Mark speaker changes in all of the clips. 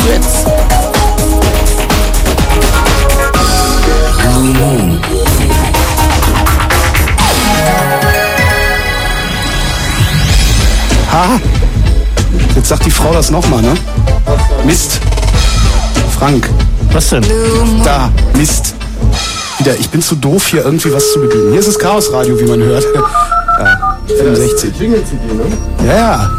Speaker 1: Fritz.
Speaker 2: Ha! Jetzt sagt die Frau das nochmal, ne? Mist. Frank.
Speaker 3: Was denn?
Speaker 2: Da, Mist. Wieder, ich bin zu doof, hier irgendwie was zu bedienen. Hier ist das Chaosradio, wie man hört. Ja, 65.
Speaker 4: Jingle-CD, ne?
Speaker 2: Ja, ja.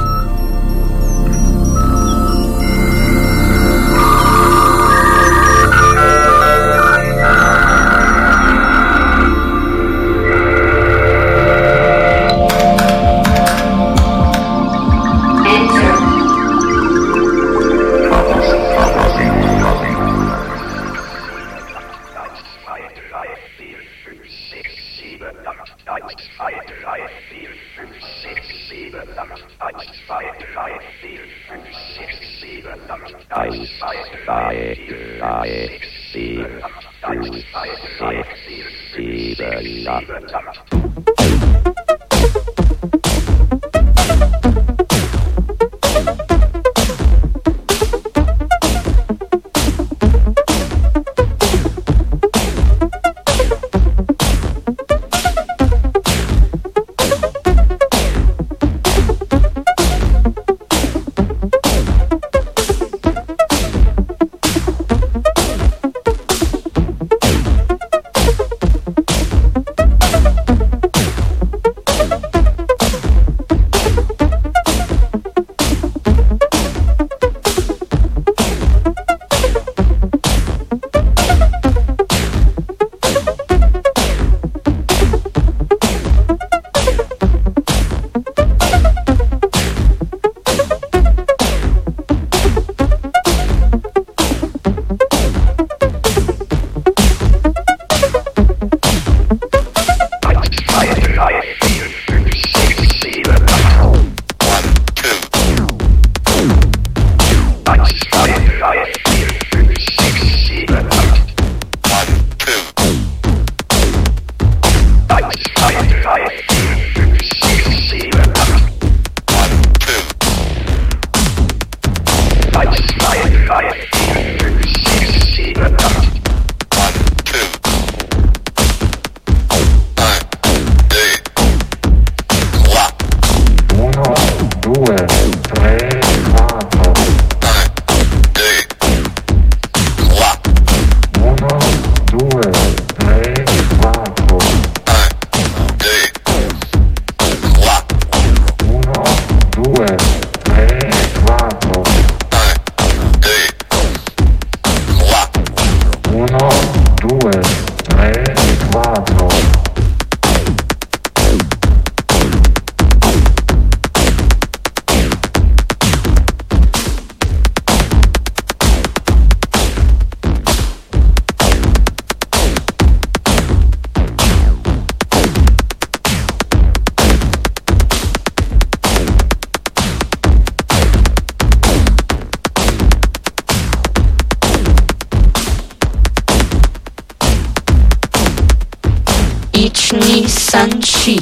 Speaker 1: Sanchi.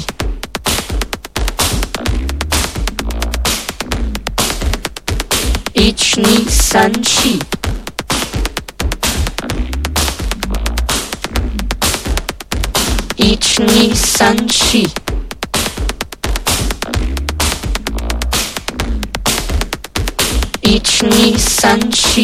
Speaker 1: Ichni Sanchi. Ichni Sanchi. Ichni Sanchi.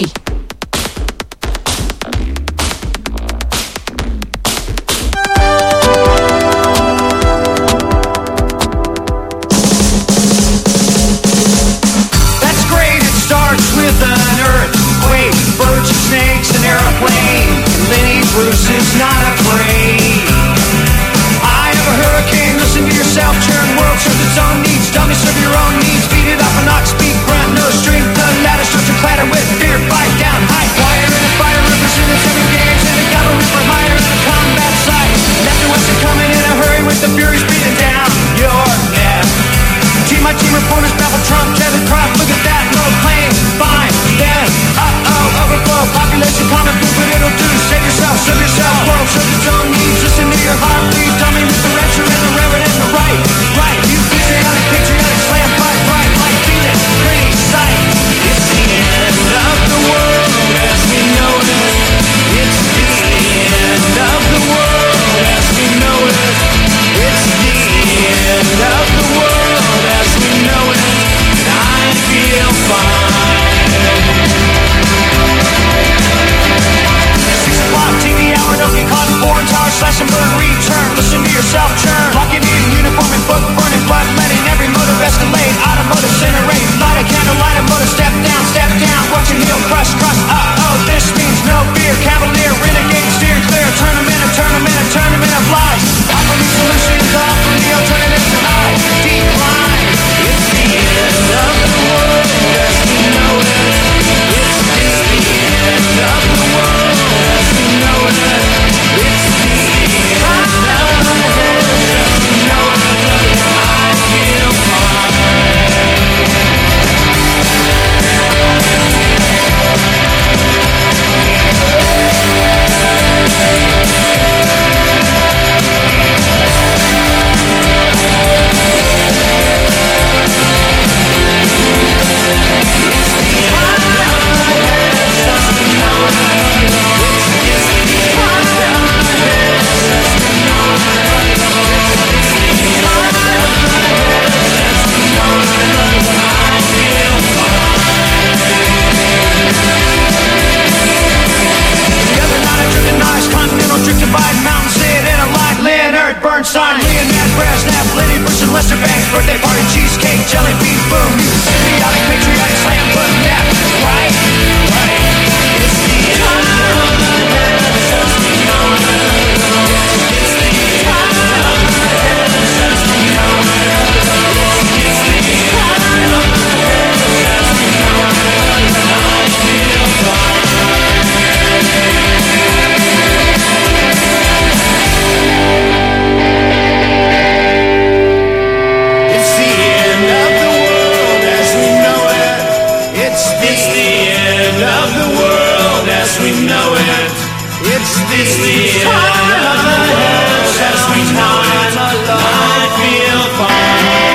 Speaker 5: Bruce is not afraid. I have a hurricane, listen to yourself. Churn world serves its own needs. Dummy serve your own needs. Beat it up an ox, speak grunt, no strength. The ladder starts to clatter with fear. Fight down, high wire in a fire. Representing 7 games and the cavalry for hire in the combat site. Left and west are coming in a hurry with the furies beating down your neck. Team by team reporters babble Trump, Kevin Croft. Look at that, no planes, fine. Then, overflow, population common food, but it'll do. Save yourself, serve yourself, world serves its own It's the time of love, just the time of love. I feel fine.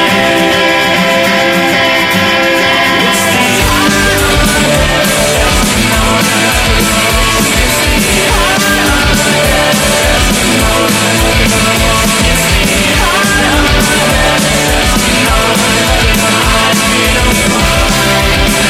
Speaker 5: It's the time of love, just the time of love. It's the time of love, just the time of love. It's the time of love, just the time of love. I feel fine.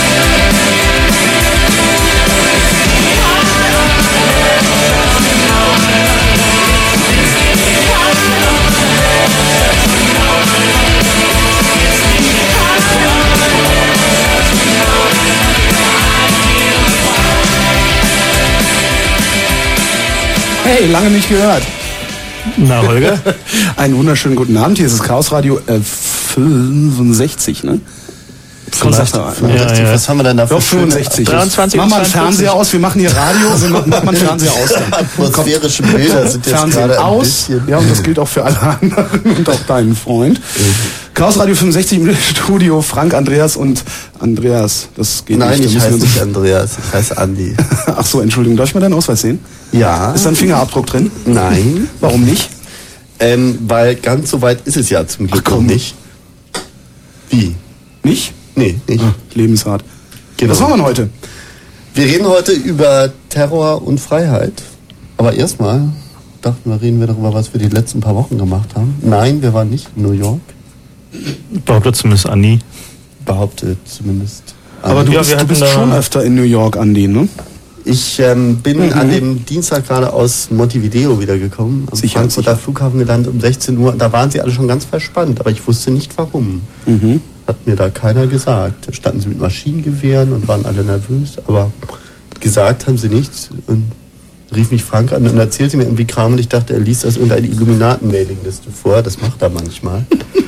Speaker 2: Hey, lange nicht gehört.
Speaker 3: Na, Holger?
Speaker 2: Einen wunderschönen guten Abend. Hier ist das Chaos Radio 65, ne?
Speaker 3: Vielleicht.
Speaker 2: Ja.
Speaker 4: Was haben wir denn da für
Speaker 2: Doch, 65.
Speaker 3: 23,
Speaker 2: Mach mal einen Fernseher aus, wir machen hier Radio, also mach mal einen Fernseher aus. Dann.
Speaker 4: atmosphärische Bilder sind jetzt
Speaker 2: Fernsehen
Speaker 4: gerade ein
Speaker 2: aus.
Speaker 4: bisschen...
Speaker 2: Ja, und das gilt auch für alle anderen und auch deinen Freund. Chaos Radio 65 im Studio, Frank, Andreas und Andreas. Das geht
Speaker 4: Nein,
Speaker 2: nicht.
Speaker 4: ich heiße nicht Andreas, ich heiße Andi.
Speaker 2: Ach so, Entschuldigung, darf ich mal deinen Ausweis sehen?
Speaker 4: Ja.
Speaker 2: Ist da ein Fingerabdruck drin?
Speaker 4: Nein.
Speaker 2: Warum nicht?
Speaker 4: Weil ganz so weit ist es ja zum Glück
Speaker 2: Ach, komm.
Speaker 4: noch nicht. Wie?
Speaker 2: Nicht?
Speaker 4: Nee, nicht.
Speaker 2: Lebenshart.
Speaker 4: Genau.
Speaker 2: Was machen wir denn heute?
Speaker 4: Wir reden heute über Terror und Freiheit. Aber erstmal dachten wir, reden wir darüber, was wir die letzten paar Wochen gemacht haben. Nein, wir waren nicht in New York.
Speaker 3: Behauptet zumindest Andi.
Speaker 4: Behauptet zumindest.
Speaker 2: Aber du
Speaker 3: Ja,
Speaker 2: bist,
Speaker 3: wir
Speaker 2: du bist
Speaker 3: hatten da-
Speaker 2: schon öfter in New York, Andi, ne?
Speaker 4: Ich bin an dem Dienstag gerade aus Montevideo wiedergekommen, am
Speaker 2: Sicher,
Speaker 4: Frankfurter
Speaker 2: sicher.
Speaker 4: Flughafen gelandet um 16 Uhr. Da waren sie alle schon ganz verspannt, aber ich wusste nicht warum. Hat mir da keiner gesagt. Da standen sie mit Maschinengewehren und waren alle nervös, aber gesagt haben sie nichts. Und rief mich Frank an und erzählte mir irgendwie Kram und ich dachte, er liest das irgendeine Illuminaten-Mailingliste vor. Das macht er manchmal.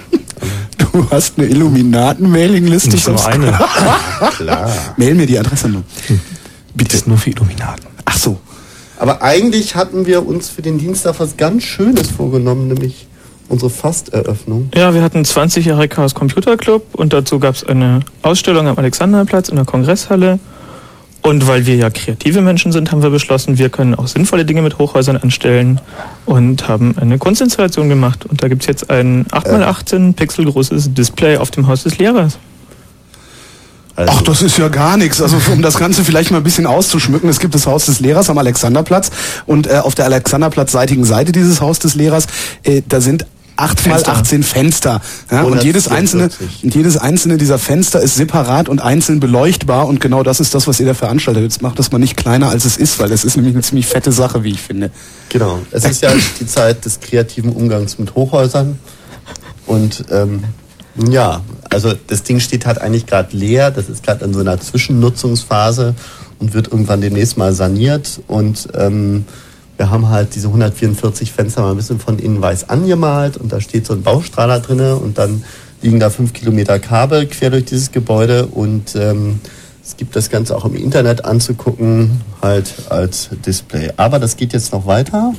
Speaker 2: Du hast eine Illuminaten-Mailing-Liste.
Speaker 3: Nicht nur eine.
Speaker 4: Klar.
Speaker 2: Mail mir die Adresse.
Speaker 3: Bitte. Ist nur für Illuminaten.
Speaker 2: Ach so.
Speaker 4: Aber eigentlich hatten wir uns für den Dienstag was ganz Schönes vorgenommen, nämlich unsere Fasteröffnung.
Speaker 3: Ja, wir hatten 20 Jahre Chaos Computer Club und dazu gab es eine Ausstellung am Alexanderplatz in der Kongresshalle. Und weil wir ja kreative Menschen sind, haben wir beschlossen, wir können auch sinnvolle Dinge mit Hochhäusern anstellen und haben eine Kunstinstallation gemacht. Und da gibt es jetzt ein 8x18 Pixel großes Display auf dem Haus des Lehrers.
Speaker 4: Also,
Speaker 2: Ach, das ist ja gar nichts. Also um das Ganze vielleicht mal ein bisschen auszuschmücken, es gibt das Haus des Lehrers am Alexanderplatz und auf der Alexanderplatz-seitigen Seite dieses Haus des Lehrers, da sind 8x18 Fenster. Ja? Und jedes
Speaker 4: 144.
Speaker 2: einzelne dieser Fenster ist separat und einzeln beleuchtbar und genau das ist das, was ihr da veranstaltet. Jetzt macht das mal nicht kleiner, als es ist, weil das ist nämlich eine ziemlich fette Sache, wie ich finde.
Speaker 4: Genau. Es ist ja die Zeit des kreativen Umgangs mit Hochhäusern. Und ja, also das Ding steht halt eigentlich gerade leer. Das ist gerade in so einer Zwischennutzungsphase und wird irgendwann demnächst mal saniert. Und wir haben halt diese 144 Fenster mal ein bisschen von innen weiß angemalt. Und da steht so ein Baustrahler drinne und dann liegen da 5 Kilometer Kabel quer durch dieses Gebäude. Und es gibt das Ganze auch im Internet anzugucken, halt als Display. Aber das geht jetzt noch weiter.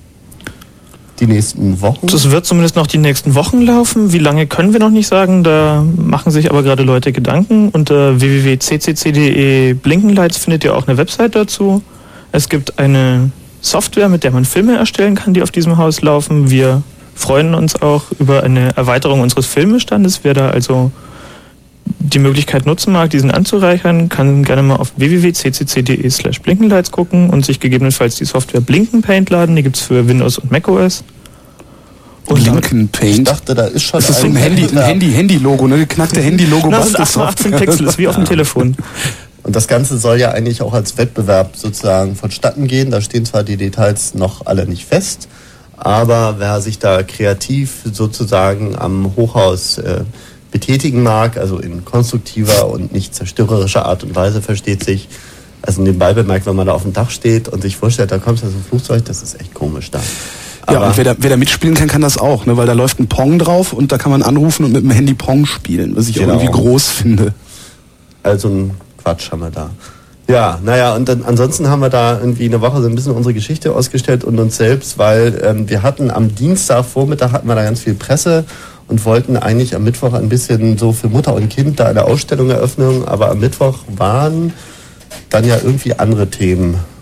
Speaker 4: Die nächsten Wochen.
Speaker 3: Das wird zumindest noch die nächsten Wochen laufen. Wie lange können wir noch nicht sagen. Da machen sich aber gerade Leute Gedanken. Unter www.ccc.de Blinkenlights findet ihr auch eine Website dazu. Es gibt eine Software, mit der man Filme erstellen kann, die auf diesem Haus laufen. Wir freuen uns auch über eine Erweiterung unseres Filmbestandes. Wer da also die Möglichkeit nutzen mag, diesen anzureichern, kann gerne mal auf www.ccc.de/Blinkenlights gucken und sich gegebenenfalls die Software Blinken Paint laden. Die gibt's für Windows und macOS. Und
Speaker 2: Blinken
Speaker 4: Ich
Speaker 2: Paint.
Speaker 4: dachte, da ist schon
Speaker 2: Das ist so ein Handy-Logo, ne? Geknackte Handy-Logo.
Speaker 3: das sind 18 Pixel, das ist wie auf dem Telefon.
Speaker 4: Und das Ganze soll ja eigentlich auch als Wettbewerb sozusagen vonstatten gehen. Da stehen zwar die Details noch alle nicht fest, aber wer sich da kreativ sozusagen am Hochhaus betätigen mag, also in konstruktiver und nicht zerstörerischer Art und Weise, versteht sich. Also nebenbei bemerkt, wenn man da auf dem Dach steht und sich vorstellt, da kommt so ein Flugzeug, das ist echt komisch da.
Speaker 2: Ja, und wer da mitspielen kann, kann das auch, ne? Weil da läuft ein Pong drauf und da kann man anrufen und mit dem Handy Pong spielen, was ich auch irgendwie groß finde.
Speaker 4: Also ein Quatsch haben wir da. Ja, naja, und dann, ansonsten haben wir da irgendwie eine Woche so ein bisschen unsere Geschichte ausgestellt und uns selbst, weil wir hatten am Dienstagvormittag hatten wir da ganz viel Presse und wollten eigentlich am Mittwoch ein bisschen so für Mutter und Kind da eine Ausstellung eröffnen, aber am Mittwoch waren dann ja irgendwie andere Themen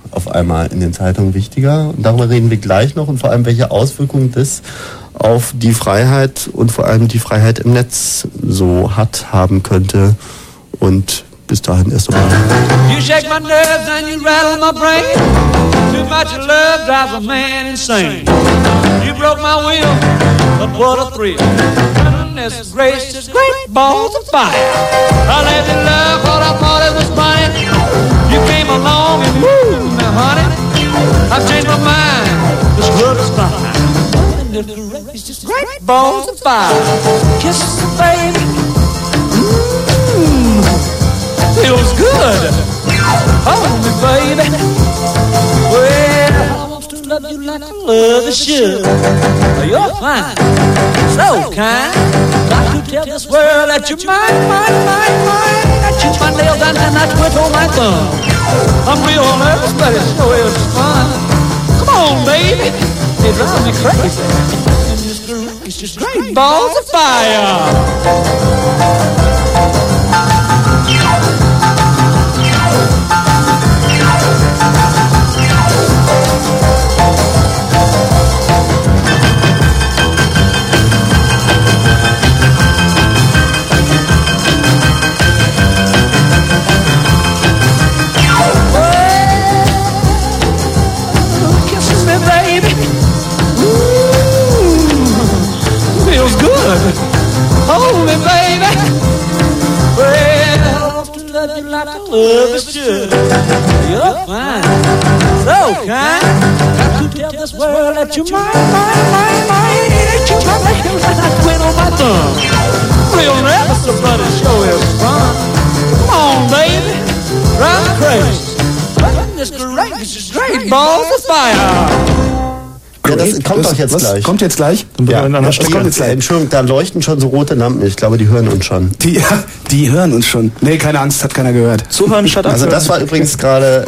Speaker 4: auf einmal in den Zeitungen wichtiger. Und darüber reden wir gleich noch und vor allem, welche Auswirkungen das auf die Freiheit und vor allem die Freiheit im Netz so haben könnte. Und bis dahin erst einmal.
Speaker 5: You shake my nerves and you rattle my brain. Too much love drives a man insane. You broke my will, but what a thrill. Goodness gracious, great balls of fire. I let you love what I thought it was fine. You came along and woo, now honey, I've changed my mind. This love is fine. Goodness gracious, great balls of fire. Kisses, baby. Feels good. Hold me, baby. Well, I want to love you like I love you should. You're fine, so kind. Got to tell this world that you're mine. That you my nails and I twiddle my thumb. I'm real nervous, but it sure is fun. Come on, baby. It drives me crazy. And it's just great balls of fire. Hold me, baby. Well, I want to love you like I love you should. You're fine, so kind. Got to tell this world that you're mine. That you're my lady, and I quit on my thumb. Real nervous, but it sure is fun. Come on, baby, drive me crazy. This great, this is great balls of fire.
Speaker 4: Ja, das kommt doch jetzt gleich.
Speaker 2: Kommt jetzt gleich?
Speaker 4: Ja, das kommt jetzt gleich. Entschuldigung, da leuchten schon so rote Lampen. Ich glaube, die hören uns schon.
Speaker 2: Die hören uns schon. Nee, keine Angst, hat keiner gehört.
Speaker 3: Zuhören statt
Speaker 4: Also das war übrigens gerade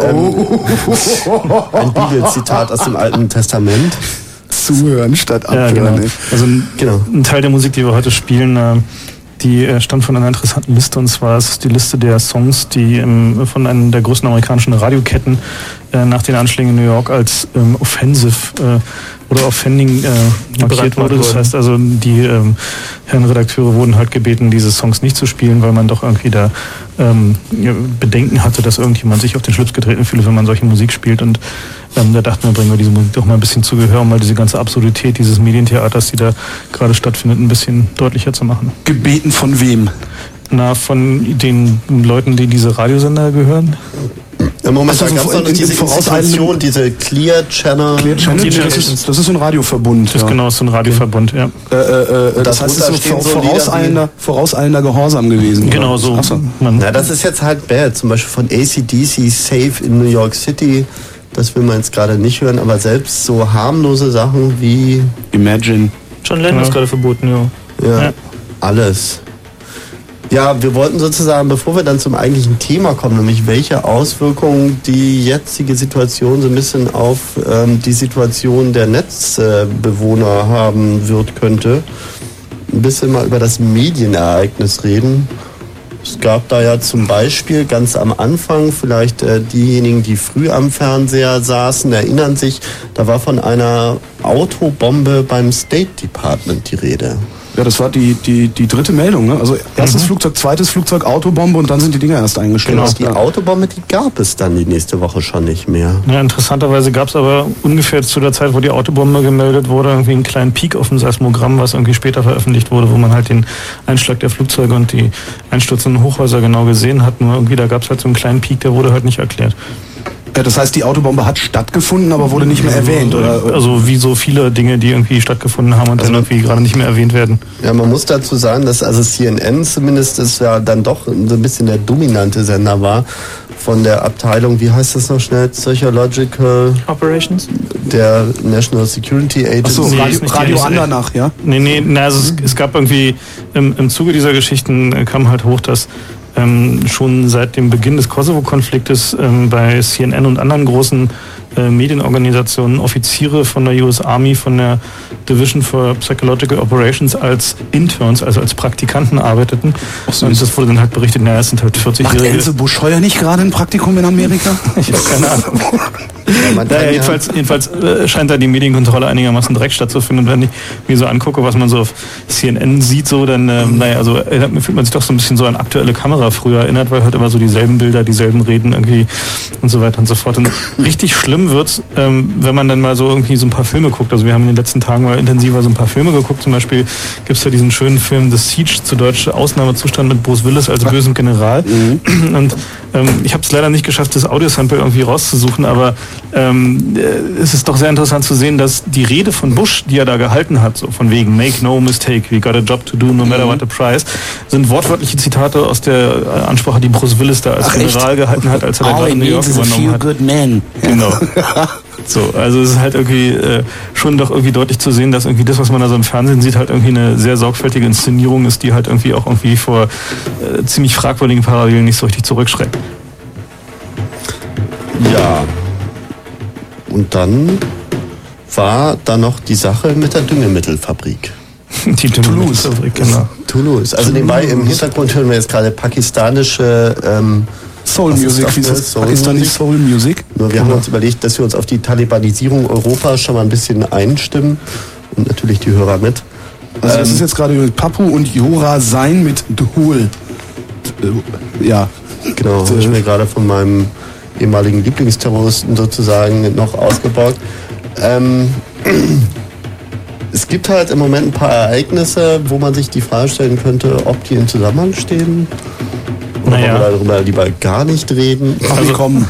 Speaker 4: ein Bibelzitat aus dem Alten Testament.
Speaker 2: Zuhören statt abhören.
Speaker 3: Ja, genau. Also ein Teil der Musik, die wir heute spielen, die stammt von einer interessanten Liste, und zwar ist es die Liste der Songs, die von einer der größten amerikanischen Radioketten nach den Anschlägen in New York als offensive oder offending markiert wurde. Das heißt also, die Herren Redakteure wurden halt gebeten, diese Songs nicht zu spielen, weil man doch irgendwie da Bedenken hatte, dass irgendjemand sich auf den Schlips getreten fühle, wenn man solche Musik spielt. Und da dachten wir, bringen wir diese Musik doch mal ein bisschen zu Gehör, um mal diese ganze Absurdität dieses Medientheaters, die da gerade stattfindet, ein bisschen deutlicher zu machen.
Speaker 2: Gebeten von wem?
Speaker 3: Na, von den Leuten, die diese Radiosender gehören.
Speaker 4: Im Moment, da gab es noch diese Institution, diese Clear Channel.
Speaker 2: Clear Channel, das ist so ein Radioverbund.
Speaker 3: Das ist genau so ein Radioverbund, ja.
Speaker 2: Das heißt, es ist so vorauseilender Gehorsam gewesen.
Speaker 3: Genau so.
Speaker 4: Na, das ist jetzt halt bad. Zum Beispiel von AC/DC, Safe in New York City. Das will man jetzt gerade nicht hören, aber selbst so harmlose Sachen wie
Speaker 2: Imagine.
Speaker 3: John Lennon ist gerade verboten,
Speaker 4: ja. Alles. Ja, wir wollten sozusagen, bevor wir dann zum eigentlichen Thema kommen, nämlich welche Auswirkungen die jetzige Situation so ein bisschen auf die Situation der Netzbewohner haben könnte, ein bisschen mal über das Medienereignis reden. Es gab da ja zum Beispiel ganz am Anfang, vielleicht diejenigen, die früh am Fernseher saßen, erinnern sich, da war von einer Autobombe beim State Department die Rede.
Speaker 2: Ja, das war die dritte Meldung, ne? Also erstes Flugzeug, zweites Flugzeug, Autobombe und dann sind die Dinger erst eingeschlagen.
Speaker 4: Genau, die Autobombe, die gab es dann die nächste Woche schon nicht mehr.
Speaker 3: Ja, interessanterweise gab es aber ungefähr zu der Zeit, wo die Autobombe gemeldet wurde, irgendwie einen kleinen Peak auf dem Seismogramm, was irgendwie später veröffentlicht wurde, wo man halt den Einschlag der Flugzeuge und die einstürzenden Hochhäuser genau gesehen hat. Nur irgendwie, da gab es halt so einen kleinen Peak, der wurde halt nicht erklärt.
Speaker 2: Das heißt, die Autobombe hat stattgefunden, aber wurde nicht mehr erwähnt, oder?
Speaker 3: Also wie so viele Dinge, die irgendwie stattgefunden haben und dann irgendwie gerade nicht mehr erwähnt werden.
Speaker 4: Ja, man muss dazu sagen, dass also CNN zumindest ist ja dann doch so ein bisschen der dominante Sender war von der Abteilung, wie heißt das noch schnell, Psychological
Speaker 3: Operations? Der
Speaker 4: National Security Agency.
Speaker 2: Achso, Radio Andernach, ja?
Speaker 3: Nee, also es gab irgendwie, im Zuge dieser Geschichten kam halt hoch, dass schon seit dem Beginn des Kosovo-Konfliktes bei CNN und anderen großen Medienorganisationen Offiziere von der US Army, von der Division for Psychological Operations als Interns, also als Praktikanten arbeiteten. Und das wurde dann halt berichtet, naja, es sind halt 40-Jährige.
Speaker 2: Macht Else Busch-Heuer nicht gerade ein Praktikum in Amerika?
Speaker 3: Ich habe keine Ahnung. Naja, jedenfalls scheint da die Medienkontrolle einigermaßen direkt stattzufinden. Und wenn ich mir so angucke, was man so auf CNN sieht, so, dann, fühlt man sich doch so ein bisschen so an aktuelle Kamera früher erinnert, weil halt immer so dieselben Bilder, dieselben Reden irgendwie und so weiter und so fort. Und richtig schlimm wird's, wenn man dann mal so irgendwie so ein paar Filme guckt. Also wir haben in den letzten Tagen mal intensiver so ein paar Filme geguckt. Zum Beispiel gibt's ja diesen schönen Film The Siege, zu Deutsch Ausnahmezustand mit Bruce Willis als bösem General. Und ich habe es leider nicht geschafft, das Audiosample irgendwie rauszusuchen, aber es ist doch sehr interessant zu sehen, dass die Rede von Bush, die er da gehalten hat, so von wegen "Make no mistake, we got a job to do, no matter what the price", sind wortwörtliche Zitate aus der Ansprache, die Bruce Willis da als General gehalten hat, als er da gerade in New York übernommen hat.
Speaker 2: Good man.
Speaker 3: Genau. So, also es ist halt irgendwie schon doch irgendwie deutlich zu sehen, dass irgendwie das, was man da so im Fernsehen sieht, halt irgendwie eine sehr sorgfältige Inszenierung ist, die halt irgendwie auch irgendwie vor ziemlich fragwürdigen Parallelen nicht so richtig zurückschreckt.
Speaker 4: Ja. Und dann war da noch die Sache mit der Düngemittelfabrik.
Speaker 3: Die Düngemittelfabrik, genau.
Speaker 4: Toulouse. Also nebenbei im Hintergrund hören wir jetzt gerade pakistanische
Speaker 2: Soul Music, wie ist Pakistani Soul Music?
Speaker 4: Nur wir haben uns überlegt, dass wir uns auf die Talibanisierung Europas schon mal ein bisschen einstimmen und natürlich die Hörer mit.
Speaker 2: Also das ist jetzt gerade mit Papu und Jora Sein mit Dhul. Ja.
Speaker 4: Genau, habe ich mir gerade von meinem ehemaligen Lieblingsterroristen sozusagen noch ausgebaut. Es gibt halt im Moment ein paar Ereignisse, wo man sich die Frage stellen könnte, ob die in Zusammenhang stehen. Oder ob wir darüber lieber gar nicht reden.
Speaker 2: Also kommen.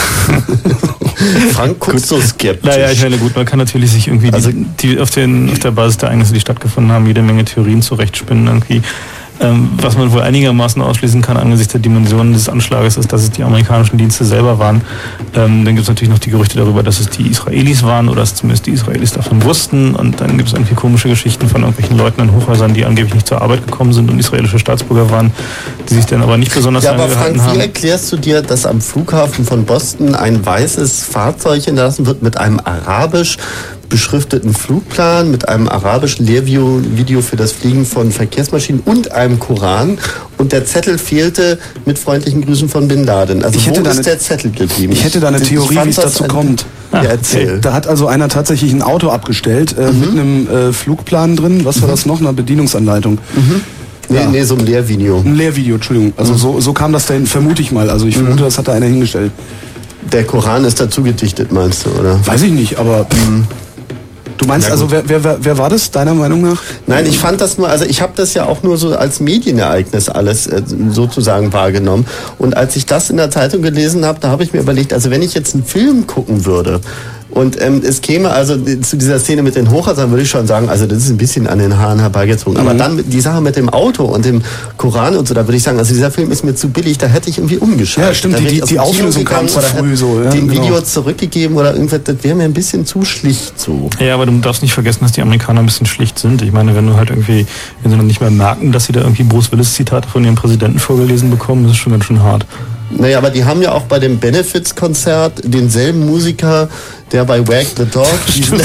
Speaker 4: Frank guckt so skeptisch.
Speaker 3: Naja, ich meine, gut, man kann natürlich sich irgendwie auf der Basis der Ereignisse, die stattgefunden haben, jede Menge Theorien zurechtspinnen irgendwie. Was man wohl einigermaßen ausschließen kann angesichts der Dimensionen des Anschlages ist, dass es die amerikanischen Dienste selber waren. Dann gibt es natürlich noch die Gerüchte darüber, dass es die Israelis waren oder dass zumindest die Israelis davon wussten. Und dann gibt es irgendwie komische Geschichten von irgendwelchen Leuten in Hochhäusern, die angeblich nicht zur Arbeit gekommen sind und israelische Staatsbürger waren, die sich dann aber nicht besonders lange gehalten haben.
Speaker 4: Frank, wie erklärst du dir, dass am Flughafen von Boston ein weißes Fahrzeug hinterlassen wird mit einem arabisch beschrifteten Flugplan, mit einem arabischen Lehrvideo für das Fliegen von Verkehrsmaschinen und einem Koran, und der Zettel fehlte mit freundlichen Grüßen von Bin Laden. Also wo ist der Zettel geblieben?
Speaker 2: Ich hätte da eine Theorie, wie es dazu kommt.
Speaker 4: Ja, erzähl.
Speaker 2: Da hat also einer tatsächlich ein Auto abgestellt mit einem Flugplan drin. Was war das noch? Eine Bedienungsanleitung.
Speaker 4: Nee, so ein Lehrvideo.
Speaker 2: Ein Lehrvideo, Entschuldigung. Also so kam das dahin, vermute ich mal. Also ich vermute, das hat da einer hingestellt.
Speaker 4: Der Koran ist dazu gedichtet, meinst du, oder?
Speaker 2: Weiß ich nicht, aber... Du meinst also, wer war das, deiner Meinung nach?
Speaker 4: Nein, ich fand das nur, also ich habe das ja auch nur so als Medienereignis alles sozusagen wahrgenommen. Und als ich das in der Zeitung gelesen habe, da habe ich mir überlegt, also wenn ich jetzt einen Film gucken würde und es käme also zu dieser Szene mit den Hochhäusern, würde ich schon sagen, also das ist ein bisschen an den Haaren herbeigezogen. Aber dann die Sache mit dem Auto und dem Koran und so, da würde ich sagen, also dieser Film ist mir zu billig, da hätte ich irgendwie umgeschaltet.
Speaker 2: Ja, stimmt, die Auflösung kam zu früh so. Ja,
Speaker 4: dem Video zurückgegeben oder irgendwas, das wäre mir ein bisschen zu schlicht so.
Speaker 3: Ja, aber du darfst nicht vergessen, dass die Amerikaner ein bisschen schlicht sind. Ich meine, wenn sie noch nicht mehr merken, dass sie da irgendwie Bruce Willis Zitate von ihrem Präsidenten vorgelesen bekommen, das ist schon ganz schön hart.
Speaker 4: Naja, aber die haben ja auch bei dem Benefits-Konzert denselben Musiker, der bei Wag the Dog diesen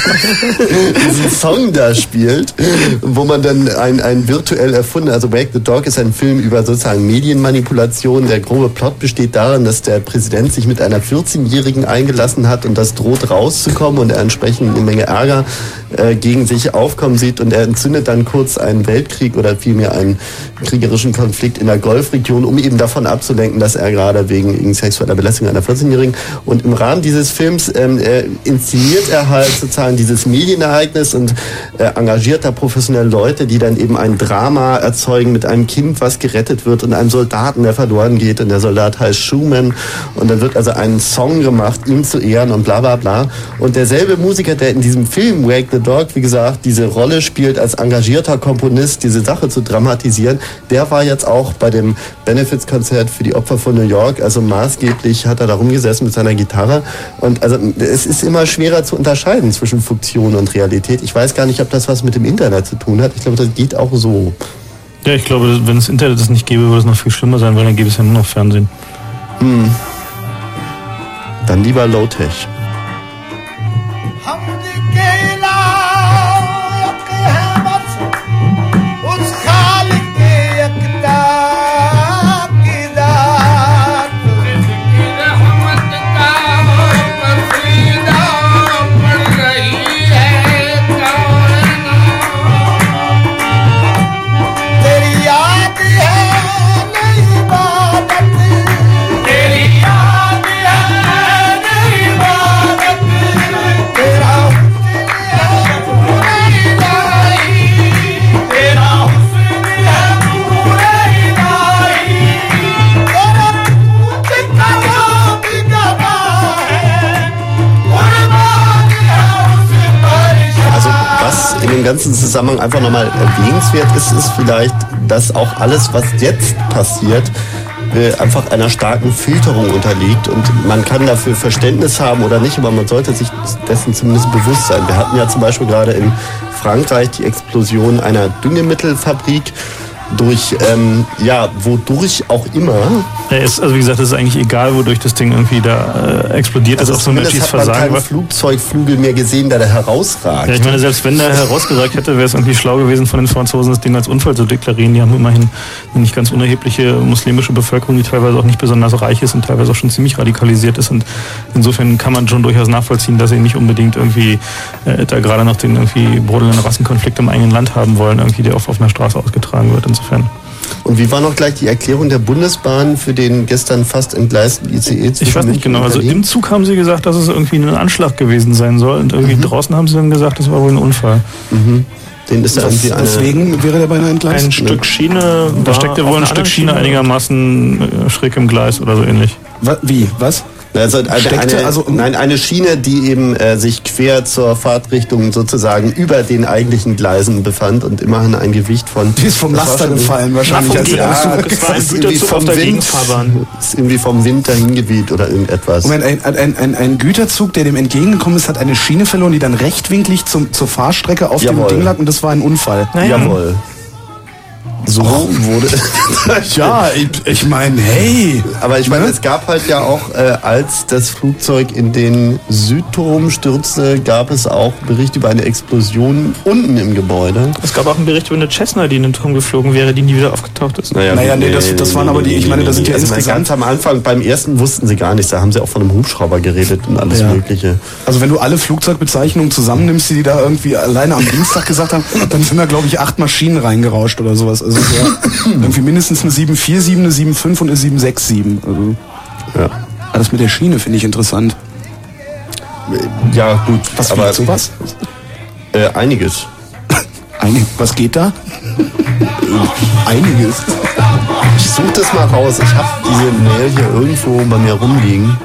Speaker 4: Song da spielt, wo man dann ein virtuell erfunden, also Wag the Dog ist ein Film über sozusagen Medienmanipulation. Der grobe Plot besteht darin, dass der Präsident sich mit einer 14-Jährigen eingelassen hat und das droht rauszukommen und er entsprechend eine Menge Ärger gegen sich aufkommen sieht und er entzündet dann kurz einen Weltkrieg oder vielmehr einen kriegerischen Konflikt in der Golfregion, um eben davon abzulenken, dass er gerade wegen sexueller Belästigung einer 14-Jährigen, und im Rahmen dieses Films inszeniert er halt sozusagen dieses Medienereignis und engagiert da professionelle Leute, die dann eben ein Drama erzeugen mit einem Kind, was gerettet wird, und einem Soldaten, der verloren geht, und der Soldat heißt Schumann, und dann wird also ein Song gemacht, ihm zu ehren und bla bla bla. Und derselbe Musiker, der in diesem Film Wag the Dog, wie gesagt, diese Rolle spielt, als engagierter Komponist diese Sache zu dramatisieren, der war jetzt auch bei dem Benefits-Konzert für die Opfer von New York, also maßgeblich hat er da rumgesessen mit seiner Gitarre, und also es ist immer schwerer zu unterscheiden zwischen Fiktion und Realität. Ich weiß gar nicht, ob das was mit dem Internet zu tun hat. Ich glaube, das geht auch so.
Speaker 3: Ja, ich glaube, wenn es Internet das nicht gäbe, würde es noch viel schlimmer sein, weil dann gäbe es ja nur noch Fernsehen.
Speaker 4: Dann lieber Low-Tech. ganzen Zusammenhang einfach nochmal erwähnenswert ist vielleicht, dass auch alles, was jetzt passiert, einfach einer starken Filterung unterliegt und man kann dafür Verständnis haben oder nicht, aber man sollte sich dessen zumindest bewusst sein. Wir hatten ja zum Beispiel gerade in Frankreich die Explosion einer Düngemittelfabrik durch, wodurch auch immer.
Speaker 3: Also wie gesagt, es ist eigentlich egal, wodurch das Ding irgendwie da explodiert.
Speaker 4: Also
Speaker 3: ist auch so ein menschliches
Speaker 4: Versagen. Man hat
Speaker 3: Versagen.
Speaker 4: keinen Flugzeugflügel mehr gesehen, der da herausragt.
Speaker 3: Ja, ich meine, selbst wenn der herausgeragt hätte, wäre es irgendwie schlau gewesen von den Franzosen, das Ding als Unfall zu deklarieren. Die haben immerhin eine nicht ganz unerhebliche muslimische Bevölkerung, die teilweise auch nicht besonders reich ist und teilweise auch schon ziemlich radikalisiert ist. Und insofern kann man schon durchaus nachvollziehen, dass sie nicht unbedingt irgendwie da gerade noch den irgendwie brodelnden Rassenkonflikt im eigenen Land haben wollen, irgendwie der auf einer Straße ausgetragen wird. Insofern.
Speaker 4: Und wie war noch gleich die Erklärung der Bundesbahn für den gestern fast entgleisten ICE?
Speaker 3: Ich weiß nicht genau. Also im Zug haben sie gesagt, dass es irgendwie ein Anschlag gewesen sein soll. Und irgendwie draußen haben sie dann gesagt, das war wohl ein Unfall.
Speaker 4: Mhm. Den ist da irgendwie
Speaker 2: deswegen wäre der beinahe entgleist?
Speaker 3: Ein Stück Schiene, da steckte wohl ein Stück Schiene einigermaßen schräg im Gleis oder so ähnlich.
Speaker 2: Wie? Was?
Speaker 4: Also eine Schiene, die eben sich quer zur Fahrtrichtung sozusagen über den eigentlichen Gleisen befand und immerhin ein Gewicht von...
Speaker 2: Die ist vom Laster gefallen wahrscheinlich.
Speaker 3: Es war ein Güterzug auf der Gegenfahrbahn.
Speaker 4: Ist irgendwie vom Wind dahin geweht oder irgendetwas.
Speaker 2: Moment, ein Güterzug, der dem entgegengekommen ist, hat eine Schiene verloren, die dann rechtwinklig zur Fahrstrecke auf dem Ding lag und das war ein Unfall.
Speaker 4: Jawohl. So wurde.
Speaker 2: Ja, ich meine, hey.
Speaker 4: Aber ich meine, es gab halt ja auch, als das Flugzeug in den Südturm stürzte, gab es auch Bericht über eine Explosion unten im Gebäude.
Speaker 3: Es gab auch einen Bericht über eine Cessna, die in den Turm geflogen wäre, die nie wieder aufgetaucht ist.
Speaker 2: Das waren aber die, ich meine, das sind ja insgesamt...
Speaker 4: Ganz am Anfang, beim ersten wussten sie gar nichts, da haben sie auch von einem Hubschrauber geredet und alles Mögliche.
Speaker 2: Also wenn du alle Flugzeugbezeichnungen zusammennimmst, die da irgendwie alleine am Dienstag gesagt haben, dann sind da, glaube ich, 8 Maschinen reingerauscht oder sowas. Also irgendwie mindestens eine 747, eine 75 und eine 767. Also, das mit der Schiene finde ich interessant.
Speaker 4: Ja, gut.
Speaker 2: Was fliegt sowas?
Speaker 4: Einiges.
Speaker 2: Was geht da? Einiges.
Speaker 4: Ich suche das mal raus. Ich habe diese Mail hier irgendwo bei mir rumliegen.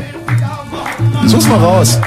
Speaker 2: Such's mal raus.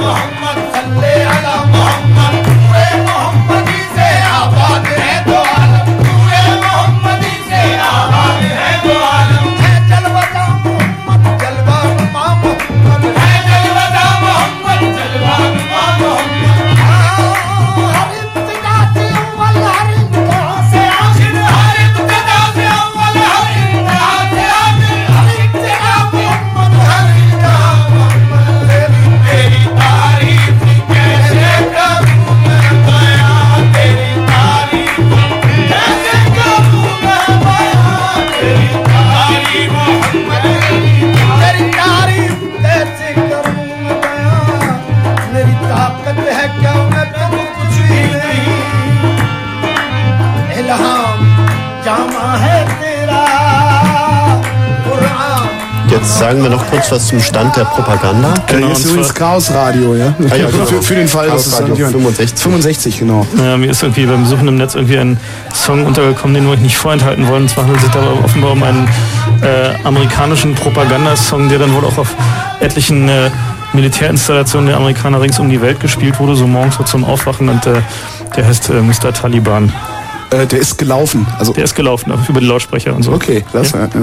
Speaker 4: Jetzt sagen wir noch kurz was zum Stand der Propaganda.
Speaker 2: Genau, jetzt übrigens Chaos Radio, ja? Für den Fall, dass es
Speaker 4: Radio
Speaker 2: 65, genau.
Speaker 3: Ja, mir ist irgendwie beim Suchen im Netz irgendwie ein Song untergekommen, den wir euch nicht vorenthalten wollen. Es handelt sich dabei offenbar um einen amerikanischen Propagandasong, der dann wohl auch auf etlichen Militärinstallationen der Amerikaner rings um die Welt gespielt wurde, so morgens so zum Aufwachen, und der heißt Mr. Taliban.
Speaker 2: Der ist gelaufen. Also
Speaker 3: der ist gelaufen, über die Lautsprecher und so.
Speaker 2: Okay, klasse. Ja.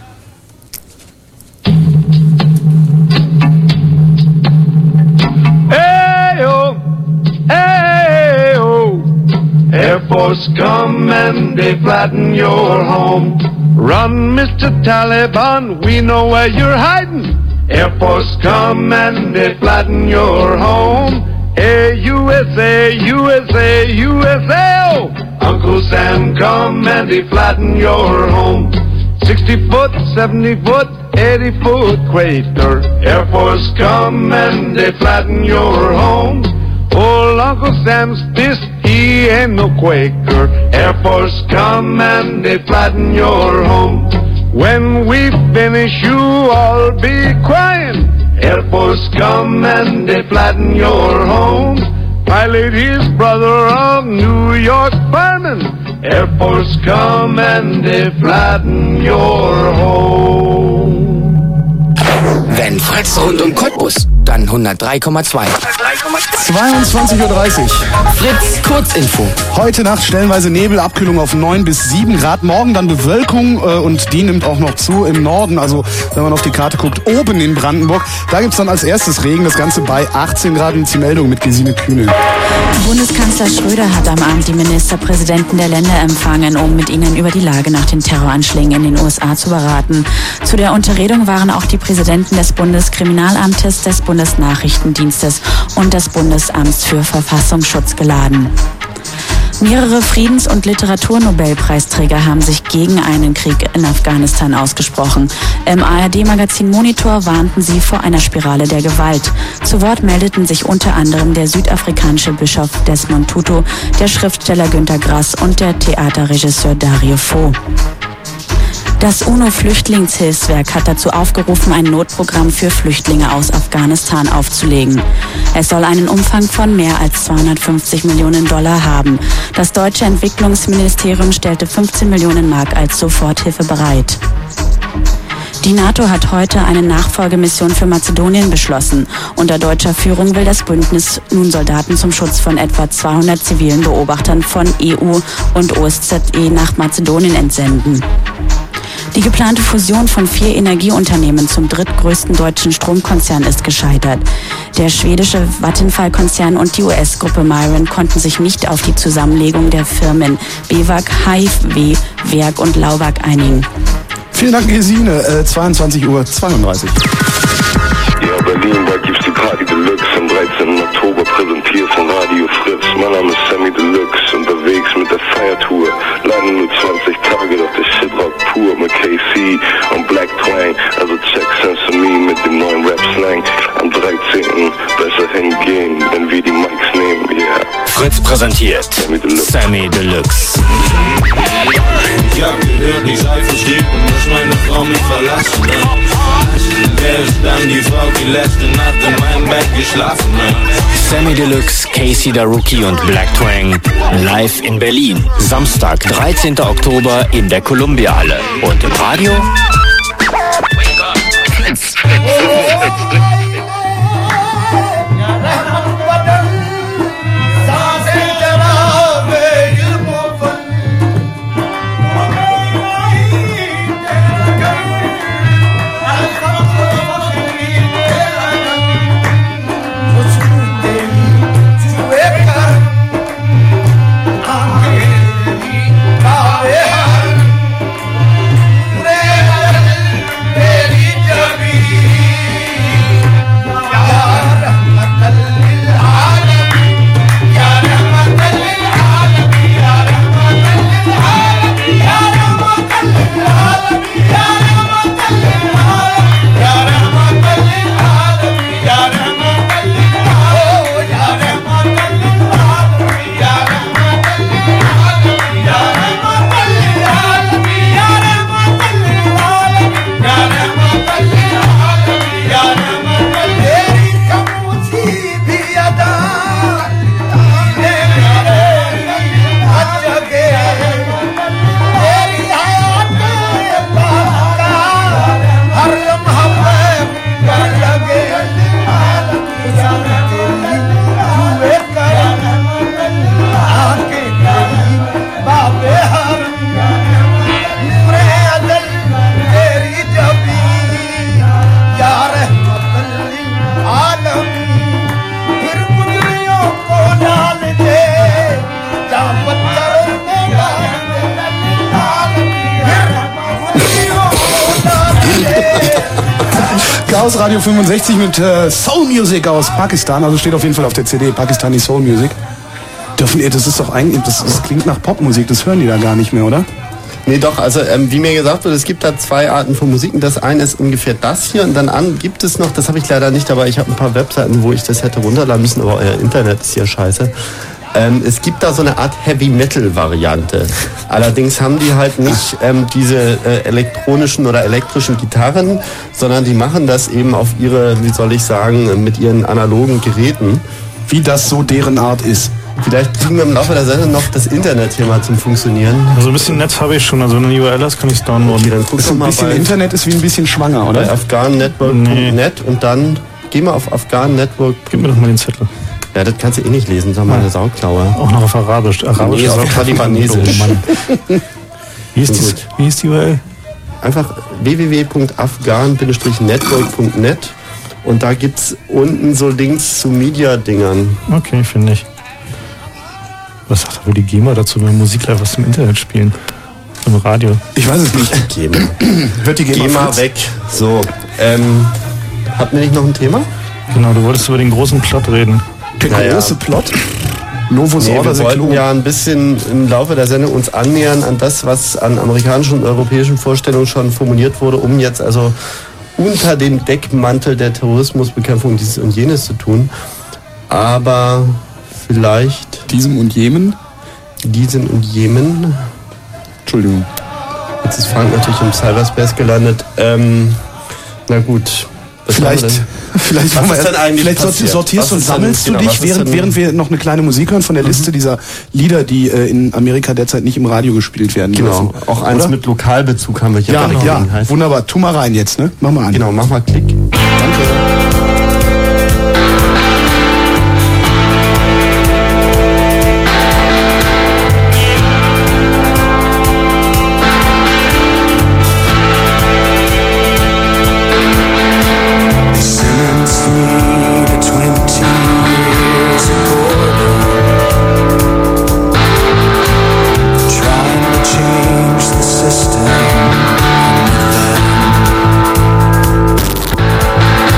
Speaker 6: Air Force come and they flatten your home. Run, Mr. Taliban, we know where you're hiding. Air Force come and they flatten your home. Hey, USA, USA, USA, oh. Uncle Sam come and they flatten your home. 60 foot, 70 foot, 80 foot crater. Air Force come and they flatten your home. Old Uncle Sam's pissed, he ain't no Quaker. Air Force come and they flatten your home. When we finish, you all be crying. Air Force come and they flatten your home. Pilot his brother of New York fireman. Air Force come and they flatten your home.
Speaker 7: Wenn Fritz rund um Cottbus dann 103,2.
Speaker 2: 22:30 Uhr.
Speaker 7: Fritz, Kurzinfo.
Speaker 2: Heute Nacht stellenweise Nebel, Abkühlung auf 9 bis 7 Grad. Morgen dann Bewölkung und die nimmt auch noch zu im Norden. Also wenn man auf die Karte guckt, oben in Brandenburg. Da gibt's dann als erstes Regen. Das Ganze bei 18 Grad. Und die Meldung mit Gesine Kühne.
Speaker 8: Bundeskanzler Schröder hat am Abend die Ministerpräsidenten der Länder empfangen, um mit ihnen über die Lage nach den Terroranschlägen in den USA zu beraten. Zu der Unterredung waren auch die Präsidenten des Bundeskriminalamtes, des Bundesnachrichtendienstes und des Bundesamts für Verfassungsschutz geladen. Mehrere Friedens- und Literaturnobelpreisträger haben sich gegen einen Krieg in Afghanistan ausgesprochen. Im ARD-Magazin Monitor warnten sie vor einer Spirale der Gewalt. Zu Wort meldeten sich unter anderem der südafrikanische Bischof Desmond Tutu, der Schriftsteller Günter Grass und der Theaterregisseur Dario Fo. Das UNO-Flüchtlingshilfswerk hat dazu aufgerufen, ein Notprogramm für Flüchtlinge aus Afghanistan aufzulegen. Es soll einen Umfang von mehr als 250 Millionen Dollar haben. Das deutsche Entwicklungsministerium stellte 15 Millionen Mark als Soforthilfe bereit. Die NATO hat heute eine Nachfolgemission für Mazedonien beschlossen. Unter deutscher Führung will das Bündnis nun Soldaten zum Schutz von etwa 200 zivilen Beobachtern von EU und OSZE nach Mazedonien entsenden. Die geplante Fusion von 4 Energieunternehmen zum drittgrößten deutschen Stromkonzern ist gescheitert. Der schwedische Vattenfall-Konzern und die US-Gruppe Myron konnten sich nicht auf die Zusammenlegung der Firmen BEWAG, HIW, Werk und Lauwag einigen.
Speaker 2: Vielen Dank, Gesine. 22:32 Uhr.
Speaker 9: Ja, Berlin, da gibt's die Party Deluxe am 13. Oktober, präsentiert von Radio Fritz. Mein Name ist Sammy Deluxe, unterwegs mit der Feiertour. Leider nur 20 Tage, doch der Shit rock pur mit KC und Black Twang. Also check Sense of Me mit dem neuen Rap-Slang. Am 13. besser hingehen, wenn wir die Mics nehmen, yeah.
Speaker 10: Fritz präsentiert Sammy Deluxe.
Speaker 11: Ich hab gehört, ich sei verstrickt und dass meine Frau mich verlassen hat. Wer ist dann die Frau, die letzte Nacht in meinem Bett geschlafen hat?
Speaker 10: Sammy Deluxe, Casey Daruki und Black Twang live in Berlin. Samstag, 13. Oktober in der Columbia-Halle. Und im Radio?
Speaker 2: Chaos Radio 65 mit Soul Music aus Pakistan, also steht auf jeden Fall auf der CD, Pakistani Soul Music. Dürfen ihr, das ist doch eigentlich, das klingt nach Popmusik, das hören die da gar nicht mehr, oder?
Speaker 4: Nee, doch, also wie mir gesagt wird, es gibt da 2 Arten von Musiken. Das eine ist ungefähr das hier und dann gibt es noch, das habe ich leider nicht dabei, ich habe ein paar Webseiten, wo ich das hätte runterladen müssen, aber euer Internet ist hier scheiße. Es gibt da so eine Art Heavy-Metal-Variante. Allerdings haben die halt nicht diese elektronischen oder elektrischen Gitarren, sondern die machen das eben auf ihre, wie soll ich sagen, mit ihren analogen Geräten.
Speaker 2: Wie das so deren Art ist.
Speaker 4: Vielleicht kriegen wir im Laufe der Sendung noch das Internet hier mal zum Funktionieren.
Speaker 3: Also ein bisschen Netz habe ich schon, also wenn du eine URL hast, kann ich es downloaden.
Speaker 4: Okay, dann guck
Speaker 2: so ein bisschen Internet ist wie ein bisschen schwanger, oder?
Speaker 4: Bei afghannetwork.net und dann geh mal auf Afghan Network.
Speaker 12: Gib mir doch mal den Zettel.
Speaker 4: Ja, das kannst du eh nicht lesen, sag mal eine Sauklaue.
Speaker 12: Auch noch auf Arabisch. Arabisch
Speaker 4: nee,
Speaker 12: ist
Speaker 4: auf
Speaker 12: auch
Speaker 4: Talibanesisch.
Speaker 12: Wie ist die URL?
Speaker 4: Einfach www.afghan-network.net und da gibt's unten so Links zu Media-Dingern.
Speaker 12: Okay, finde ich. Was sagt wohl die GEMA dazu, wenn Musik live aus dem Internet spielen? Im Radio.
Speaker 2: Ich weiß es nicht.
Speaker 4: GEMA.
Speaker 2: Hört die GEMA
Speaker 4: weg. So, hatten wir nicht noch ein Thema?
Speaker 12: Genau, du wolltest über den großen Plot reden.
Speaker 2: Der große Plot? Novus Order
Speaker 4: wir wollten ja ein bisschen im Laufe der Sendung uns annähern an das, was an amerikanischen und europäischen Vorstellungen schon formuliert wurde, um jetzt also unter dem Deckmantel der Terrorismusbekämpfung dieses und jenes zu tun. Aber vielleicht...
Speaker 2: Diesem und jenem?
Speaker 4: Diesen und jenem.
Speaker 2: Entschuldigung.
Speaker 4: Jetzt ist Frank natürlich im Cyberspace gelandet. Na gut.
Speaker 2: Vielleicht sortierst und sammelst du dich, während wir noch eine kleine Musik hören von der Liste dieser Lieder, die in Amerika derzeit nicht im Radio gespielt werden dürfen.
Speaker 4: Genau, auch eins mit Lokalbezug haben wir hier.
Speaker 2: Ja, wunderbar. Tu mal rein jetzt, ne? Mach mal an.
Speaker 4: Genau, mach mal Klick.
Speaker 2: Danke.
Speaker 5: System.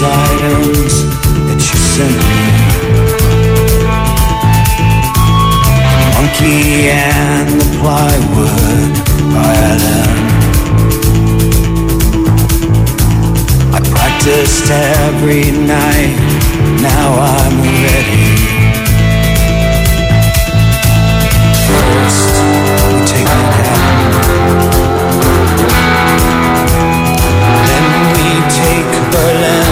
Speaker 5: items that you sent me. Monkey and the plywood violin. I practiced every night, now I'm ready. First, we take Manhattan, then we take Berlin.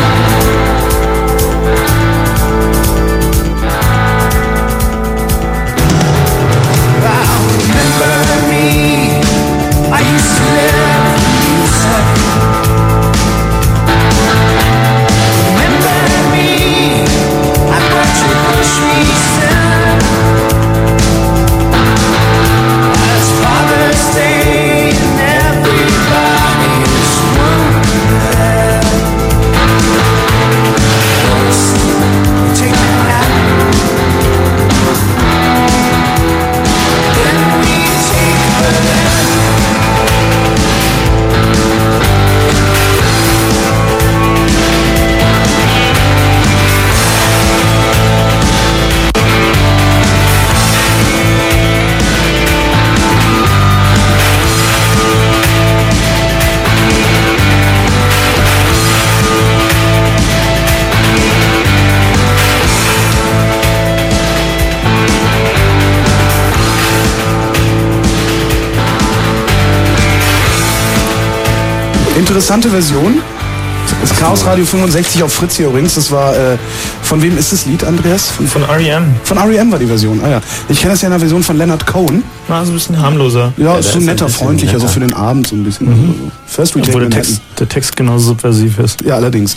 Speaker 5: Remember me, I used to live in music. Remember me, I brought you groceries in. As Father's Day and everybody's wounded. First, we take Manhattan, then we take Berlin.
Speaker 2: Interessante Version. Das Chaos Radio 65 auf Fritz hier übrigens. Das war, von wem ist das Lied, Andreas?
Speaker 3: Von R.E.M.
Speaker 2: Von R.E.M. war die Version, ah ja. Ich kenne das ja in der Version von Leonard Cohen.
Speaker 3: War so ein bisschen harmloser.
Speaker 2: Ja, ist so netter, freundlicher, so für den Abend so ein bisschen.
Speaker 12: Mhm.
Speaker 2: First we take
Speaker 12: Obwohl
Speaker 2: Manhattan.
Speaker 12: der Text genauso subversiv ist.
Speaker 2: Ja, allerdings.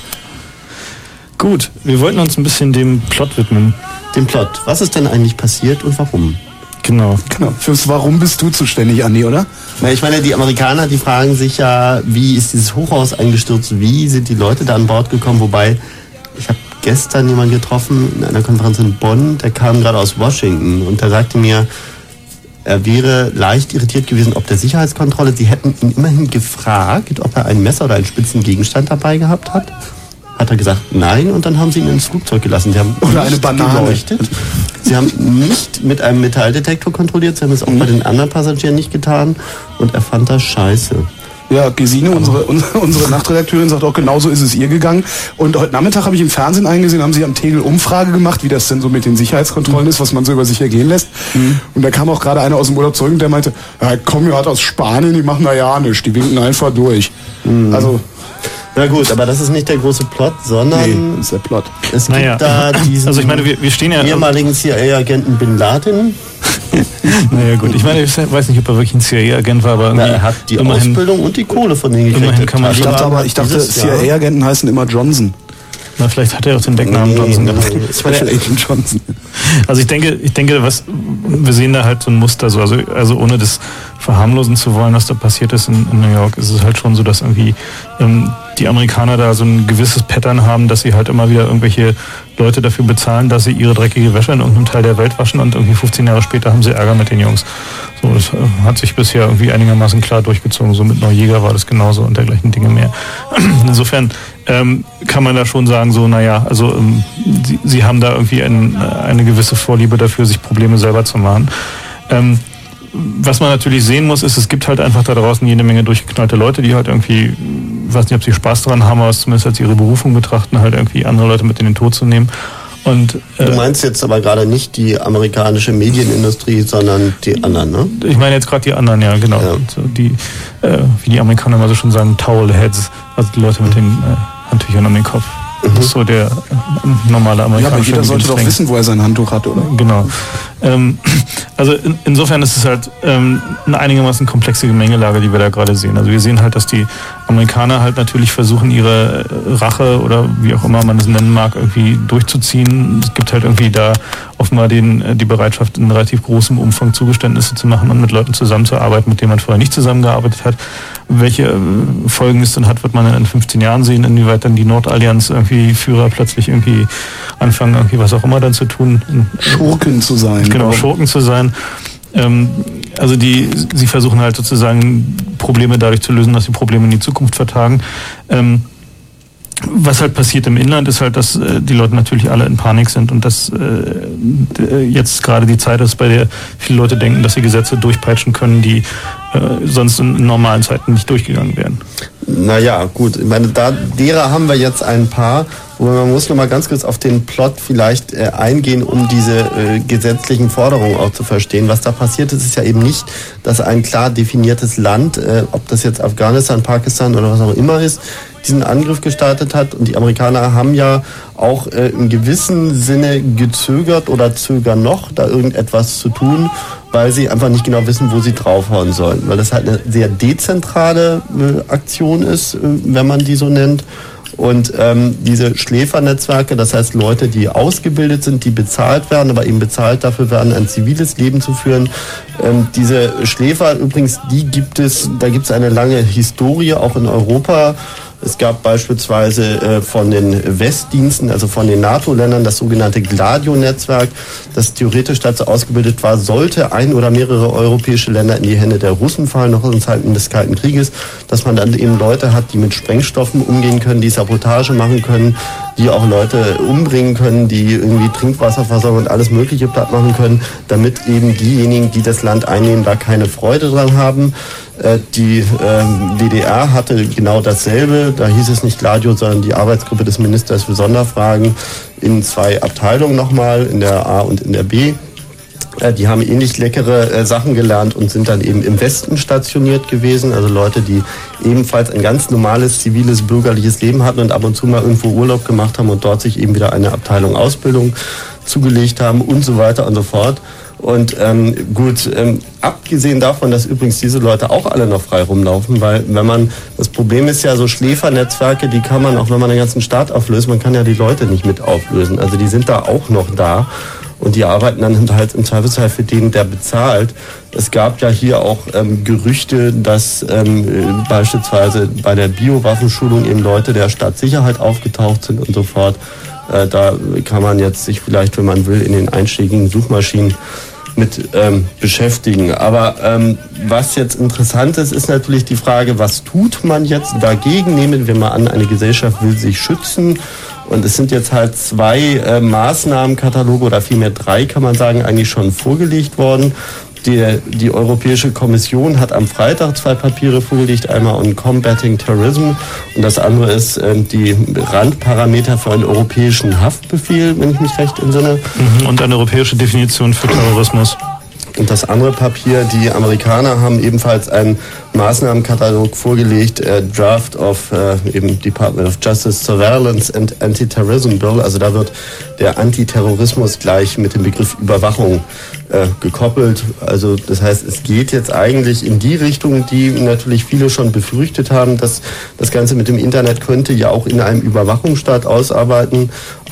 Speaker 12: Gut, wir wollten uns ein bisschen dem Plot widmen.
Speaker 4: Dem Plot. Was ist denn eigentlich passiert und warum?
Speaker 12: Genau.
Speaker 2: Fürs Warum bist du zuständig, Andi, oder?
Speaker 4: Na, ich meine, die Amerikaner, die fragen sich ja, wie ist dieses Hochhaus eingestürzt? Wie sind die Leute da an Bord gekommen? Wobei, ich habe gestern jemanden getroffen in einer Konferenz in Bonn, der kam gerade aus Washington und der sagte mir, er wäre leicht irritiert gewesen, ob der Sicherheitskontrolle, sie hätten ihn immerhin gefragt, ob er ein Messer oder einen spitzen Gegenstand dabei gehabt hat. Hat er gesagt, nein, und dann haben sie ihn ins Flugzeug gelassen. Sie haben
Speaker 2: Oder
Speaker 4: nicht
Speaker 2: eine Banane.
Speaker 4: geleuchtet. Sie haben nicht mit einem Metalldetektor kontrolliert, sie haben es auch bei den anderen Passagieren nicht getan und er fand das scheiße.
Speaker 2: Ja, Gesine, unsere Nachtredakteurin, sagt auch, genauso ist es ihr gegangen. Und heute Nachmittag habe ich im Fernsehen eingesehen, haben sie am Tegel Umfrage gemacht, wie das denn so mit den Sicherheitskontrollen ist, was man so über sich ergehen lässt. Und da kam auch gerade einer aus dem Urlaub zurück und der meinte, ja, komm, ihr hat aus Spanien, die machen da ja nichts, die winken einfach durch. Also...
Speaker 4: Na gut, aber das ist nicht der große Plot, sondern
Speaker 2: das ist der Plot.
Speaker 4: Es gibt da diesen
Speaker 12: also ich meine, wir stehen ja
Speaker 4: ehemaligen CIA-Agenten Bin Laden.
Speaker 12: Naja gut, ich meine, ich weiß nicht, ob er wirklich ein CIA-Agent war, aber irgendwie
Speaker 4: er hat die Ausbildung und die Kohle von denen gekriegt.
Speaker 12: Immerhin kann man
Speaker 2: ich dachte CIA-Agenten heißen immer Johnson.
Speaker 12: Na, vielleicht hat er auch den Decknamen Johnson gehabt.
Speaker 2: Special Agent Johnson.
Speaker 12: Also ich denke, wir sehen da halt so ein Muster, also ohne das verharmlosen zu wollen, was da passiert ist in New York, ist es halt schon so, dass irgendwie die Amerikaner da so ein gewisses Pattern haben, dass sie halt immer wieder irgendwelche Leute dafür bezahlen, dass sie ihre dreckige Wäsche in irgendeinem Teil der Welt waschen und irgendwie 15 Jahre später haben sie Ärger mit den Jungs. So, das hat sich bisher irgendwie einigermaßen klar durchgezogen. So mit Neujäger war das genauso und dergleichen Dinge mehr. Insofern kann man da schon sagen, so, naja, also sie haben da irgendwie eine gewisse Vorliebe dafür, sich Probleme selber zu machen. Was man natürlich sehen muss, ist, es gibt halt einfach da draußen jede Menge durchgeknallte Leute, die halt irgendwie, ich weiß nicht, ob sie Spaß daran haben, aber es zumindest als ihre Berufung betrachten, halt irgendwie andere Leute mit in den Tod zu nehmen. Und,
Speaker 4: du meinst jetzt aber gerade nicht die amerikanische Medienindustrie, sondern die anderen, ne?
Speaker 12: Ich meine jetzt gerade die anderen, ja, genau. Ja. So die, wie die Amerikaner immer so schon sagen, Towelheads, also die Leute mit den Handtüchern um den Kopf. Das ist so der normale amerikanische.
Speaker 2: Ja, aber jeder sollte doch wissen, wo er sein Handtuch hat, oder?
Speaker 12: Genau. Also insofern ist es halt eine einigermaßen komplexe Gemengelage, die wir da gerade sehen. Also wir sehen halt, dass die Amerikaner halt natürlich versuchen, ihre Rache oder wie auch immer man es nennen mag, irgendwie durchzuziehen. Es gibt halt irgendwie da offenbar die Bereitschaft, in relativ großem Umfang Zugeständnisse zu machen und mit Leuten zusammenzuarbeiten, mit denen man vorher nicht zusammengearbeitet hat. Welche Folgen es dann hat, wird man in 15 Jahren sehen, inwieweit dann die Nordallianz irgendwie Führer plötzlich irgendwie anfangen, irgendwie was auch immer dann zu tun.
Speaker 2: Schurken zu sein.
Speaker 12: Genau, Schurken zu sein. Also sie versuchen halt sozusagen Probleme dadurch zu lösen, dass sie Probleme in die Zukunft vertagen. Was halt passiert im Inland ist halt, dass die Leute natürlich alle in Panik sind und dass jetzt gerade die Zeit ist, bei der viele Leute denken, dass sie Gesetze durchpeitschen können, die sonst in normalen Zeiten nicht durchgegangen wären.
Speaker 4: Naja, gut. Ich meine, derer haben wir jetzt ein paar. Aber man muss noch mal ganz kurz auf den Plot vielleicht eingehen, um diese gesetzlichen Forderungen auch zu verstehen. Was da passiert ist, ist ja eben nicht, dass ein klar definiertes Land, ob das jetzt Afghanistan, Pakistan oder was auch immer ist, diesen Angriff gestartet hat. Und die Amerikaner haben ja auch im gewissen Sinne gezögert oder zögern noch, da irgendetwas zu tun, weil sie einfach nicht genau wissen, wo sie draufhauen sollen. Weil das halt eine sehr dezentrale Aktion ist, wenn man die so nennt. Und diese Schläfernetzwerke, das heißt Leute, die ausgebildet sind, die bezahlt werden, aber eben bezahlt dafür werden, ein ziviles Leben zu führen. Diese Schläfer übrigens, da gibt es eine lange Historie, auch in Europa. Es gab beispielsweise von den Westdiensten, also von den NATO-Ländern, das sogenannte Gladio-Netzwerk, das theoretisch dazu ausgebildet war, sollte ein oder mehrere europäische Länder in die Hände der Russen fallen, noch in Zeiten des Kalten Krieges, dass man dann eben Leute hat, die mit Sprengstoffen umgehen können, die Sabotage machen können, die auch Leute umbringen können, die irgendwie Trinkwasserversorgung und alles Mögliche platt machen können, damit eben diejenigen, die das Land einnehmen, da keine Freude dran haben. Die DDR hatte genau dasselbe. Da hieß es nicht Gladio, sondern die Arbeitsgruppe des Ministers für Sonderfragen in 2 Abteilungen nochmal, in der A und in der B. Die haben ähnlich leckere Sachen gelernt und sind dann eben im Westen stationiert gewesen. Also Leute, die ebenfalls ein ganz normales, ziviles, bürgerliches Leben hatten und ab und zu mal irgendwo Urlaub gemacht haben und dort sich eben wieder eine Abteilung Ausbildung zugelegt haben und so weiter und so fort. Und abgesehen davon, dass übrigens diese Leute auch alle noch frei rumlaufen, weil das Problem ist ja, so Schläfernetzwerke, die kann man, auch wenn man den ganzen Staat auflöst, man kann ja die Leute nicht mit auflösen. Also die sind da auch noch da und die arbeiten dann halt im Zweifelsfall für den, der bezahlt. Es gab ja hier auch Gerüchte, dass beispielsweise bei der Biowaffenschulung eben Leute der Staatssicherheit aufgetaucht sind und so fort. Da kann man jetzt sich vielleicht, wenn man will, in den einschlägigen Suchmaschinen mit beschäftigen. Aber was jetzt interessant ist, ist natürlich die Frage, was tut man jetzt dagegen? Nehmen wir mal an, eine Gesellschaft will sich schützen. Und es sind jetzt halt 2 Maßnahmenkataloge oder vielmehr 3, kann man sagen, eigentlich schon vorgelegt worden. Die Europäische Kommission hat am Freitag 2 Papiere vorgelegt, einmal on Combating Terrorism und das andere ist die Randparameter für einen europäischen Haftbefehl, wenn ich mich recht entsinne.
Speaker 12: Und eine europäische Definition für Terrorismus.
Speaker 4: Und das andere Papier, die Amerikaner haben ebenfalls einen Maßnahmenkatalog vorgelegt, Draft of eben Department of Justice Surveillance and Anti-Terrorism Bill. Also da wird der Antiterrorismus gleich mit dem Begriff Überwachung gekoppelt. Also das heißt, es geht jetzt eigentlich in die Richtung, die natürlich viele schon befürchtet haben, dass das Ganze mit dem Internet könnte ja auch in einem Überwachungsstaat ausarten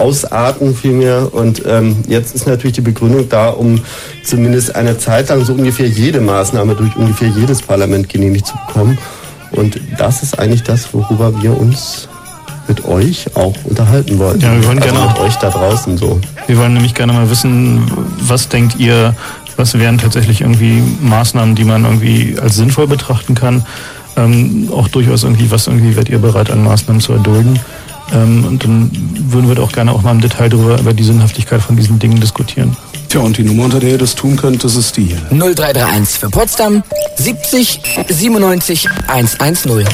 Speaker 4: vielmehr. Und jetzt ist natürlich die Begründung da, um zumindest eine Zeit lang so ungefähr jede Maßnahme durch ungefähr jedes Parlament genehmigt zu bekommen. Und das ist eigentlich das, worüber wir uns mit euch auch unterhalten wollten.
Speaker 12: Ja, wir wollen
Speaker 4: also
Speaker 12: gerne
Speaker 4: mit euch da draußen so.
Speaker 12: Wir wollen nämlich gerne mal wissen, was denkt ihr, was wären tatsächlich irgendwie Maßnahmen, die man irgendwie als sinnvoll betrachten kann? Auch durchaus irgendwie, was irgendwie werdet ihr bereit an Maßnahmen zu erdulden? Und dann würden wir auch gerne auch mal im Detail über die Sinnhaftigkeit von diesen Dingen diskutieren.
Speaker 2: Tja, und die Nummer, unter der ihr das tun könnt, das ist die hier.
Speaker 7: 0331 für Potsdam 70 97 110.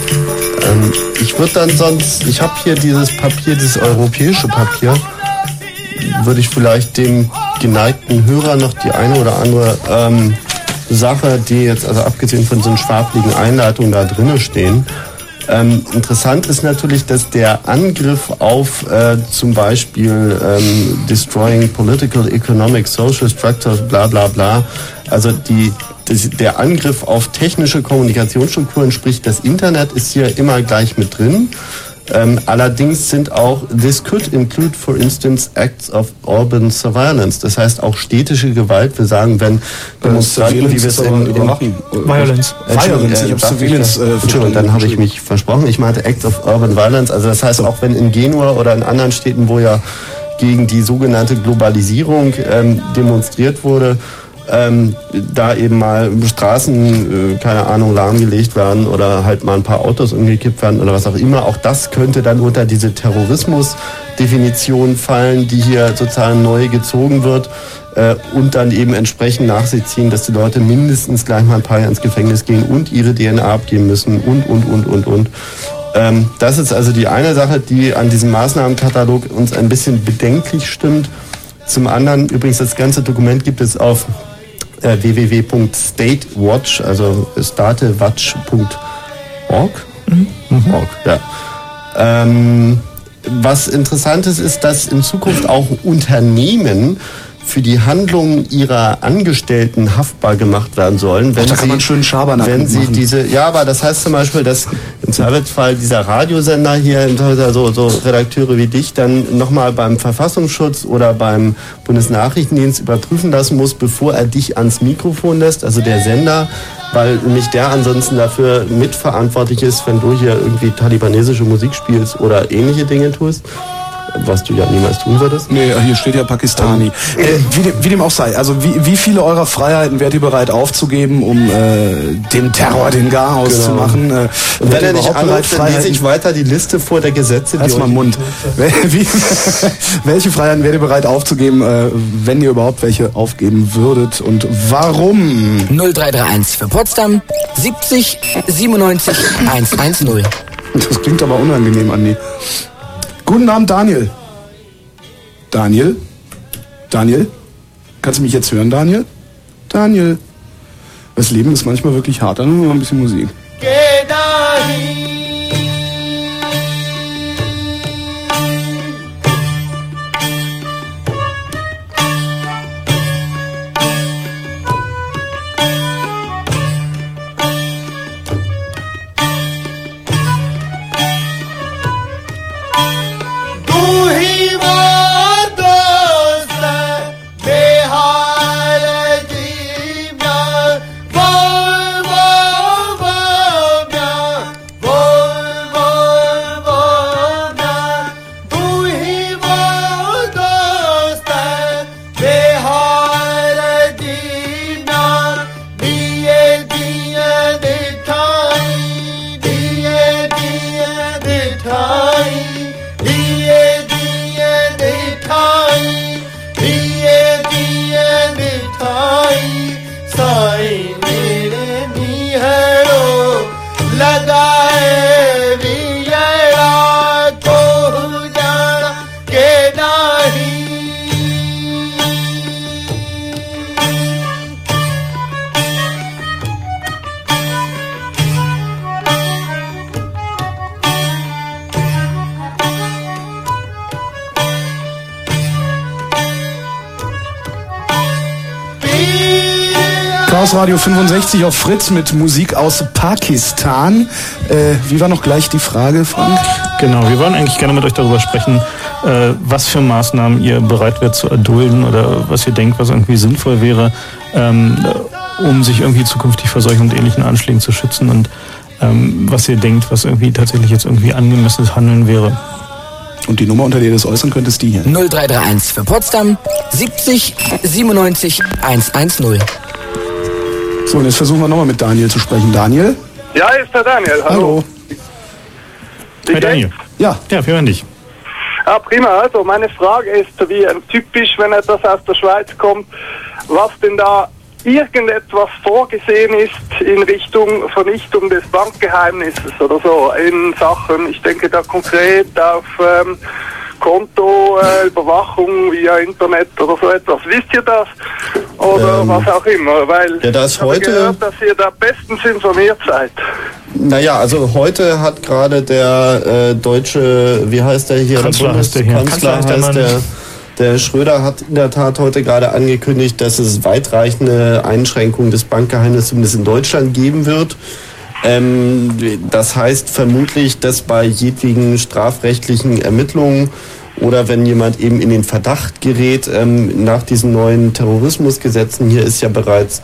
Speaker 4: Ich würde dann sonst, ich habe hier dieses Papier, dieses europäische Papier, würde ich vielleicht dem geneigten Hörer noch die eine oder andere Sache, die jetzt, also abgesehen von so einer schwabligen Einleitung da drinnen stehen, interessant ist natürlich, dass der Angriff auf zum Beispiel Destroying Political, Economic, Social Structures, bla bla bla, also der Angriff auf technische Kommunikationsstrukturen, sprich das Internet, ist hier immer gleich mit drin. Allerdings sind auch, this could include, for instance, acts of urban surveillance. Das heißt auch städtische Gewalt. Wir sagen, wenn Demonstranten, wie wir es
Speaker 3: Violence.
Speaker 4: Entschuldigung, dann habe ich mich versprochen. Ich meinte acts of urban violence. Also das heißt auch, wenn in Genua oder in anderen Städten, wo ja gegen die sogenannte Globalisierung demonstriert wurde, da eben mal Straßen, keine Ahnung, lahmgelegt werden oder halt mal ein paar Autos umgekippt werden oder was auch immer. Auch das könnte dann unter diese Terrorismusdefinition fallen, die hier sozusagen neu gezogen wird und dann eben entsprechend nach sich ziehen, dass die Leute mindestens gleich mal ein paar Jahre ins Gefängnis gehen und ihre DNA abgeben müssen und. Das ist also die eine Sache, die an diesem Maßnahmenkatalog uns ein bisschen bedenklich stimmt. Zum anderen, übrigens, das ganze Dokument gibt es auf www.statewatch, also statewatch.org. Org, ja. Was interessant ist, dass in Zukunft auch Unternehmen für die Handlungen ihrer Angestellten haftbar gemacht werden sollen, wenn
Speaker 2: da kann man schön Schabernack machen.
Speaker 4: Ja, aber das heißt zum Beispiel, dass im Zweifelsfall dieser Radiosender hier, so Redakteure wie dich, dann nochmal beim Verfassungsschutz oder beim Bundesnachrichtendienst überprüfen lassen muss, bevor er dich ans Mikrofon lässt, also der Sender, weil nämlich der ansonsten dafür mitverantwortlich ist, wenn du hier irgendwie talibanesische Musik spielst oder ähnliche Dinge tust. Was du ja niemals tun würdest.
Speaker 2: Nee, hier steht ja Pakistani. Wie dem auch sei, also wie viele eurer Freiheiten wärt ihr bereit aufzugeben, um dem Terror den Garaus zu machen?
Speaker 4: Und wenn er nicht anruft, dann lese ich weiter die Liste vor der Gesetze, die
Speaker 2: mal Mund. Welche Freiheiten wärt ihr bereit aufzugeben, wenn ihr überhaupt welche aufgeben würdet und warum?
Speaker 7: 0331 für Potsdam 70 97 110.
Speaker 2: Das klingt aber unangenehm, Andi. Guten Abend, Daniel. Daniel? Kannst du mich jetzt hören, Daniel? Daniel? Das Leben ist manchmal wirklich hart, dann nur ein bisschen Musik. Radio 65 auf Fritz mit Musik aus Pakistan. Wie war noch gleich die Frage, Frank?
Speaker 12: Genau, wir wollen eigentlich gerne mit euch darüber sprechen, was für Maßnahmen ihr bereit wärt zu erdulden oder was ihr denkt, was irgendwie sinnvoll wäre, um sich irgendwie zukünftig vor solchen und ähnlichen Anschlägen zu schützen und was ihr denkt, was irgendwie tatsächlich jetzt irgendwie angemessenes Handeln wäre.
Speaker 2: Und die Nummer, unter der ihr das äußern könnt, ist die hier.
Speaker 7: 0331 für Potsdam 70 97 110.
Speaker 2: So, und jetzt versuchen wir nochmal mit Daniel zu sprechen. Daniel?
Speaker 13: Ja, ist der Daniel. Hallo.
Speaker 12: Hi Daniel.
Speaker 2: Ja,
Speaker 12: wir hören dich.
Speaker 13: Ja, prima. Also meine Frage ist, wie typisch, wenn etwas aus der Schweiz kommt, was denn da irgendetwas vorgesehen ist in Richtung Vernichtung des Bankgeheimnisses oder so, in Sachen, ich denke da konkret auf Kontoüberwachung via Internet oder so etwas. Wisst ihr das? Oder was auch immer? Weil
Speaker 4: ja, das
Speaker 13: ich habe gehört, dass ihr da bestens informiert seid.
Speaker 4: Naja, also heute hat gerade der deutsche, wie heißt der hier?
Speaker 12: Kanzler heißt der hier.
Speaker 4: Kanzler heißt der Schröder hat in der Tat heute gerade angekündigt, dass es weitreichende Einschränkungen des Bankgeheimnisses zumindest in Deutschland geben wird. Das heißt vermutlich, dass bei jedwegen strafrechtlichen Ermittlungen oder wenn jemand eben in den Verdacht gerät, nach diesen neuen Terrorismusgesetzen, hier ist ja bereits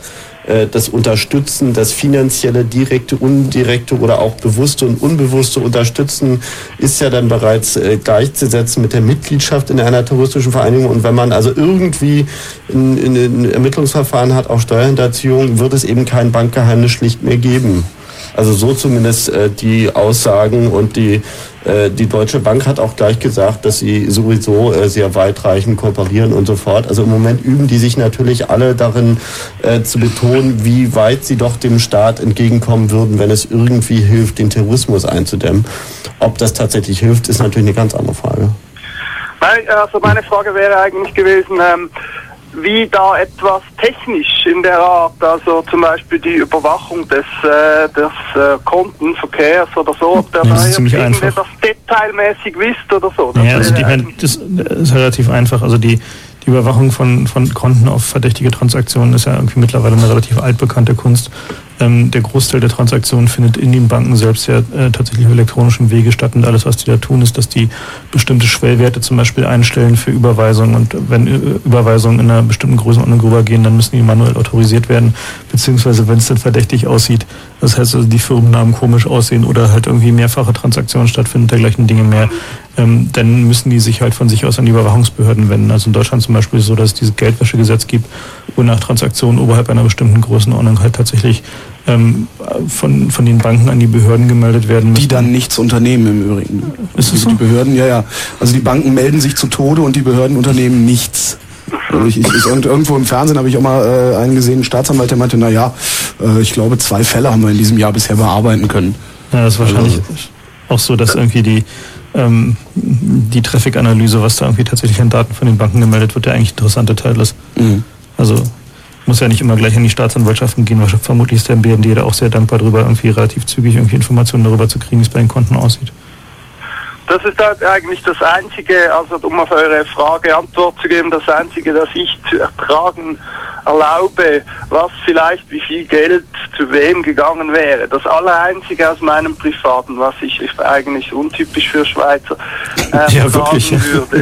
Speaker 4: das Unterstützen, das finanzielle, direkte, indirekte oder auch bewusste und unbewusste Unterstützen ist ja dann bereits gleichzusetzen mit der Mitgliedschaft in einer terroristischen Vereinigung. Und wenn man also irgendwie ein Ermittlungsverfahren hat, auch Steuerhinterziehung, wird es eben kein Bankgeheimnis schlicht mehr geben. Also so zumindest die Aussagen, und die Deutsche Bank hat auch gleich gesagt, dass sie sowieso sehr weitreichend kooperieren und so fort. Also im Moment üben die sich natürlich alle darin zu betonen, wie weit sie doch dem Staat entgegenkommen würden, wenn es irgendwie hilft, den Terrorismus einzudämmen. Ob das tatsächlich hilft, ist natürlich eine ganz andere Frage.
Speaker 13: Also meine Frage wäre eigentlich gewesen, wie da etwas technisch in der Art, also zum Beispiel die Überwachung des Kontenverkehrs oder so, ob der
Speaker 12: das ist ziemlich einfach.
Speaker 13: Das detailmäßig wisst oder so.
Speaker 12: Ja, also das ist relativ einfach. Also die Überwachung von Konten auf verdächtige Transaktionen ist ja irgendwie mittlerweile eine relativ altbekannte Kunst. Der Großteil der Transaktionen findet in den Banken selbst ja tatsächlich auf elektronischen Wege statt, und alles, was die da tun, ist, dass die bestimmte Schwellwerte zum Beispiel einstellen für Überweisungen, und wenn Überweisungen in einer bestimmten Größenordnung rübergehen, dann müssen die manuell autorisiert werden, beziehungsweise wenn es dann verdächtig aussieht, das heißt also die Firmennamen komisch aussehen oder halt irgendwie mehrfache Transaktionen stattfinden, dergleichen Dinge mehr, dann müssen die sich halt von sich aus an die Überwachungsbehörden wenden. Also in Deutschland zum Beispiel ist es so, dass es dieses Geldwäschegesetz gibt, wo nach Transaktionen oberhalb einer bestimmten Größenordnung halt tatsächlich von den Banken an die Behörden gemeldet werden müssen.
Speaker 2: Die dann nichts unternehmen im Übrigen.
Speaker 12: Ist es so?
Speaker 2: Die Behörden, ja. Also die Banken melden sich zu Tode und die Behörden unternehmen nichts. Also irgendwo im Fernsehen habe ich auch mal einen gesehen, einen Staatsanwalt, der meinte, ich glaube 2 Fälle haben wir in diesem Jahr bisher bearbeiten können.
Speaker 12: Ja, das ist wahrscheinlich auch so, dass irgendwie die Traffic-Analyse, was da irgendwie tatsächlich an Daten von den Banken gemeldet wird, der eigentlich interessante Teil ist. Mhm. Also muss ja nicht immer gleich an die Staatsanwaltschaften gehen, weil vermutlich ist der BND da auch sehr dankbar darüber, irgendwie relativ zügig irgendwie Informationen darüber zu kriegen, wie es bei den Konten aussieht.
Speaker 13: Das ist halt eigentlich das Einzige, also um auf eure Frage Antwort zu geben, das Einzige, das ich zu ertragen erlaube, was vielleicht wie viel Geld zu wem gegangen wäre. Das Allereinzige aus meinem Privaten, was ich eigentlich untypisch für Schweizer
Speaker 12: ja, wirklich.
Speaker 13: würde.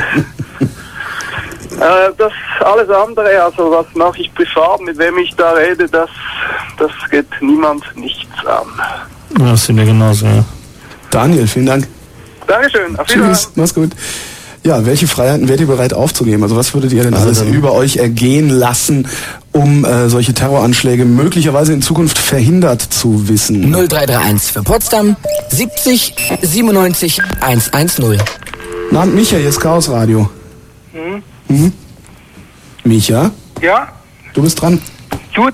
Speaker 13: Das alles andere, also was mache ich privat, mit wem ich da rede, das geht niemand nichts an.
Speaker 12: Ja, das sind wir genauso, ja.
Speaker 2: Daniel, vielen Dank.
Speaker 13: Dankeschön, auf Wiedersehen.
Speaker 2: Tschüss, mach's gut. Ja, welche Freiheiten wärt ihr bereit aufzugeben? Also was würdet ihr denn alles über euch ergehen lassen, um solche Terroranschläge möglicherweise in Zukunft verhindert zu wissen?
Speaker 7: 0331 für Potsdam 70 97 110.
Speaker 2: Na, Micha, hier ist Chaos Radio. Mhm. Micha?
Speaker 14: Ja?
Speaker 2: Du bist dran.
Speaker 14: Gut.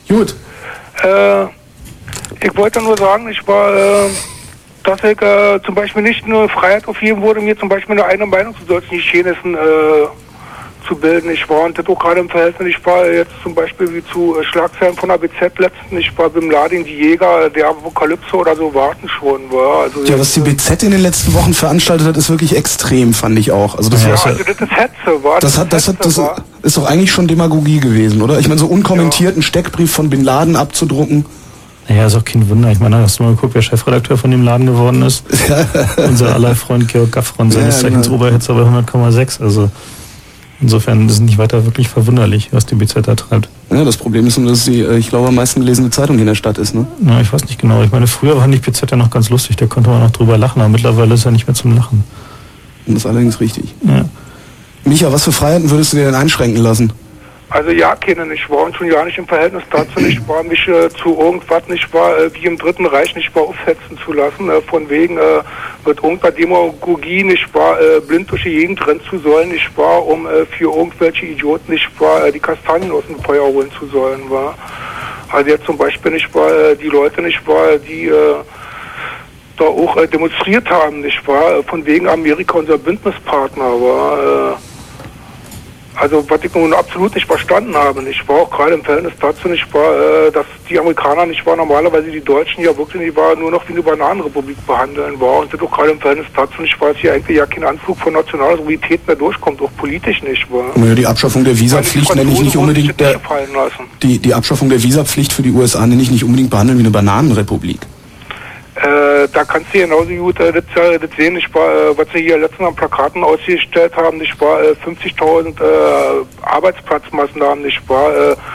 Speaker 14: Ich wollte nur sagen, dass ich zum Beispiel nicht nur Freiheit aufgeben wurde, mir zum Beispiel eine eigene Meinung zu solchen Geschehnissen zu bilden. Und das auch gerade im Verhältnis, jetzt zum Beispiel wie zu Schlagzeilen von der BZ letzten, Bin Laden, die Jäger, der Apokalypse oder so warten schon. Also
Speaker 2: ja, was die BZ in den letzten Wochen veranstaltet hat, ist wirklich extrem, fand ich auch. Also das
Speaker 14: das ist Hetze,
Speaker 2: Das ist doch eigentlich schon Demagogie gewesen, oder? Ich meine, so unkommentiert einen Steckbrief von Bin Laden abzudrucken.
Speaker 12: Naja, ist auch kein Wunder. Ich meine, hast du mal geguckt, wer Chefredakteur von dem Laden geworden ist? Unser aller Freund Georg Gaffron, seines Zeichens Oberhitzer bei 100,6. Also insofern ist es nicht weiter wirklich verwunderlich, was die BZ da treibt.
Speaker 2: Ja, das Problem ist nur, dass die, ich glaube, am meisten gelesene Zeitung hier in der Stadt ist, ne?
Speaker 12: Na, ich weiß nicht genau. Ich meine, früher war die BZ ja noch ganz lustig, da konnte man noch drüber lachen, aber mittlerweile ist ja nicht mehr zum Lachen.
Speaker 2: Das ist allerdings richtig.
Speaker 12: Ja.
Speaker 2: Micha, was für Freiheiten würdest du dir denn einschränken lassen?
Speaker 14: Also ja, keine nicht wahr, und schon gar nicht im Verhältnis dazu nicht wahr, mich zu irgendwas nicht wahr, wie im Dritten Reich nicht wahr aufhetzen zu lassen, von wegen mit irgendeiner Demagogie nicht wahr, blind durch die Gegend rennen zu sollen, nicht wahr, um für irgendwelche Idioten nicht wahr, die Kastanien aus dem Feuer holen zu sollen, wahr. Also jetzt zum Beispiel nicht wahr, die Leute nicht wahr, die da auch demonstriert haben, nicht wahr, von wegen Amerika unser Bündnispartner war. Also was ich nun absolut nicht verstanden habe, nicht wahr, auch gerade im Verhältnis dazu nicht wahr, dass die Amerikaner nicht wahr, normalerweise die Deutschen ja wirklich nicht wahr, nur noch wie eine Bananenrepublik behandeln war, und das auch gerade im Verhältnis dazu nicht wahr, dass hier eigentlich ja kein Anflug von nationaler Souveränität mehr durchkommt, auch politisch nicht wahr.
Speaker 2: Ja, die Abschaffung der Visapflicht nenne ich nicht unbedingt die Abschaffung der Visapflicht für die USA nenne ich nicht unbedingt behandeln wie eine Bananenrepublik.
Speaker 14: Da kannst du genauso gut das sehen, nicht wahr, was sie hier letztens an Plakaten ausgestellt haben, nicht wahr, 50.000 Arbeitsplatzmaßnahmen, nicht wahr,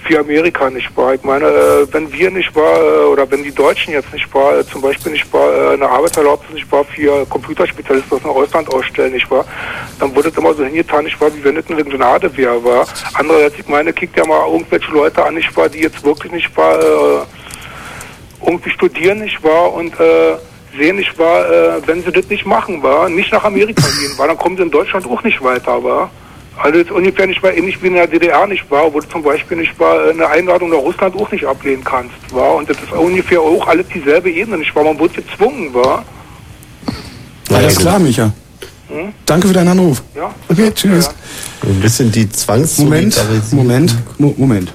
Speaker 14: wie Amerika, nicht wahr? Ich meine, wenn wir nicht wahr, oder wenn die Deutschen jetzt nicht wahr, zum Beispiel nicht wahr, eine Arbeitserlaubnis nicht wahr für Computerspezialisten aus dem Ausland ausstellen, nicht wahr, dann wurde es immer so hingetan, nicht wahr, wie wenn es eine Gnade wäre, wahr. Andererseits, ich meine, kickt ja mal irgendwelche Leute an, nicht wahr, die jetzt wirklich nicht wahr, irgendwie studieren, nicht wahr, und sehen nicht wahr, wenn sie das nicht machen, wahr, nicht nach Amerika gehen, wahr, dann kommen sie in Deutschland auch nicht weiter, wahr. Also jetzt ungefähr nicht wahr, ähnlich wie in der DDR nicht wahr, wo du zum Beispiel nicht wahr, eine Einladung nach Russland auch nicht ablehnen kannst, wahr, und das ist ungefähr auch alles dieselbe Ebene, nicht wahr, man wird gezwungen, wahr.
Speaker 2: Alles klar, Micha. Danke für deinen Anruf.
Speaker 14: Ja.
Speaker 2: Okay, tschüss.
Speaker 4: Ja. Ein bisschen die Zwangssolidarisierung.
Speaker 2: Moment.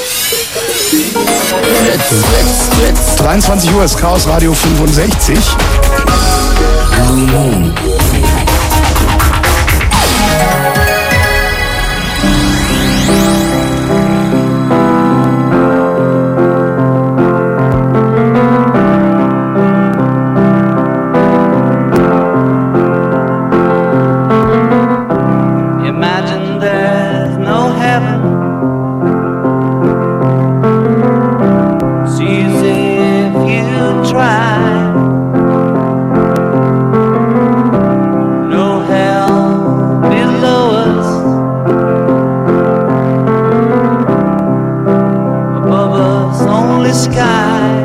Speaker 2: 23 Uhr ist Chaos Radio 65.
Speaker 5: Imagine there's no heaven. It's easy if you try. No hell below us. Above us only sky.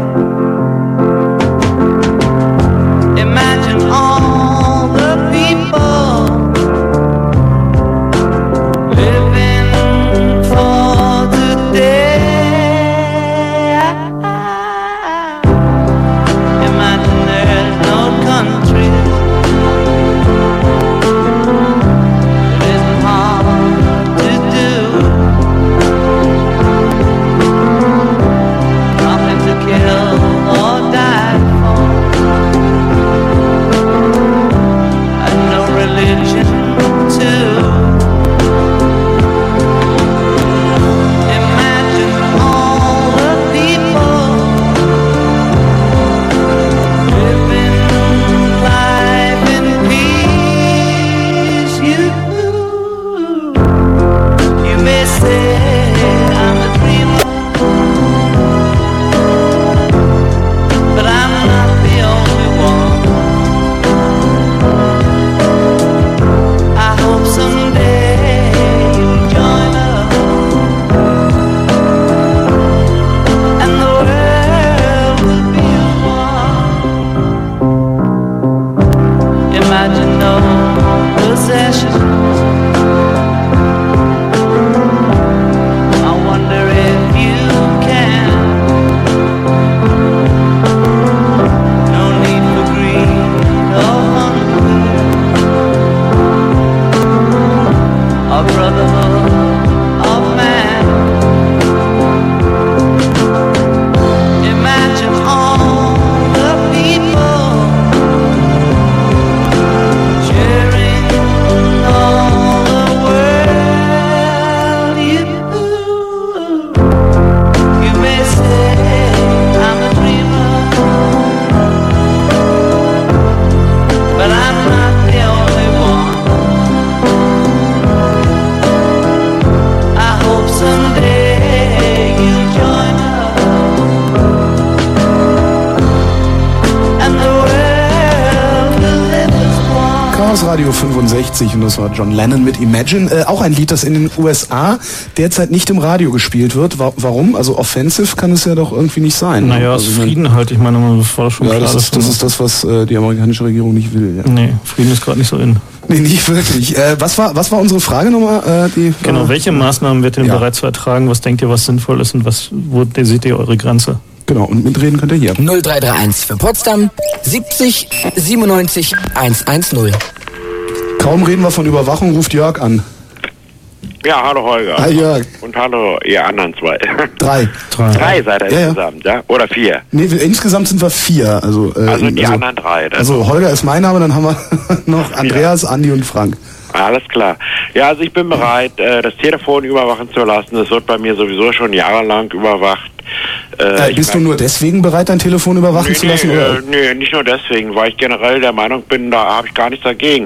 Speaker 5: Imagine all the people living for today. Imagine there's no country. It isn't hard to do. Nothing to kill or die for. And no religion too. Imagine all the people living life in peace. You may say I'm a dreamer, but I'm not the only one. I hope someday you'll join us. And the world will be one. Imagine no possessions. I wonder if you can. No need for greed or hunger. A brotherhood of man. Imagine all the people sharing all the world. You may say I'm a dreamer, but I'm not the only one. I hope someday you'll join us, and the world will live as one.
Speaker 2: Chaos Radio 65 und das war John Lennon mit Imagine. Auch ein Lied, das in den USA derzeit nicht im Radio gespielt wird. Warum? Also offensive kann es ja doch irgendwie nicht sein.
Speaker 12: Naja, aus Frieden halt. Ich meine, das war schon
Speaker 2: ja,
Speaker 12: klar.
Speaker 2: das ist das, was die amerikanische Regierung nicht will. Ja.
Speaker 12: Nee, Frieden ist gerade nicht so in.
Speaker 2: Nee, nicht wirklich. Was war unsere Frage nochmal?
Speaker 12: Genau, welche Maßnahmen wird denn bereits vertragen? Was denkt ihr, was sinnvoll ist und wo seht ihr eure Grenze?
Speaker 2: Genau, und mitreden könnt ihr hier.
Speaker 7: 0331 für Potsdam 70 97 110.
Speaker 2: Kaum reden wir von Überwachung, ruft Jörg an.
Speaker 15: Ja, hallo Holger.
Speaker 2: Hi Jörg.
Speaker 15: Und hallo ihr anderen zwei.
Speaker 2: Drei
Speaker 15: seid ihr insgesamt, ja? Oder 4?
Speaker 2: Nee, insgesamt sind wir 4. Also
Speaker 15: die anderen 3.
Speaker 2: Also Holger ist mein Name, dann haben wir noch Andreas, Andi und Frank.
Speaker 15: Alles klar. Ja, also ich bin bereit, das Telefon überwachen zu lassen. Das wird bei mir sowieso schon jahrelang überwacht.
Speaker 2: Bist du nur deswegen bereit, dein Telefon überwachen zu lassen?
Speaker 15: Nee, nicht nur deswegen, weil ich generell der Meinung bin, da habe ich gar nichts dagegen.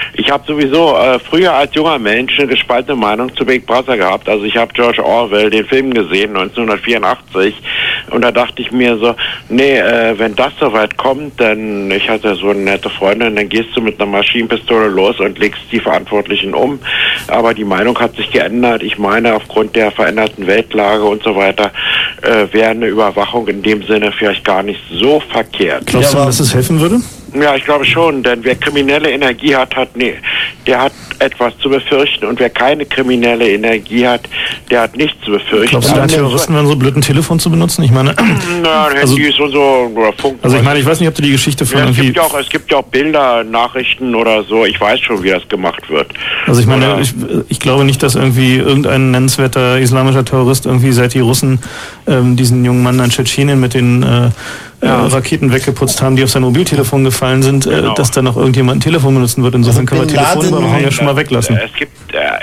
Speaker 15: Ich habe sowieso früher als junger Mensch eine gespaltene Meinung zu Big Brother gehabt. Also ich habe George Orwell, den Film gesehen, 1984. Und da dachte ich mir so, nee, wenn das soweit kommt, dann, ich hatte so eine nette Freundin, dann gehst du mit einer Maschinenpistole los und legst die Verantwortlichen um. Aber die Meinung hat sich geändert. Ich meine, aufgrund der veränderten Weltlage und so weiter, wäre eine Überwachung in dem Sinne vielleicht gar nicht so verkehrt.
Speaker 12: Glaubst du, dass es helfen würde?
Speaker 15: Ja, ich glaube schon, denn wer kriminelle Energie hat, der hat etwas zu befürchten, und wer keine kriminelle Energie hat, der hat nichts zu befürchten.
Speaker 12: Glaubst du, die Terroristen wären so blöd, ein Telefon zu benutzen? Ich meine,
Speaker 15: Handys und so, oder Funk.
Speaker 12: Also ich meine, ich weiß nicht, ob du die Geschichte von
Speaker 15: es gibt ja auch Bilder, Nachrichten oder so, ich weiß schon, wie das gemacht wird.
Speaker 12: Also ich meine, ich glaube nicht, dass irgendwie irgendein nennenswerter islamischer Terrorist irgendwie, seit die Russen diesen jungen Mann an Tschetschenien mit den Raketen weggeputzt haben, die auf sein Mobiltelefon gefallen sind, dass da noch irgendjemand ein Telefon benutzen wird. Insofern können wir Telefonüberwachung ja schon mal weglassen.
Speaker 15: Es gibt,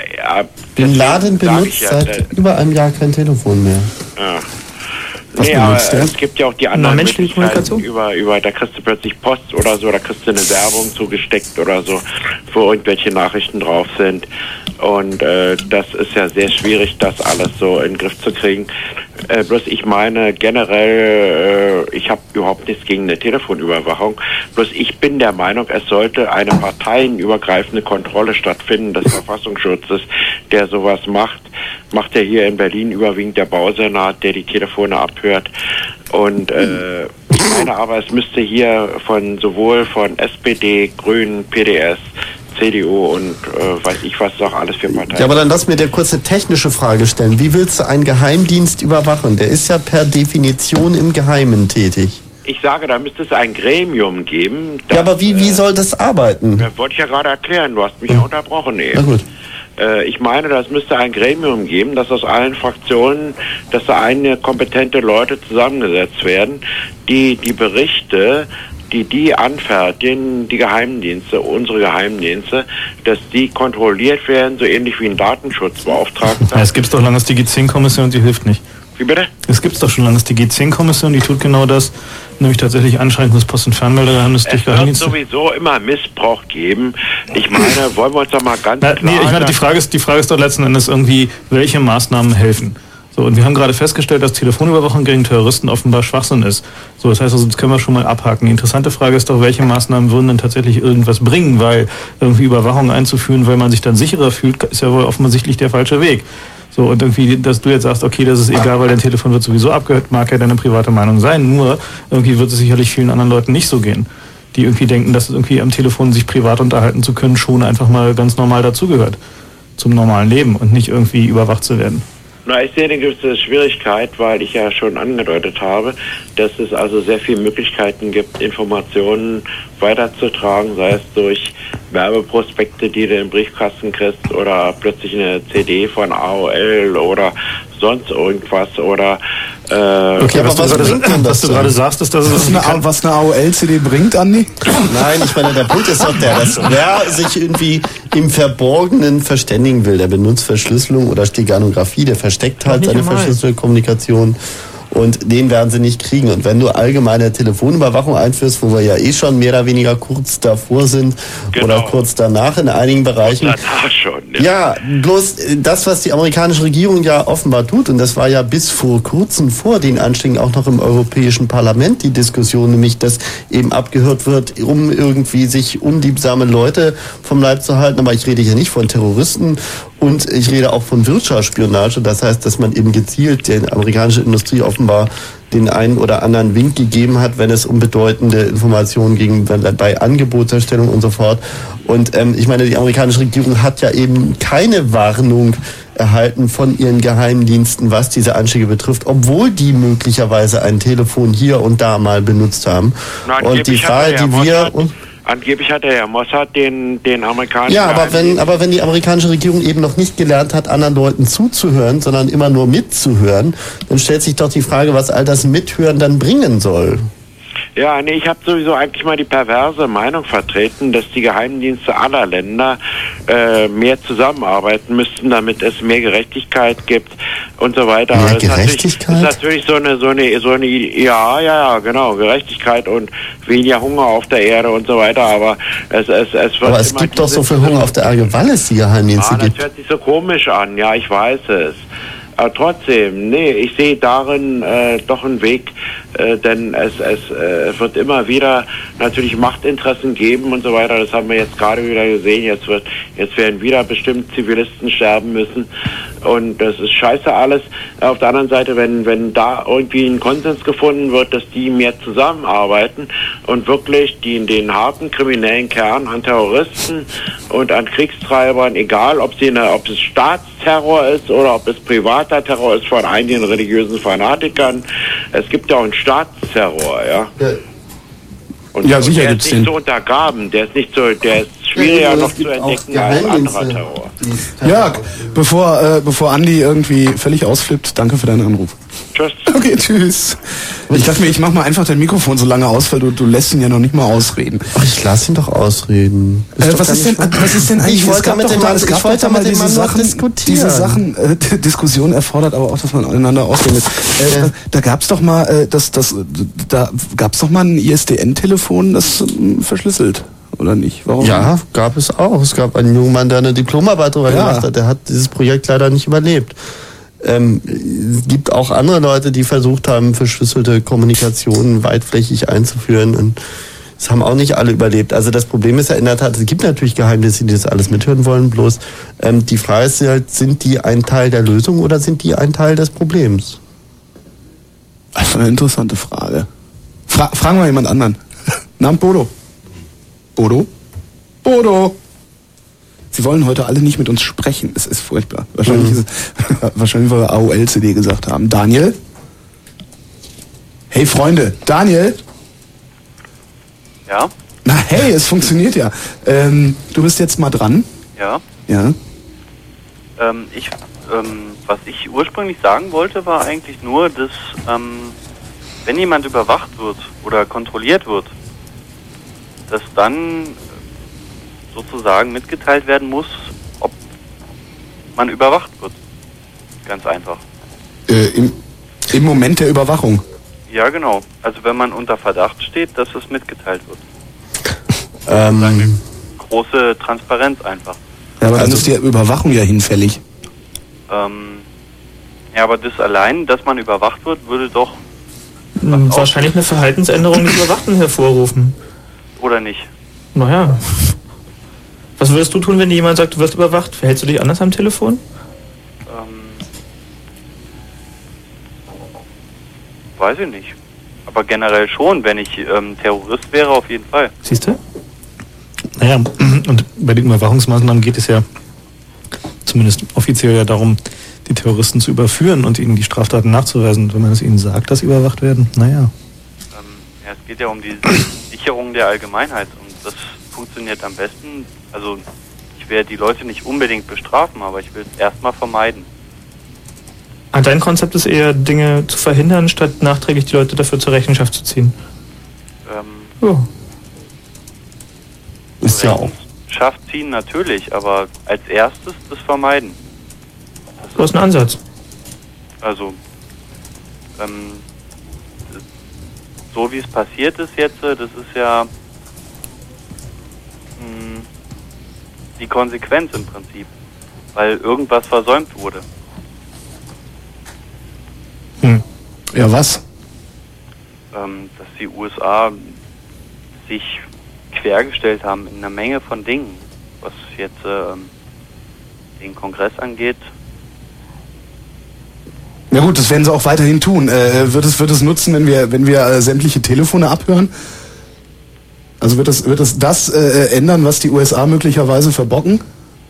Speaker 4: Bin Laden benutzt seit über einem Jahr kein Telefon mehr.
Speaker 15: Ja.
Speaker 2: Was
Speaker 15: nee,
Speaker 2: benutzt
Speaker 15: aber
Speaker 2: der?
Speaker 15: es gibt ja auch die anderen Möglichkeiten über, da kriegst du plötzlich Post oder so, da kriegst du eine Werbung zugesteckt oder so, wo irgendwelche Nachrichten drauf sind. Und das ist ja sehr schwierig, das alles so in den Griff zu kriegen. Bloß ich meine generell, ich habe überhaupt nichts gegen eine Telefonüberwachung. Bloß ich bin der Meinung, es sollte eine parteienübergreifende Kontrolle stattfinden des Verfassungsschutzes, der sowas macht. Macht ja hier in Berlin überwiegend der Bausenat, der die Telefone abhört. Und ich meine aber, es müsste hier sowohl von SPD, Grünen, PDS, CDU und weiß ich was auch alles für Parteien.
Speaker 4: Ja, aber dann lass mir dir kurz eine technische Frage stellen. Wie willst du einen Geheimdienst überwachen? Der ist ja per Definition im Geheimen tätig.
Speaker 15: Ich sage, da müsste es ein Gremium geben. Das,
Speaker 4: ja, aber wie soll das arbeiten?
Speaker 15: Wollte ich ja gerade erklären, du hast mich ja unterbrochen eben.
Speaker 4: Na gut.
Speaker 15: Ich meine, das müsste ein Gremium geben, dass aus allen Fraktionen, dass da eine kompetente Leute zusammengesetzt werden, die Berichte, die anfertigen, die Geheimdienste, unsere Geheimdienste, dass die kontrolliert werden, so ähnlich wie ein Datenschutzbeauftragter.
Speaker 12: Ja, es gibt doch lange die G10-Kommission und die hilft nicht.
Speaker 15: Wie bitte?
Speaker 12: Es gibt doch schon lange die G10-Kommission, die tut genau das, nämlich tatsächlich Anschränken des Post- und Fernmeldegeheimnisses durch Geheimdienste.
Speaker 15: Es wird sowieso immer Missbrauch geben. Ich meine, wollen wir uns doch mal ganz klar...
Speaker 12: Nee, ich meine, die Frage ist doch letzten Endes irgendwie, welche Maßnahmen helfen. So, und wir haben gerade festgestellt, dass Telefonüberwachung gegen Terroristen offenbar Schwachsinn ist. So, das heißt also, das können wir schon mal abhaken. Die interessante Frage ist doch, welche Maßnahmen würden denn tatsächlich irgendwas bringen, weil irgendwie Überwachung einzuführen, weil man sich dann sicherer fühlt, ist ja wohl offensichtlich der falsche Weg. So, und irgendwie, dass du jetzt sagst, okay, das ist egal, weil dein Telefon wird sowieso abgehört, mag ja deine private Meinung sein, nur irgendwie wird es sicherlich vielen anderen Leuten nicht so gehen, die irgendwie denken, dass irgendwie am Telefon sich privat unterhalten zu können schon einfach mal ganz normal dazugehört zum normalen Leben und nicht irgendwie überwacht zu werden.
Speaker 15: Na, ich sehe eine gewisse Schwierigkeit, weil ich ja schon angedeutet habe, dass es also sehr viele Möglichkeiten gibt, Informationen weiterzutragen, sei es durch Werbeprospekte, die du im Briefkasten kriegst, oder plötzlich eine CD von AOL oder sonst irgendwas, oder
Speaker 12: okay, was du gerade sagst, ist, dass es
Speaker 2: was eine AOL-CD bringt, Andi?
Speaker 4: Nein, ich meine, der Punkt ist doch dass wer sich irgendwie im Verborgenen verständigen will, der benutzt Verschlüsselung oder Steganographie, der versteckt halt seine verschlüsselte Kommunikation. Und den werden sie nicht kriegen. Und wenn du allgemeine Telefonüberwachung einführst, wo wir ja eh schon mehr oder weniger kurz davor sind oder kurz danach in einigen Bereichen.
Speaker 15: Danach schon,
Speaker 4: ja, bloß das, was die amerikanische Regierung ja offenbar tut, und das war ja bis vor kurzem vor den Anschlägen auch noch im Europäischen Parlament die Diskussion, nämlich dass eben abgehört wird, um irgendwie sich unliebsame Leute vom Leib zu halten. Aber ich rede hier nicht von Terroristen und ich rede auch von Wirtschaftsspionage. Das heißt, dass man eben gezielt der amerikanischen Industrie offenbar den einen oder anderen Wink gegeben hat, wenn es um bedeutende Informationen ging, bei Angebotserstellung und so fort. Und ich meine, die amerikanische Regierung hat ja eben keine Warnung erhalten von ihren Geheimdiensten, was diese Anschläge betrifft, obwohl die möglicherweise ein Telefon hier und da mal benutzt haben. Und die Frage, die wir...
Speaker 15: Angeblich hat der Mossad den amerikanischen...
Speaker 4: Ja, aber wenn die amerikanische Regierung eben noch nicht gelernt hat, anderen Leuten zuzuhören, sondern immer nur mitzuhören, dann stellt sich doch die Frage, was all das Mithören dann bringen soll.
Speaker 15: Ja, nee, ich habe sowieso eigentlich mal die perverse Meinung vertreten, dass die Geheimdienste aller Länder mehr zusammenarbeiten müssten, damit es mehr Gerechtigkeit gibt und so weiter.
Speaker 4: Mehr
Speaker 15: das
Speaker 4: Gerechtigkeit?
Speaker 15: Ist natürlich so eine, ja, genau, Gerechtigkeit und weniger Hunger auf der Erde und so weiter, aber es wird
Speaker 4: aber es gibt doch so viel Hunger auf der Erde, weil es die Geheimdienste gibt.
Speaker 15: Das hört sich so komisch an, ja, ich weiß es. Aber trotzdem, nee, ich sehe darin doch einen Weg, denn es wird immer wieder natürlich Machtinteressen geben und so weiter. Das haben wir jetzt gerade wieder gesehen. Jetzt werden wieder bestimmt Zivilisten sterben müssen und das ist scheiße alles. Auf der anderen Seite, wenn da irgendwie ein Konsens gefunden wird, dass die mehr zusammenarbeiten und wirklich den harten kriminellen Kern an Terroristen und an Kriegstreibern, egal ob es Staatsterror ist oder ob es privater Terror ist von einigen religiösen Fanatikern. Es gibt ja auch einen Staatsterror, ja. Und
Speaker 2: ja, sicher
Speaker 15: der
Speaker 2: gibt's
Speaker 15: ist nicht
Speaker 2: den.
Speaker 15: so untergraben, der ist schwieriger noch zu entdecken als anderer Terror.
Speaker 2: Jörg, bevor Andi irgendwie völlig ausflippt, danke für deinen Anruf.
Speaker 15: Tschüss.
Speaker 2: Okay, tschüss. Ich dachte mir, ich mach mal einfach dein Mikrofon so lange aus, weil du lässt ihn ja noch nicht mal ausreden.
Speaker 4: Ach, ich lass ihn doch ausreden.
Speaker 2: Was ist denn eigentlich?
Speaker 4: Ich wollte mit dem Mann diskutieren.
Speaker 2: Diese Sachen, Diskussion erfordert aber auch, dass man einander ausredet. Da gab's doch mal, da gab's doch mal ein ISDN-Telefon, das verschlüsselt. Oder nicht? Warum?
Speaker 4: Ja, gab es auch. Es gab einen jungen Mann, der eine Diplomarbeit darüber gemacht hat. Der hat dieses Projekt leider nicht überlebt. Es gibt auch andere Leute, die versucht haben, verschlüsselte Kommunikation weitflächig einzuführen. Und es haben auch nicht alle überlebt. Also das Problem ist ja in der Tat, es gibt natürlich Geheimnisse, die das alles mithören wollen. Bloß die Frage ist halt, sind die ein Teil der Lösung oder sind die ein Teil des Problems?
Speaker 2: Das ist eine interessante Frage. Fragen wir jemand anderen. Namen Bodo. Bodo. Sie wollen heute alle nicht mit uns sprechen. Es ist furchtbar. Wahrscheinlich, wahrscheinlich weil wir AOL-CD gesagt haben. Daniel? Hey Freunde, Daniel?
Speaker 16: Ja?
Speaker 2: Na hey, es funktioniert ja. Du bist jetzt mal dran.
Speaker 16: Ja.
Speaker 2: Ja.
Speaker 16: Was ich ursprünglich sagen wollte, war eigentlich nur, dass wenn jemand überwacht wird oder kontrolliert wird, dass dann sozusagen mitgeteilt werden muss, ob man überwacht wird. Ganz einfach.
Speaker 2: Im Moment der Überwachung?
Speaker 16: Ja, genau. Also wenn man unter Verdacht steht, dass es mitgeteilt wird.
Speaker 2: Eine
Speaker 16: große Transparenz einfach.
Speaker 2: Ja, aber dann ist die Überwachung ja hinfällig.
Speaker 16: Ja, aber das allein, dass man überwacht wird, würde doch
Speaker 3: wahrscheinlich eine Verhaltensänderung des Überwachten hervorrufen.
Speaker 16: Oder nicht?
Speaker 3: Naja. Was würdest du tun, wenn dir jemand sagt, du wirst überwacht? Verhältst du dich anders am Telefon?
Speaker 16: Weiß ich nicht. Aber generell schon, wenn ich Terrorist wäre, auf jeden Fall.
Speaker 3: Siehst du?
Speaker 12: Naja, und bei den Überwachungsmaßnahmen geht es ja zumindest offiziell ja darum, die Terroristen zu überführen und ihnen die Straftaten nachzuweisen. Wenn man es ihnen sagt, dass sie überwacht werden, naja.
Speaker 16: Ja, es geht ja um die Sicherung der Allgemeinheit und das funktioniert am besten. Also ich werde die Leute nicht unbedingt bestrafen, aber ich will es erstmal vermeiden.
Speaker 3: Dein Konzept ist eher, Dinge zu verhindern, statt nachträglich die Leute dafür zur Rechenschaft zu ziehen. Ja.
Speaker 16: Ist ja auch. Rechenschaft ziehen natürlich, aber als erstes das vermeiden.
Speaker 3: Du hast einen Ansatz.
Speaker 16: Also, so wie es passiert ist jetzt, das ist ja die Konsequenz im Prinzip, weil irgendwas versäumt wurde.
Speaker 2: Ja, was?
Speaker 16: Dass die USA sich quergestellt haben in einer Menge von Dingen, was jetzt den Kongress angeht.
Speaker 2: Ja gut, das werden sie auch weiterhin tun. Wird es nutzen, wenn wir sämtliche Telefone abhören? Also wird es das ändern, was die USA möglicherweise verbocken?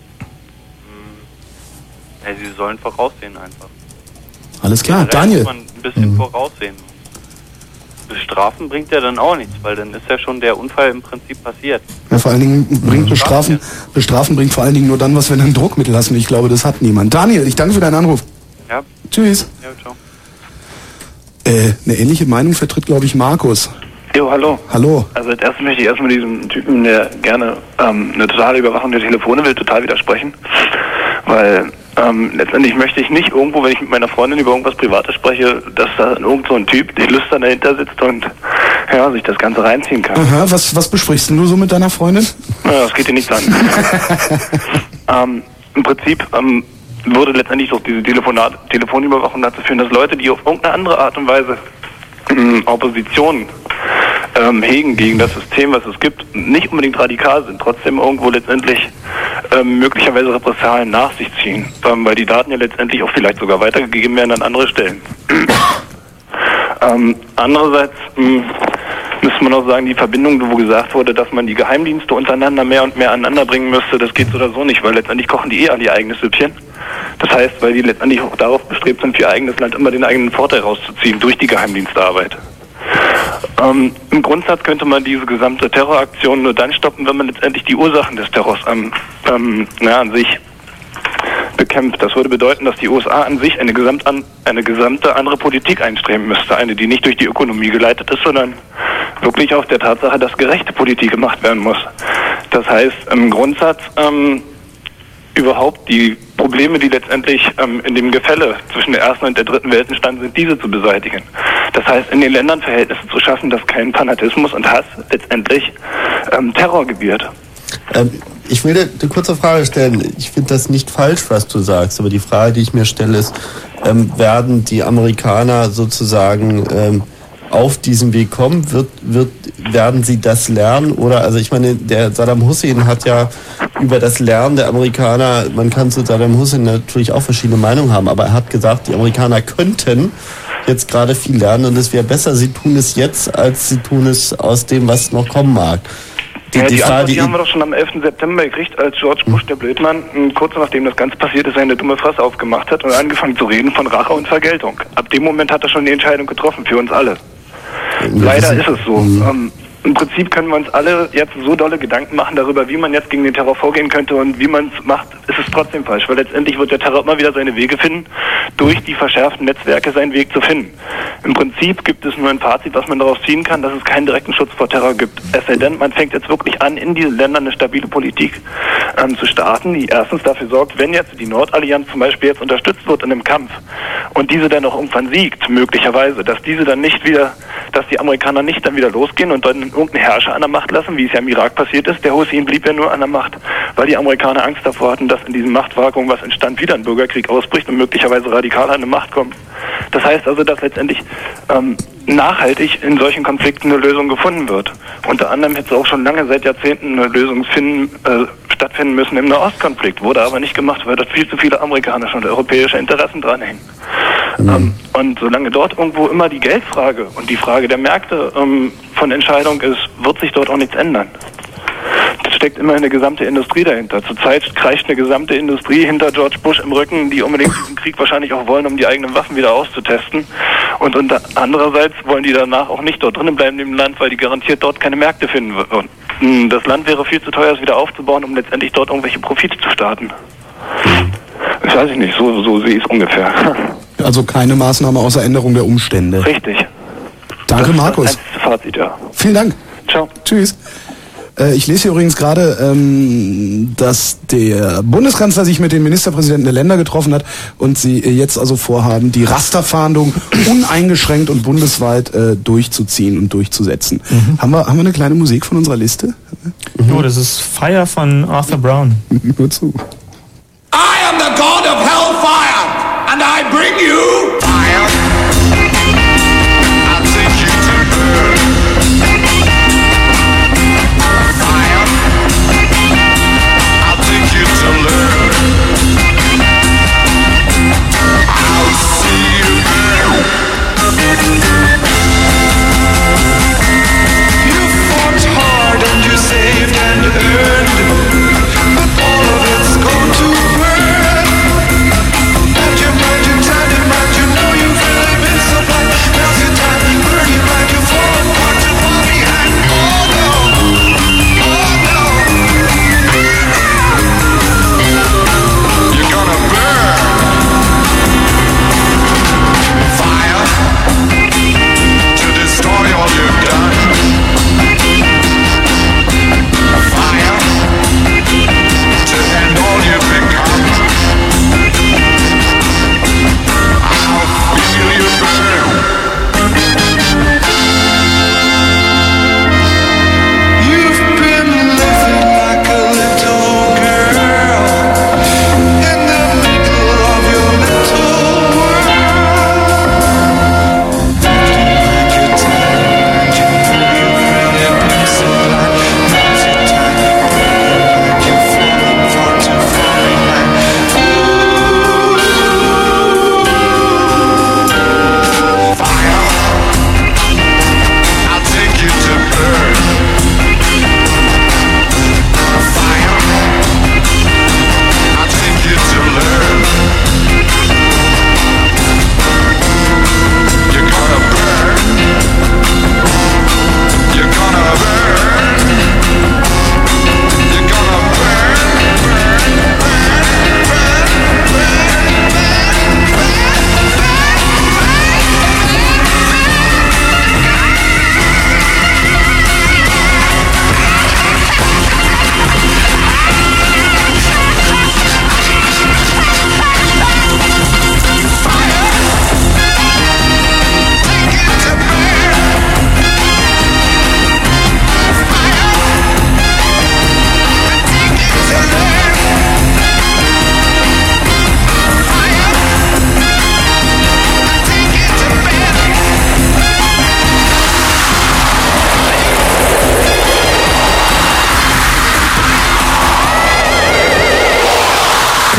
Speaker 16: Ja, sie sollen voraussehen einfach.
Speaker 2: Alles klar,
Speaker 16: Generell
Speaker 2: Daniel.
Speaker 16: muss man ein bisschen voraussehen. Bestrafen bringt ja dann auch nichts, weil dann ist ja schon der Unfall im Prinzip passiert.
Speaker 2: Ja, vor allen Dingen bringt Bestrafen bringt vor allen Dingen nur dann was, wenn du ein Druckmittel hast. Und ich glaube, das hat niemand. Daniel, ich danke für deinen Anruf.
Speaker 16: Ja.
Speaker 2: Tschüss.
Speaker 16: Ja, ciao.
Speaker 2: Eine ähnliche Meinung vertritt, glaube ich, Markus.
Speaker 17: Jo, hallo.
Speaker 2: Hallo.
Speaker 17: Also als erstes möchte ich erstmal diesem Typen, der gerne eine totale Überwachung der Telefone will, total widersprechen. Weil letztendlich möchte ich nicht irgendwo, wenn ich mit meiner Freundin über irgendwas Privates spreche, dass da irgend so ein Typ, der lüstern dahinter sitzt und ja, sich das Ganze reinziehen kann.
Speaker 2: Aha, was besprichst denn du so mit deiner Freundin?
Speaker 17: Naja, das geht dir nichts an. Im Prinzip würde letztendlich doch diese Telefonüberwachung dazu führen, dass Leute, die auf irgendeine andere Art und Weise Opposition hegen gegen das System, was es gibt, nicht unbedingt radikal sind, trotzdem irgendwo letztendlich möglicherweise Repressalien nach sich ziehen, weil die Daten ja letztendlich auch vielleicht sogar weitergegeben werden an andere Stellen. Andererseits müsste man auch sagen, die Verbindung, wo gesagt wurde, dass man die Geheimdienste untereinander mehr und mehr aneinander bringen müsste, das geht so oder so nicht, weil letztendlich kochen die alle ihr eigenes Süppchen. Das heißt, weil die letztendlich auch darauf bestrebt sind, für ihr eigenes Land immer den eigenen Vorteil rauszuziehen durch die Geheimdienstarbeit. Im Grundsatz könnte man diese gesamte Terroraktion nur dann stoppen, wenn man letztendlich die Ursachen des Terrors an sich bekämpft. Das würde bedeuten, dass die USA an sich eine gesamte andere Politik einstreben müsste. Eine, die nicht durch die Ökonomie geleitet ist, sondern wirklich auf der Tatsache, dass gerechte Politik gemacht werden muss. Das heißt, im Grundsatz überhaupt die Probleme, die letztendlich in dem Gefälle zwischen der ersten und der dritten Welt entstanden sind, diese zu beseitigen. Das heißt, in den Ländern Verhältnisse zu schaffen, dass kein Fanatismus und Hass letztendlich Terror gebiert.
Speaker 4: Ich will dir eine kurze Frage stellen. Ich finde das nicht falsch, was du sagst, aber die Frage, die ich mir stelle, ist, werden die Amerikaner sozusagen auf diesem Weg kommen? Werden sie das lernen? Oder, also ich meine, der Saddam Hussein hat ja über das Lernen der Amerikaner, man kann zu Saddam Hussein natürlich auch verschiedene Meinungen haben, aber er hat gesagt, die Amerikaner könnten jetzt gerade viel lernen und es wäre besser, sie tun es jetzt, als sie tun es aus dem, was noch kommen mag.
Speaker 17: Die Antwort, die haben wir doch schon am 11. September gekriegt, als George Bush, der Blödmann, kurz nachdem das Ganze passiert ist, seine dumme Fresse aufgemacht hat und angefangen zu reden von Rache und Vergeltung. Ab dem Moment hat er schon die Entscheidung getroffen, für uns alle. Leider ist es so. Im Prinzip können wir uns alle jetzt so dolle Gedanken machen darüber, wie man jetzt gegen den Terror vorgehen könnte und wie man es macht, ist es trotzdem falsch, weil letztendlich wird der Terror immer wieder seine Wege finden, durch die verschärften Netzwerke seinen Weg zu finden. Im Prinzip gibt es nur ein Fazit, was man daraus ziehen kann, dass es keinen direkten Schutz vor Terror gibt. Es sei denn, man fängt jetzt wirklich an, in diesen Ländern eine stabile Politik zu starten, die erstens dafür sorgt, wenn jetzt die Nordallianz zum Beispiel jetzt unterstützt wird in einem Kampf und diese dann auch irgendwann siegt, möglicherweise, dass diese dann nicht wieder, dass die Amerikaner nicht dann wieder losgehen und dann irgendeinen Herrscher an der Macht lassen, wie es ja im Irak passiert ist. Der Hussein blieb ja nur an der Macht, weil die Amerikaner Angst davor hatten, dass in diesem Machtvakuum, was entstand, wieder ein Bürgerkrieg ausbricht und möglicherweise radikal an die Macht kommt. Das heißt also, dass letztendlich nachhaltig in solchen Konflikten eine Lösung gefunden wird. Unter anderem hätte es auch schon lange, seit Jahrzehnten, eine Lösung stattfinden müssen im Nahostkonflikt. Wurde aber nicht gemacht, weil dort viel zu viele amerikanische und europäische Interessen dranhängen. Und solange dort irgendwo immer die Geldfrage und die Frage der Märkte von Entscheidung ist, wird sich dort auch nichts ändern. Es steckt immer eine gesamte Industrie dahinter. Zurzeit kreischt eine gesamte Industrie hinter George Bush im Rücken, die unbedingt diesen Krieg wahrscheinlich auch wollen, um die eigenen Waffen wieder auszutesten. Und andererseits wollen die danach auch nicht dort drinnen bleiben im Land, weil die garantiert dort keine Märkte finden würden. Das Land wäre viel zu teuer, es wieder aufzubauen, um letztendlich dort irgendwelche Profite zu starten. Das weiß ich nicht, so sehe ich es ungefähr.
Speaker 2: Also keine Maßnahme außer Änderung der Umstände.
Speaker 17: Richtig.
Speaker 2: Danke, Markus.
Speaker 17: Das ist das Fazit, ja.
Speaker 2: Vielen Dank.
Speaker 17: Ciao.
Speaker 2: Tschüss. Ich lese hier übrigens gerade, dass der Bundeskanzler sich mit den Ministerpräsidenten der Länder getroffen hat und sie jetzt also vorhaben, die Rasterfahndung uneingeschränkt und bundesweit durchzuziehen und durchzusetzen. Haben wir eine kleine Musik von unserer Liste?
Speaker 3: Oh, das ist Fire von Arthur Brown.
Speaker 2: Nur zu.
Speaker 5: I am the god of hellfire, and I bring you fire. I'll take you to burn. Fire. I'll take you to learn. I'll see you burn. You fought hard and you saved and earned, but all of it's going to burn. And you tried to imagine.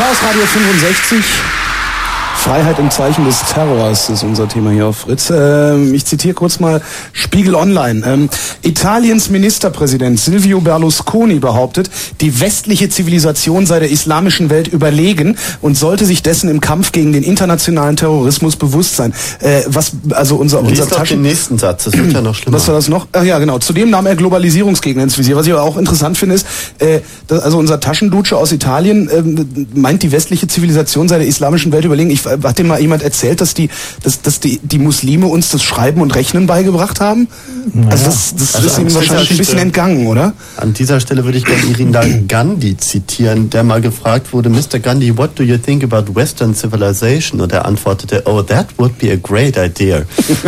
Speaker 2: Chaos Radio 65. Freiheit im Zeichen des Terrors ist unser Thema hier auf Fritz. Ich zitiere kurz mal Spiegel Online. Italiens Ministerpräsident Silvio Berlusconi behauptet, die westliche Zivilisation sei der islamischen Welt überlegen und sollte sich dessen im Kampf gegen den internationalen Terrorismus bewusst sein. Unser
Speaker 4: den nächsten Satz, das wird ja noch schlimmer.
Speaker 2: Was war das noch? Ach ja, genau. Zudem nahm er Globalisierungsgegner ins Visier. Was ich aber auch interessant finde, ist, unser Taschendutsche aus Italien meint, die westliche Zivilisation sei der islamischen Welt überlegen. Hat dir mal jemand erzählt, dass die Muslime uns das Schreiben und Rechnen beigebracht haben? Naja. Also das ist ihnen wahrscheinlich ein bisschen entgangen, oder?
Speaker 4: An dieser Stelle würde ich gerne Irina Gandhi zitieren, der mal gefragt wurde, Mr. Gandhi, what do you think about Western civilization? Und er antwortete, oh, that would be a great idea.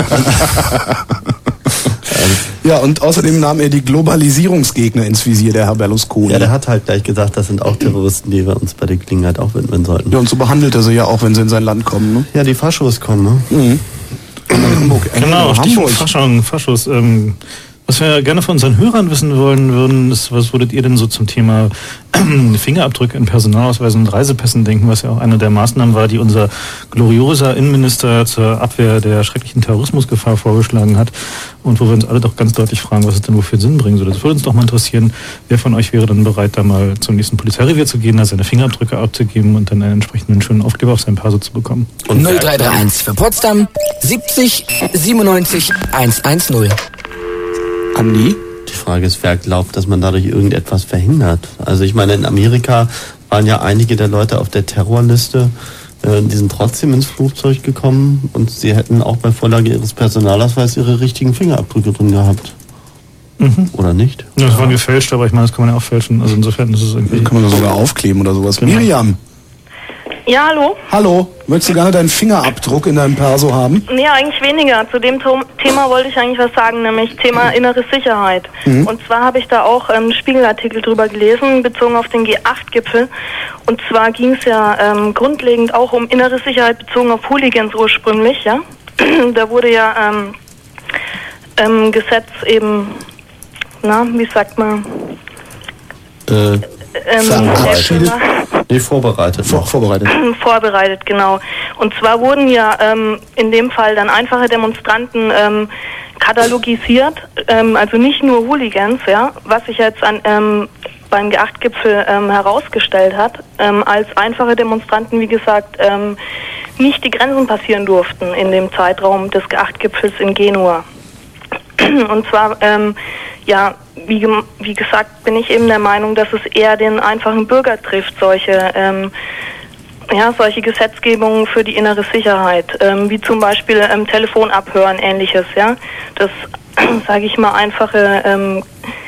Speaker 2: Ja, und außerdem nahm er die Globalisierungsgegner ins Visier, der Herr Berlusconi.
Speaker 4: Ja, der hat halt gleich gesagt, das sind auch Terroristen, die wir uns bei der Gelegenheit auch widmen sollten.
Speaker 2: Ja, und so behandelt er sie ja auch, wenn sie in sein Land kommen, ne?
Speaker 4: Ja, die Faschos kommen, ne?
Speaker 2: Mhm.
Speaker 12: Hamburg. Genau, Hamburg. Faschos. Was wir gerne von unseren Hörern wissen wollen würden, ist, was würdet ihr denn so zum Thema Fingerabdrücke in Personalausweisen und Reisepässen denken, was ja auch eine der Maßnahmen war, die unser glorioser Innenminister zur Abwehr der schrecklichen Terrorismusgefahr vorgeschlagen hat und wo wir uns alle doch ganz deutlich fragen, was es denn wofür Sinn bringen soll. Das würde uns doch mal interessieren, wer von euch wäre dann bereit, da mal zum nächsten Polizeirevier zu gehen, da seine Fingerabdrücke abzugeben und dann einen entsprechenden schönen Aufkleber auf sein Perso zu bekommen.
Speaker 7: Und 0331 für Potsdam 70 97 110.
Speaker 2: Andi?
Speaker 4: Die Frage ist, wer glaubt, dass man dadurch irgendetwas verhindert? Also ich meine, in Amerika waren ja einige der Leute auf der Terrorliste, die sind trotzdem ins Flugzeug gekommen und sie hätten auch bei Vorlage ihres Personalausweises ihre richtigen Fingerabdrücke drin gehabt. Mhm. Oder nicht?
Speaker 12: Ja, das waren gefälscht, aber ich meine, das kann man ja auch fälschen. Also insofern ist es irgendwie...
Speaker 2: Das kann man sogar aufkleben oder sowas.
Speaker 12: Genau.
Speaker 2: Miriam!
Speaker 18: Ja, hallo?
Speaker 2: Hallo, möchtest du gerne deinen Fingerabdruck in deinem Perso haben?
Speaker 18: Nee, eigentlich weniger. Zu dem Thema wollte ich eigentlich was sagen, nämlich Thema innere Sicherheit. Mhm. Und zwar habe ich da auch einen Spiegelartikel drüber gelesen, bezogen auf den G8-Gipfel. Und zwar ging es ja grundlegend auch um innere Sicherheit bezogen auf Hooligans ursprünglich, ja. Da wurde ja Gesetz eben, wie sagt man?
Speaker 4: Vorbereitet.
Speaker 18: Vorbereitet, genau. Und zwar wurden ja in dem Fall dann einfache Demonstranten katalogisiert, also nicht nur Hooligans, ja, was sich jetzt beim G8-Gipfel herausgestellt hat, als einfache Demonstranten, wie gesagt, nicht die Grenzen passieren durften in dem Zeitraum des G8-Gipfels in Genua. Und zwar, wie gesagt, bin ich eben der Meinung, dass es eher den einfachen Bürger trifft, solche Gesetzgebungen für die innere Sicherheit, wie zum Beispiel Telefonabhören, ähnliches, ja. Das, sage ich mal, einfache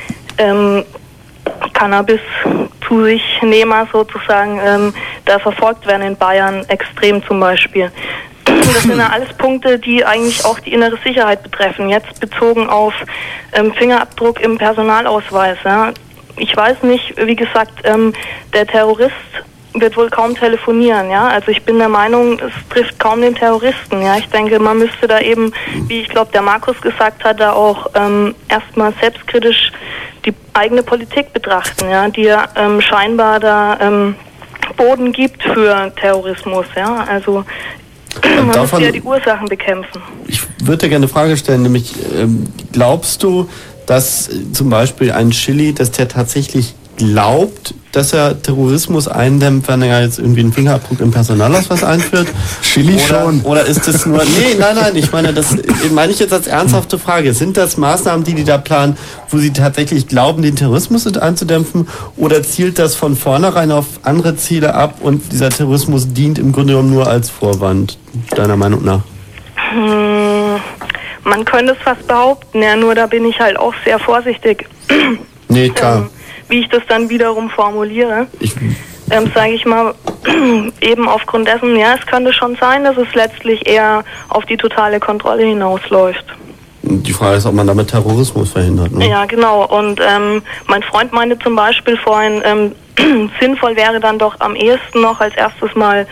Speaker 18: Cannabis zu sich Nehmer sozusagen, da verfolgt werden in Bayern extrem zum Beispiel. Das sind ja alles Punkte, die eigentlich auch die innere Sicherheit betreffen. Jetzt bezogen auf Fingerabdruck im Personalausweis. Ja. Ich weiß nicht, wie gesagt, der Terrorist wird wohl kaum telefonieren. Ja. Also ich bin der Meinung, es trifft kaum den Terroristen. Ja. Ich denke, man müsste da eben, wie ich glaube, der Markus gesagt hat, da auch erstmal selbstkritisch die eigene Politik betrachten, ja, die ja scheinbar da Boden gibt für Terrorismus. Ja. Also man muss ja die Ursachen bekämpfen.
Speaker 4: Ich würde dir gerne eine Frage stellen, nämlich glaubst du, dass zum Beispiel ein Chili, dass der tatsächlich glaubt, dass er Terrorismus eindämmt, wenn er jetzt irgendwie einen Fingerabdruck im Personalausweis einführt?
Speaker 2: Chili schon.
Speaker 4: Oder ist das nur... Nein, ich meine, das meine ich jetzt als ernsthafte Frage. Sind das Maßnahmen, die da planen, wo sie tatsächlich glauben, den Terrorismus einzudämpfen? Oder zielt das von vornherein auf andere Ziele ab und dieser Terrorismus dient im Grunde genommen nur als Vorwand, deiner Meinung nach?
Speaker 18: Man könnte es fast behaupten, ja, nur da bin ich halt auch sehr vorsichtig.
Speaker 4: Nee, klar.
Speaker 18: Wie ich das dann wiederum formuliere, sage ich mal, eben aufgrund dessen, ja, es könnte schon sein, dass es letztlich eher auf die totale Kontrolle hinausläuft.
Speaker 4: Die Frage ist, ob man damit Terrorismus verhindert, ne?
Speaker 18: Ja, genau. Und mein Freund meinte zum Beispiel vorhin, sinnvoll wäre dann doch am ehesten noch als erstes mal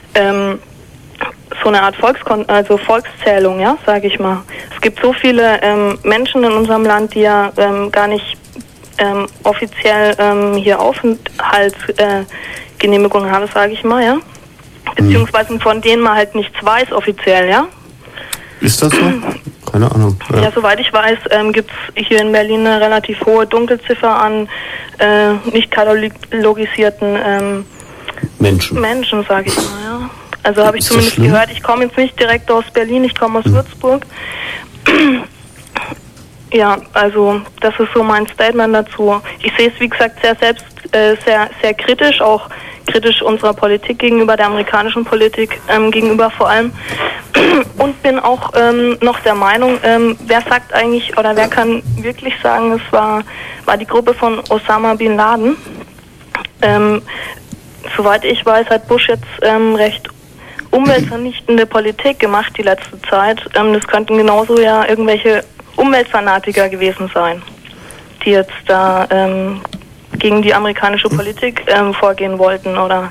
Speaker 18: so eine Art Volkszählung, ja, sage ich mal. Es gibt so viele Menschen in unserem Land, die ja gar nicht offiziell hier Aufenthaltsgenehmigung Genehmigung habe, sage ich mal, ja. Beziehungsweise von denen man halt nichts weiß offiziell, ja.
Speaker 4: Ist das so? Keine Ahnung.
Speaker 18: Ja, soweit ich weiß, gibt es hier in Berlin eine relativ hohe Dunkelziffer an nicht katalogisierten Menschen, sage ich mal, ja. Also habe ich zumindest gehört. Ich komme jetzt nicht direkt aus Berlin, ich komme aus Würzburg. Ja, also das ist so mein Statement dazu. Ich sehe es, wie gesagt, sehr kritisch, auch kritisch unserer Politik gegenüber, der amerikanischen Politik gegenüber vor allem. Und bin auch noch der Meinung, wer sagt eigentlich, oder wer kann wirklich sagen, es war die Gruppe von Osama Bin Laden. Soweit ich weiß, hat Bush jetzt recht umweltvernichtende Politik gemacht die letzte Zeit. Das könnten genauso ja irgendwelche Umweltfanatiker gewesen sein, die jetzt da gegen die amerikanische Politik vorgehen wollten, oder?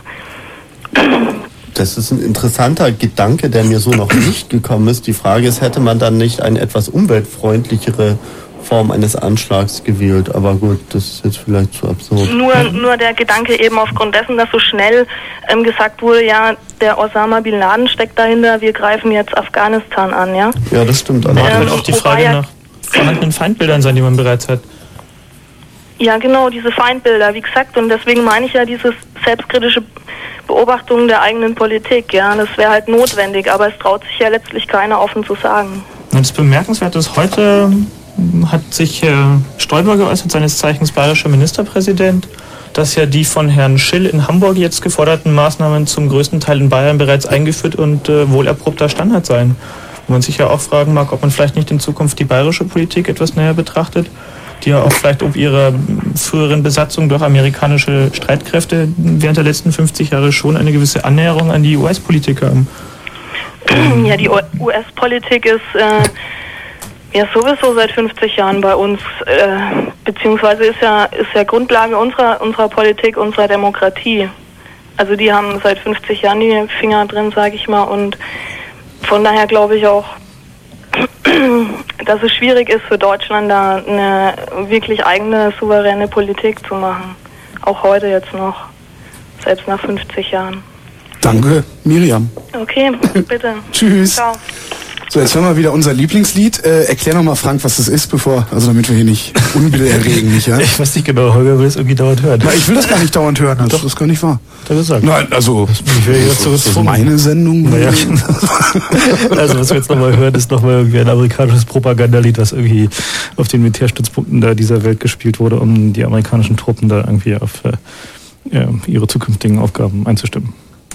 Speaker 4: Das ist ein interessanter Gedanke, der mir so noch nicht gekommen ist. Die Frage ist, hätte man dann nicht eine etwas umweltfreundlichere Form eines Anschlags gewählt? Aber gut, das ist jetzt vielleicht zu absurd.
Speaker 18: Nur der Gedanke eben aufgrund dessen, dass so schnell gesagt wurde, ja, der Osama Bin Laden steckt dahinter, wir greifen jetzt Afghanistan an, ja?
Speaker 4: Ja, das stimmt.
Speaker 3: Mag halt auch die Frage nach vorhandenen Feindbildern sein, die man bereits hat.
Speaker 18: Ja, genau, diese Feindbilder, wie gesagt, und deswegen meine ich ja dieses selbstkritische Beobachtung der eigenen Politik, ja, das wäre halt notwendig, aber es traut sich ja letztlich keiner offen zu sagen.
Speaker 3: Und das Bemerkenswerte ist, heute hat sich Stoiber geäußert, seines Zeichens bayerischer Ministerpräsident, dass ja die von Herrn Schill in Hamburg jetzt geforderten Maßnahmen zum größten Teil in Bayern bereits eingeführt und wohl erprobter Standard seien. Wo man sich ja auch fragen mag, ob man vielleicht nicht in Zukunft die bayerische Politik etwas näher betrachtet, die ja auch vielleicht ob ihrer früheren Besatzung durch amerikanische Streitkräfte während der letzten 50 Jahre schon eine gewisse Annäherung an die US-Politik haben.
Speaker 18: Ja, die US-Politik ist ja sowieso seit 50 Jahren bei uns, beziehungsweise ist ja Grundlage unserer Politik, unserer Demokratie. Also die haben seit 50 Jahren die Finger drin, sage ich mal, und von daher glaube ich auch, dass es schwierig ist für Deutschland, da eine wirklich eigene, souveräne Politik zu machen. Auch heute jetzt noch, selbst nach 50 Jahren.
Speaker 2: Danke, Miriam.
Speaker 18: Okay, bitte.
Speaker 2: Tschüss.
Speaker 18: Ciao.
Speaker 2: So, jetzt hören wir wieder unser Lieblingslied. Erklär nochmal, Frank, was das ist, damit wir hier nicht Unbill erregen, nicht, ja?
Speaker 12: Ich weiß nicht genau, Holger will es irgendwie dauernd hören.
Speaker 2: Na, ich will das gar nicht dauernd hören, das ist gar nicht wahr.
Speaker 12: Hat er gesagt.
Speaker 2: Nein, also,
Speaker 12: das
Speaker 2: ist meine Sendung.
Speaker 12: Naja. Also, was wir jetzt nochmal hören, ist nochmal irgendwie ein amerikanisches Propagandalied, was irgendwie auf den Militärstützpunkten da dieser Welt gespielt wurde, um die amerikanischen Truppen da irgendwie auf ihre zukünftigen Aufgaben einzustimmen.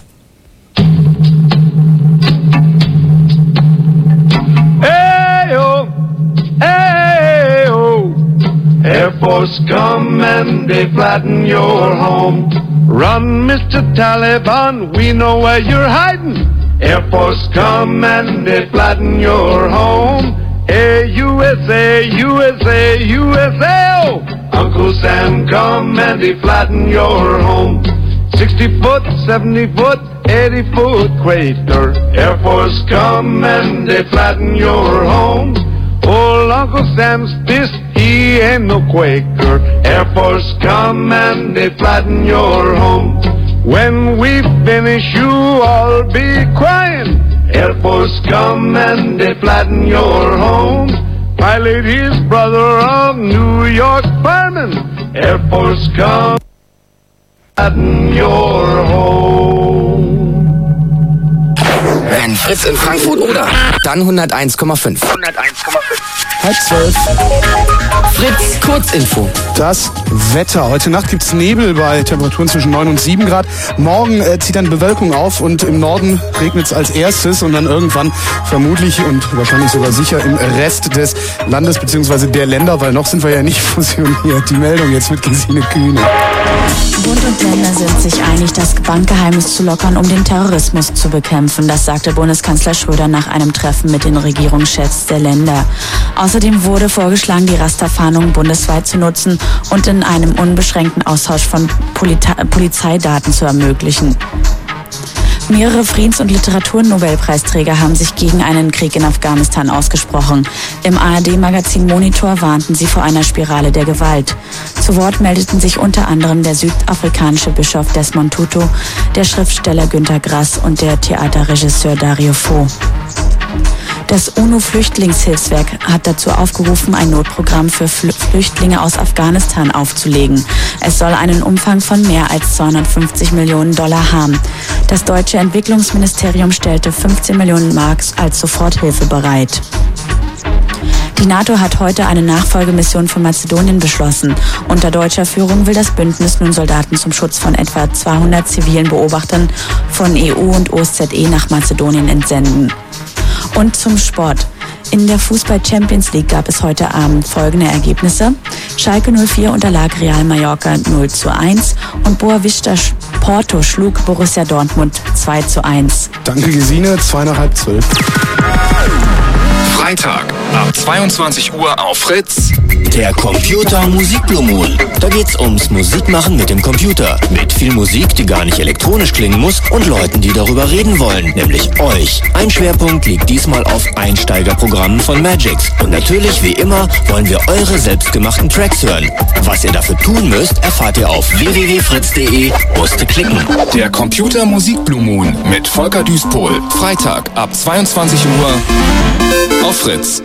Speaker 6: Air Force come and they flatten your home. Run, Mr. Taliban, we know where you're hiding. Air Force come and they flatten your home. Hey, USA, USA, USA, oh. Uncle Sam come and they flatten your home. 60 foot, 70 foot, 80 foot Quaker. Air Force come and they flatten your home. Old Uncle Sam's pissed, he ain't no Quaker. Air Force come and they flatten your home. When we finish, you all be crying. Air Force come and they flatten your home. Pilot his brother of New York fireman. Air Force come flatten your home.
Speaker 7: Wenn Fritz in Frankfurt oder, dann 101,5.
Speaker 2: 11:30.
Speaker 7: Fritz Kurzinfo.
Speaker 2: Das Wetter. Heute Nacht gibt's Nebel bei Temperaturen zwischen 9 und 7 Grad. Morgen zieht dann Bewölkung auf und im Norden regnet's als erstes und dann irgendwann vermutlich und wahrscheinlich sogar sicher im Rest des Landes bzw. der Länder, weil noch sind wir ja nicht fusioniert. Die Meldung jetzt mit Gesine Kühne.
Speaker 8: Bund und Länder sind sich einig, das Bankgeheimnis zu lockern, um den Terrorismus zu bekämpfen. Das sagte Bundeskanzler Schröder nach einem Treffen mit den Regierungschefs der Länder. Außerdem wurde vorgeschlagen, die Rasterfahndung bundesweit zu nutzen und in einem unbeschränkten Austausch von Polizeidaten zu ermöglichen. Mehrere Friedens- und Literaturnobelpreisträger haben sich gegen einen Krieg in Afghanistan ausgesprochen. Im ARD-Magazin Monitor warnten sie vor einer Spirale der Gewalt. Zu Wort meldeten sich unter anderem der südafrikanische Bischof Desmond Tutu, der Schriftsteller Günter Grass und der Theaterregisseur Dario Fo. Das UNO-Flüchtlingshilfswerk hat dazu aufgerufen, ein Notprogramm für Flüchtlinge aus Afghanistan aufzulegen. Es soll einen Umfang von mehr als 250 Millionen Dollar haben. Das deutsche Entwicklungsministerium stellte 15 Millionen Mark als Soforthilfe bereit. Die NATO hat heute eine Nachfolgemission für Mazedonien beschlossen. Unter deutscher Führung will das Bündnis nun Soldaten zum Schutz von etwa 200 zivilen Beobachtern von EU und OSZE nach Mazedonien entsenden. Und zum Sport. In der Fußball-Champions League gab es heute Abend folgende Ergebnisse. Schalke 04 unterlag Real Mallorca 0:1 und Boavista Porto schlug Borussia Dortmund 2:1.
Speaker 2: Danke Gesine, 11:55.
Speaker 19: Freitag ab 22 Uhr auf Fritz.
Speaker 10: Der Computer Musik Blue Moon. Da geht's ums Musikmachen mit dem Computer. Mit viel Musik, die gar nicht elektronisch klingen muss und Leuten, die darüber reden wollen, nämlich euch. Ein Schwerpunkt liegt diesmal auf Einsteigerprogrammen von Magix. Und natürlich, wie immer, wollen wir eure selbstgemachten Tracks hören. Was ihr dafür tun müsst, erfahrt ihr auf www.fritz.de. Musste klicken.
Speaker 19: Der Computer Musik Blue Moon mit Volker Düspol. Freitag ab 22 Uhr auf Fritz.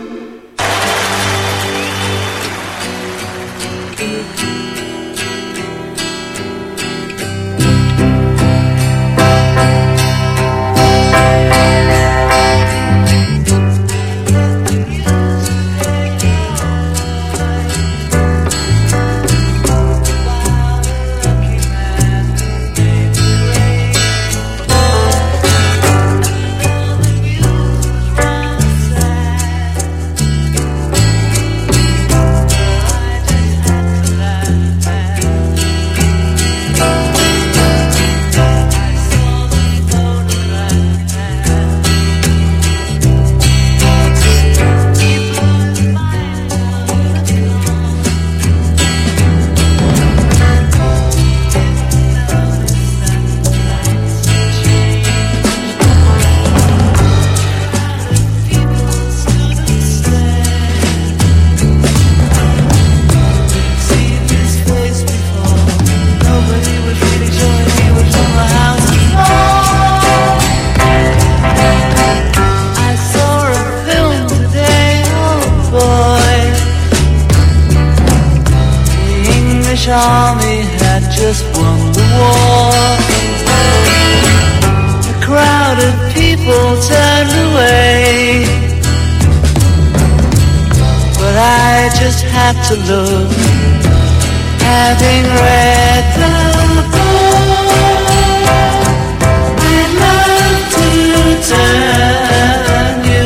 Speaker 5: Army had just won the war. A crowd of people turned away, but I just had to look, having read the book. I'd love to turn you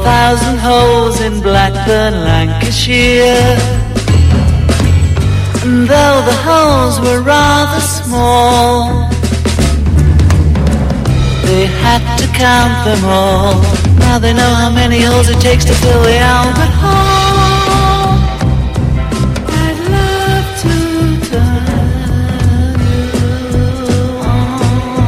Speaker 20: 1,000 holes in Blackburn, Lancashire. And though the holes were rather small, they had to count them all. Now they know how many holes it takes to fill the Albert Hall. I'd love to turn you on.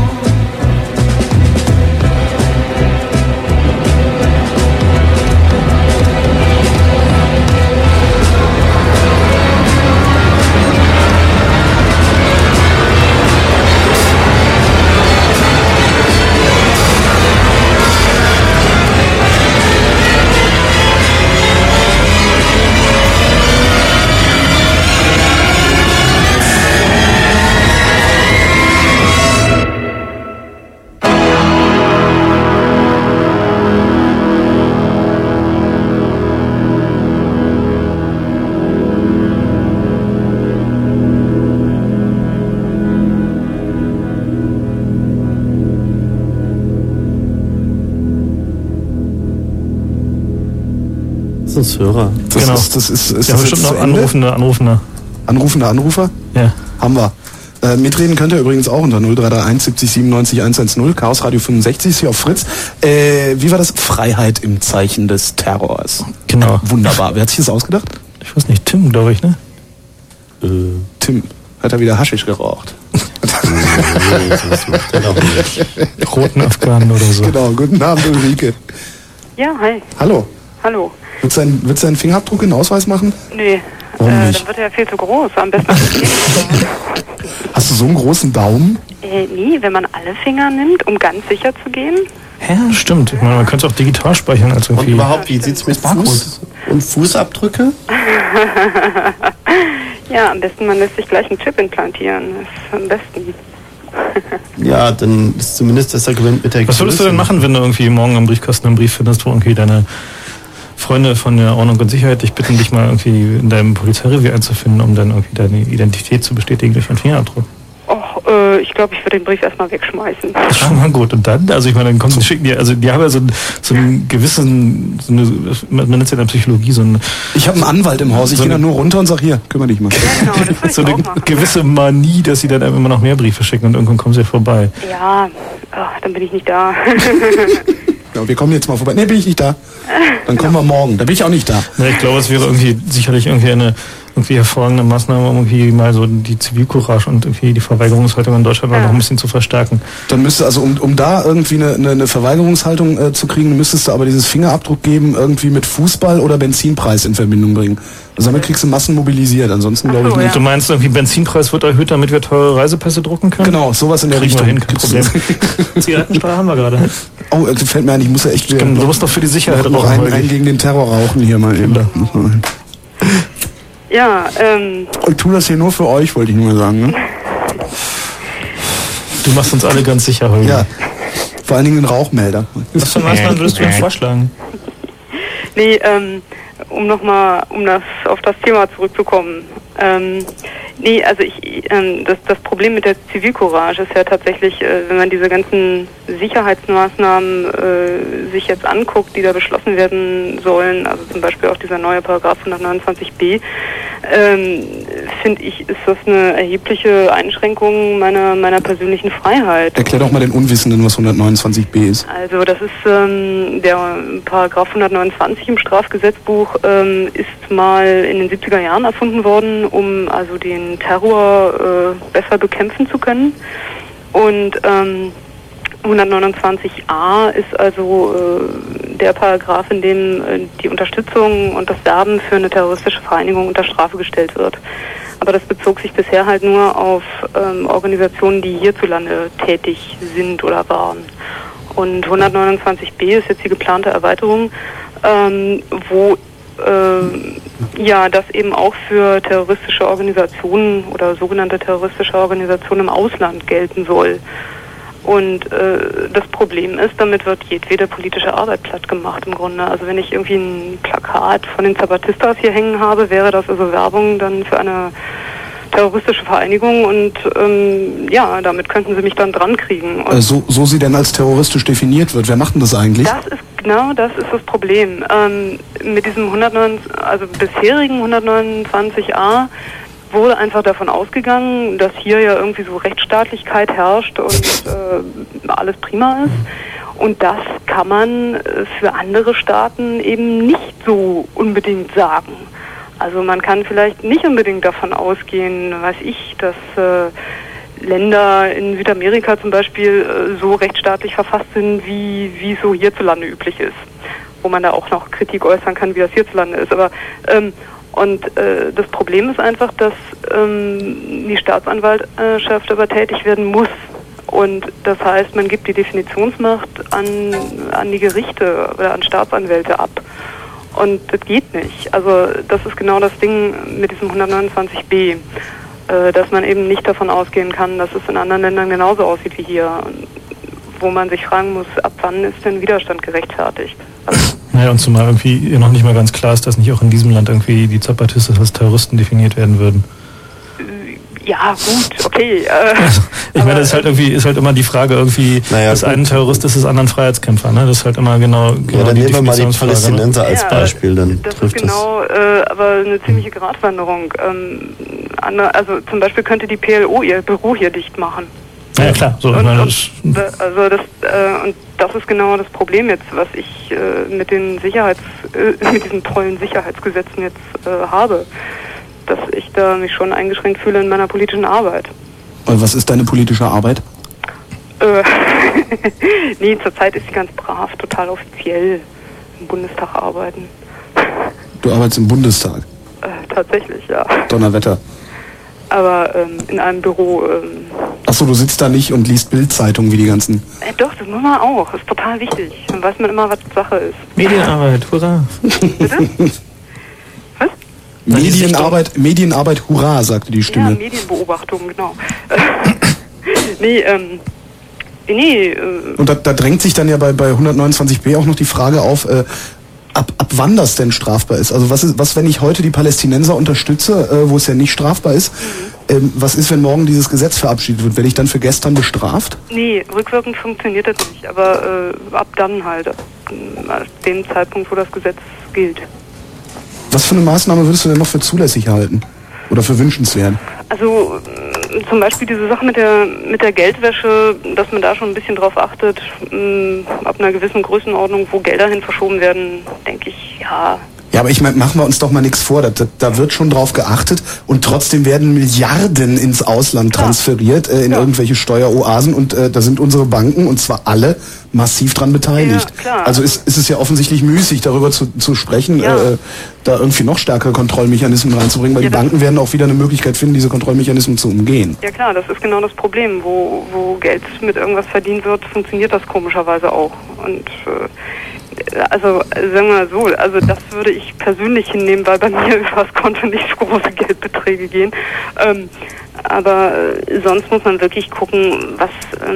Speaker 4: Hörer.
Speaker 2: Das ist
Speaker 12: ja, bestimmt noch
Speaker 2: Anrufender?
Speaker 12: Ja.
Speaker 2: Haben wir. Mitreden könnt ihr übrigens auch unter 0331 70 97 110, Chaos Radio 65 ist hier auf Fritz. Wie war das? Freiheit im Zeichen des Terrors.
Speaker 12: Genau.
Speaker 2: Wunderbar. Wer hat sich das ausgedacht?
Speaker 12: Ich weiß nicht, Tim, glaube ich, ne?
Speaker 2: Tim. Hat er wieder Haschisch geraucht?
Speaker 4: Das macht er doch nicht.
Speaker 12: Roten Afghanen oder so.
Speaker 2: Genau. Guten Abend, Ulrike.
Speaker 18: Ja, hi.
Speaker 2: Hallo.
Speaker 18: Hallo.
Speaker 2: Willst du einen Fingerabdruck in den Ausweis machen?
Speaker 18: Nee,
Speaker 2: Warum nicht?
Speaker 18: dann wird er ja viel zu groß. Am besten
Speaker 2: Hast du so einen großen Daumen?
Speaker 18: nie, wenn man alle Finger nimmt, um ganz sicher zu gehen.
Speaker 12: Ja, stimmt. Ich meine, man könnte es auch digital speichern als irgendwie.
Speaker 4: Und überhaupt, wie sieht's mit Fuß und Fußabdrücke?
Speaker 18: Ja, am besten man lässt sich gleich einen Chip implantieren. Das ist am besten.
Speaker 4: Ja, dann ist zumindest das Argument mit der
Speaker 12: Was würdest du denn machen, wenn du irgendwie morgen am Briefkasten einen Brief findest, wo irgendwie deine Freunde von der Ordnung und Sicherheit dich bitten, dich mal irgendwie in deinem Polizeirevier einzufinden, um dann irgendwie deine Identität zu bestätigen durch einen Fingerabdruck?
Speaker 18: Ich glaube, ich würde den Brief erstmal wegschmeißen.
Speaker 12: Das ist schon mal gut. Und dann, also ich meine, dann kommen sie, schicken dir, also die haben ja so einen gewissen, man nennt es ja in der Psychologie, so ein...
Speaker 2: Ich habe einen Anwalt im Haus, ich gehe dann nur runter und sag, hier, kümmere dich mal.
Speaker 18: Ja, genau, das
Speaker 12: so eine gewisse Manie, dass sie dann immer noch mehr Briefe schicken und irgendwann kommen sie vorbei.
Speaker 18: Ja, dann bin ich nicht da.
Speaker 2: Ja, wir kommen jetzt mal vorbei. Nee, bin ich nicht da. Dann kommen wir morgen. Da bin ich auch nicht da.
Speaker 12: Ja, ich glaube, es wäre sicherlich eine hervorragende Maßnahme, um irgendwie mal so die Zivilcourage und irgendwie die Verweigerungshaltung in Deutschland noch ein bisschen zu verstärken.
Speaker 2: Dann müsste, also um da irgendwie eine Verweigerungshaltung zu kriegen, müsstest du aber dieses Fingerabdruck geben, irgendwie mit Fußball oder Benzinpreis in Verbindung bringen. Also damit kriegst du Massen mobilisiert, ansonsten glaube ich nicht.
Speaker 12: Du meinst irgendwie, Benzinpreis wird erhöht, damit wir teure Reisepässe drucken können?
Speaker 2: Genau, sowas in der
Speaker 12: Kriegen
Speaker 2: Richtung.
Speaker 12: wir hin, kein Problem. Zigarettensteuer haben wir gerade.
Speaker 2: Oh, fällt mir ein, ich muss ja echt...
Speaker 12: Du musst doch für die Sicherheit
Speaker 2: noch einen gegen den Terror rauchen hier mal eben.
Speaker 18: Ja,
Speaker 2: Ich tue das hier nur für euch, wollte ich nur mal sagen. Ne?
Speaker 12: Du machst uns alle ganz sicher heute.
Speaker 2: Ja, vor allen Dingen den Rauchmelder.
Speaker 12: Was für Maßnahmen würdest du denn vorschlagen?
Speaker 18: Nee, auf das Thema zurückzukommen. Also das Problem mit der Zivilcourage ist ja tatsächlich, wenn man diese ganzen Sicherheitsmaßnahmen sich jetzt anguckt, die da beschlossen werden sollen, also zum Beispiel auch dieser neue Paragraph 129b, finde ich, ist das eine erhebliche Einschränkung meiner persönlichen Freiheit.
Speaker 2: Erklär doch mal den Unwissenden, was 129b ist.
Speaker 18: Also das ist der Paragraph 129 im Strafgesetzbuch, ist mal in den 70er Jahren erfunden worden, um also den Terror besser bekämpfen zu können. Und 129a ist also der Paragraph, in dem die Unterstützung und das Werben für eine terroristische Vereinigung unter Strafe gestellt wird. Aber das bezog sich bisher halt nur auf Organisationen, die hierzulande tätig sind oder waren. Und 129b ist jetzt die geplante Erweiterung, wo das eben auch für terroristische Organisationen oder sogenannte terroristische Organisationen im Ausland gelten soll. Und das Problem ist, damit wird jedwede politische Arbeit platt gemacht im Grunde. Also wenn ich irgendwie ein Plakat von den Zapatistas hier hängen habe, wäre das also Werbung dann für eine terroristische Vereinigung und damit könnten sie mich dann dran kriegen.
Speaker 2: So sie denn als terroristisch definiert wird. Wer macht denn das eigentlich?
Speaker 18: Das ist
Speaker 21: Genau, das ist das Problem. Mit diesem bisherigen 129a wurde einfach davon ausgegangen, dass hier ja irgendwie so Rechtsstaatlichkeit herrscht und alles prima ist. Und das kann man für andere Staaten eben nicht so unbedingt sagen. Also man kann vielleicht nicht unbedingt davon ausgehen, weiß ich, dass Länder in Südamerika zum Beispiel so rechtsstaatlich verfasst sind, wie es so hierzulande üblich ist. Wo man da auch noch Kritik äußern kann, wie das hierzulande ist. Aber das Problem ist einfach, dass die Staatsanwaltschaft aber tätig werden muss. Und das heißt, man gibt die Definitionsmacht an die Gerichte oder an Staatsanwälte ab. Und das geht nicht. Also das ist genau das Ding mit diesem 129b, dass man eben nicht davon ausgehen kann, dass es in anderen Ländern genauso aussieht wie hier, wo man sich fragen muss, ab wann ist denn Widerstand gerechtfertigt?
Speaker 12: Naja, und zumal irgendwie noch nicht mal ganz klar ist, dass nicht auch in diesem Land irgendwie die Zapatisten als Terroristen definiert werden würden.
Speaker 21: Ja, gut, okay.
Speaker 12: Also, ich meine, das ist halt immer die Frage irgendwie, des einen Terrorist ist des anderen Freiheitskämpfer, ne? Das ist halt immer genau
Speaker 4: dann
Speaker 12: die
Speaker 4: nehmen wir mal die
Speaker 12: Definitionsfrage,
Speaker 4: Palästinenser als Beispiel, dann
Speaker 21: das
Speaker 4: trifft
Speaker 21: ist genau, aber eine ziemliche Gratwanderung. Also zum Beispiel könnte die PLO ihr Büro hier dicht machen.
Speaker 12: Ja, klar. So,
Speaker 21: Und das ist genau das Problem jetzt, was ich mit diesen tollen Sicherheitsgesetzen jetzt habe. Dass ich da mich schon eingeschränkt fühle in meiner politischen Arbeit.
Speaker 2: Und was ist deine politische Arbeit?
Speaker 21: Nee, zurzeit ist sie ganz brav, total offiziell im Bundestag arbeiten.
Speaker 2: Du arbeitest im Bundestag?
Speaker 21: Tatsächlich, ja.
Speaker 2: Donnerwetter.
Speaker 21: Aber in einem Büro.
Speaker 2: Achso, du sitzt da nicht und liest Bild-Zeitung wie die ganzen...
Speaker 21: Doch, das muss man auch. Das ist total wichtig. Dann weiß man immer, was Sache ist.
Speaker 3: Medienarbeit, hurra.
Speaker 21: Bitte?
Speaker 2: Medienarbeit, hurra, sagte die Stimme.
Speaker 21: Ja, Medienbeobachtung, genau.
Speaker 2: Und da drängt sich dann ja bei 129b auch noch die Frage auf, ab wann das denn strafbar ist. Also was wenn ich heute die Palästinenser unterstütze, wo es ja nicht strafbar ist, was ist, wenn morgen dieses Gesetz verabschiedet wird? Werde ich dann für gestern bestraft?
Speaker 21: Nee, rückwirkend funktioniert das nicht, aber ab dann halt, ab dem Zeitpunkt, wo das Gesetz gilt.
Speaker 2: Was für eine Maßnahme würdest du denn noch für zulässig halten? Oder für wünschenswert?
Speaker 21: Also zum Beispiel diese Sache mit der Geldwäsche, dass man da schon ein bisschen drauf achtet, ab einer gewissen Größenordnung, wo Gelder hin verschoben werden, denke ich, ja.
Speaker 2: Ja, aber ich meine, machen wir uns doch mal nichts vor. Da wird schon drauf geachtet und trotzdem werden Milliarden ins Ausland transferiert, in irgendwelche Steueroasen und da sind unsere Banken, und zwar alle, massiv dran beteiligt.
Speaker 21: Ja, klar.
Speaker 2: Also ist es ja offensichtlich müßig, darüber zu sprechen, da irgendwie noch stärkere Kontrollmechanismen reinzubringen, weil die Banken werden auch wieder eine Möglichkeit finden, diese Kontrollmechanismen zu umgehen.
Speaker 21: Ja klar, das ist genau das Problem. Wo Geld mit irgendwas verdient wird, funktioniert das komischerweise auch. Und also sagen wir mal so, also das würde ich persönlich hinnehmen, weil bei mir über das Konto nicht so große Geldbeträge gehen. Aber sonst muss man wirklich gucken, was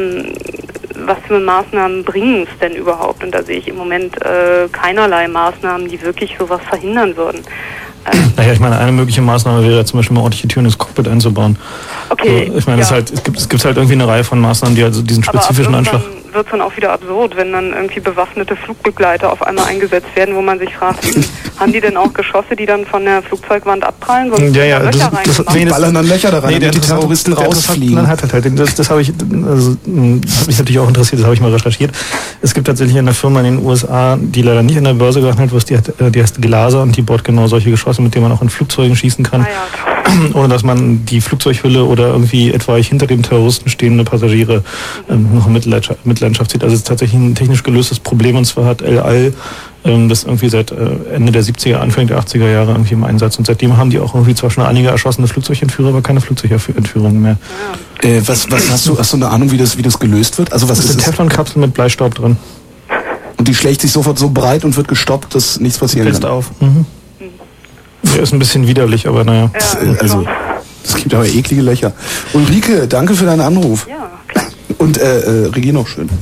Speaker 21: für Maßnahmen bringen es denn überhaupt. Und da sehe ich im Moment keinerlei Maßnahmen, die wirklich sowas verhindern würden.
Speaker 12: Naja, ich meine, eine mögliche Maßnahme wäre zum Beispiel mal ordentliche Türen ins Cockpit einzubauen.
Speaker 21: Okay.
Speaker 12: So, ich meine, es gibt halt irgendwie eine Reihe von Maßnahmen, die also diesen spezifischen Anschlag...
Speaker 21: wird es dann auch wieder absurd, wenn dann irgendwie bewaffnete Flugbegleiter auf einmal eingesetzt werden, wo man sich fragt, haben die denn auch Geschosse, die dann von der Flugzeugwand abprallen? Sonst
Speaker 12: Ja,
Speaker 21: Löcher
Speaker 2: die ballern dann Löcher da rein, damit die Terroristen rausfliegen.
Speaker 12: Das habe ich, also, hat mich natürlich auch interessiert, das habe ich mal recherchiert. Es gibt tatsächlich eine Firma in den USA, die leider nicht in der Börse gehandelt wird, die heißt Glaser, und die baut genau solche Geschosse, mit denen man auch in Flugzeugen schießen kann, ohne dass man die Flugzeughülle oder irgendwie etwaig hinter dem Terroristen stehende Passagiere noch in Mitleidenschaft zieht. Also es ist tatsächlich ein technisch gelöstes Problem, und zwar hat El Al das irgendwie seit Ende der 70er, Anfang der 80er Jahre irgendwie im Einsatz, und seitdem haben die auch irgendwie zwar schon einige erschossene Flugzeugentführer, aber keine Flugzeugentführungen mehr.
Speaker 2: Was hast du eine Ahnung, wie das gelöst wird? Also was ist
Speaker 12: eine Teflonkapsel mit Bleistaub drin.
Speaker 2: Und die schlägt sich sofort so breit und wird gestoppt, dass nichts passieren kann.
Speaker 12: Fällt auf. Der ist ein bisschen widerlich, aber naja.
Speaker 2: Also, es gibt aber eklige Löcher. Ulrike, danke für deinen Anruf.
Speaker 21: Ja, klar.
Speaker 2: Und regier noch schön.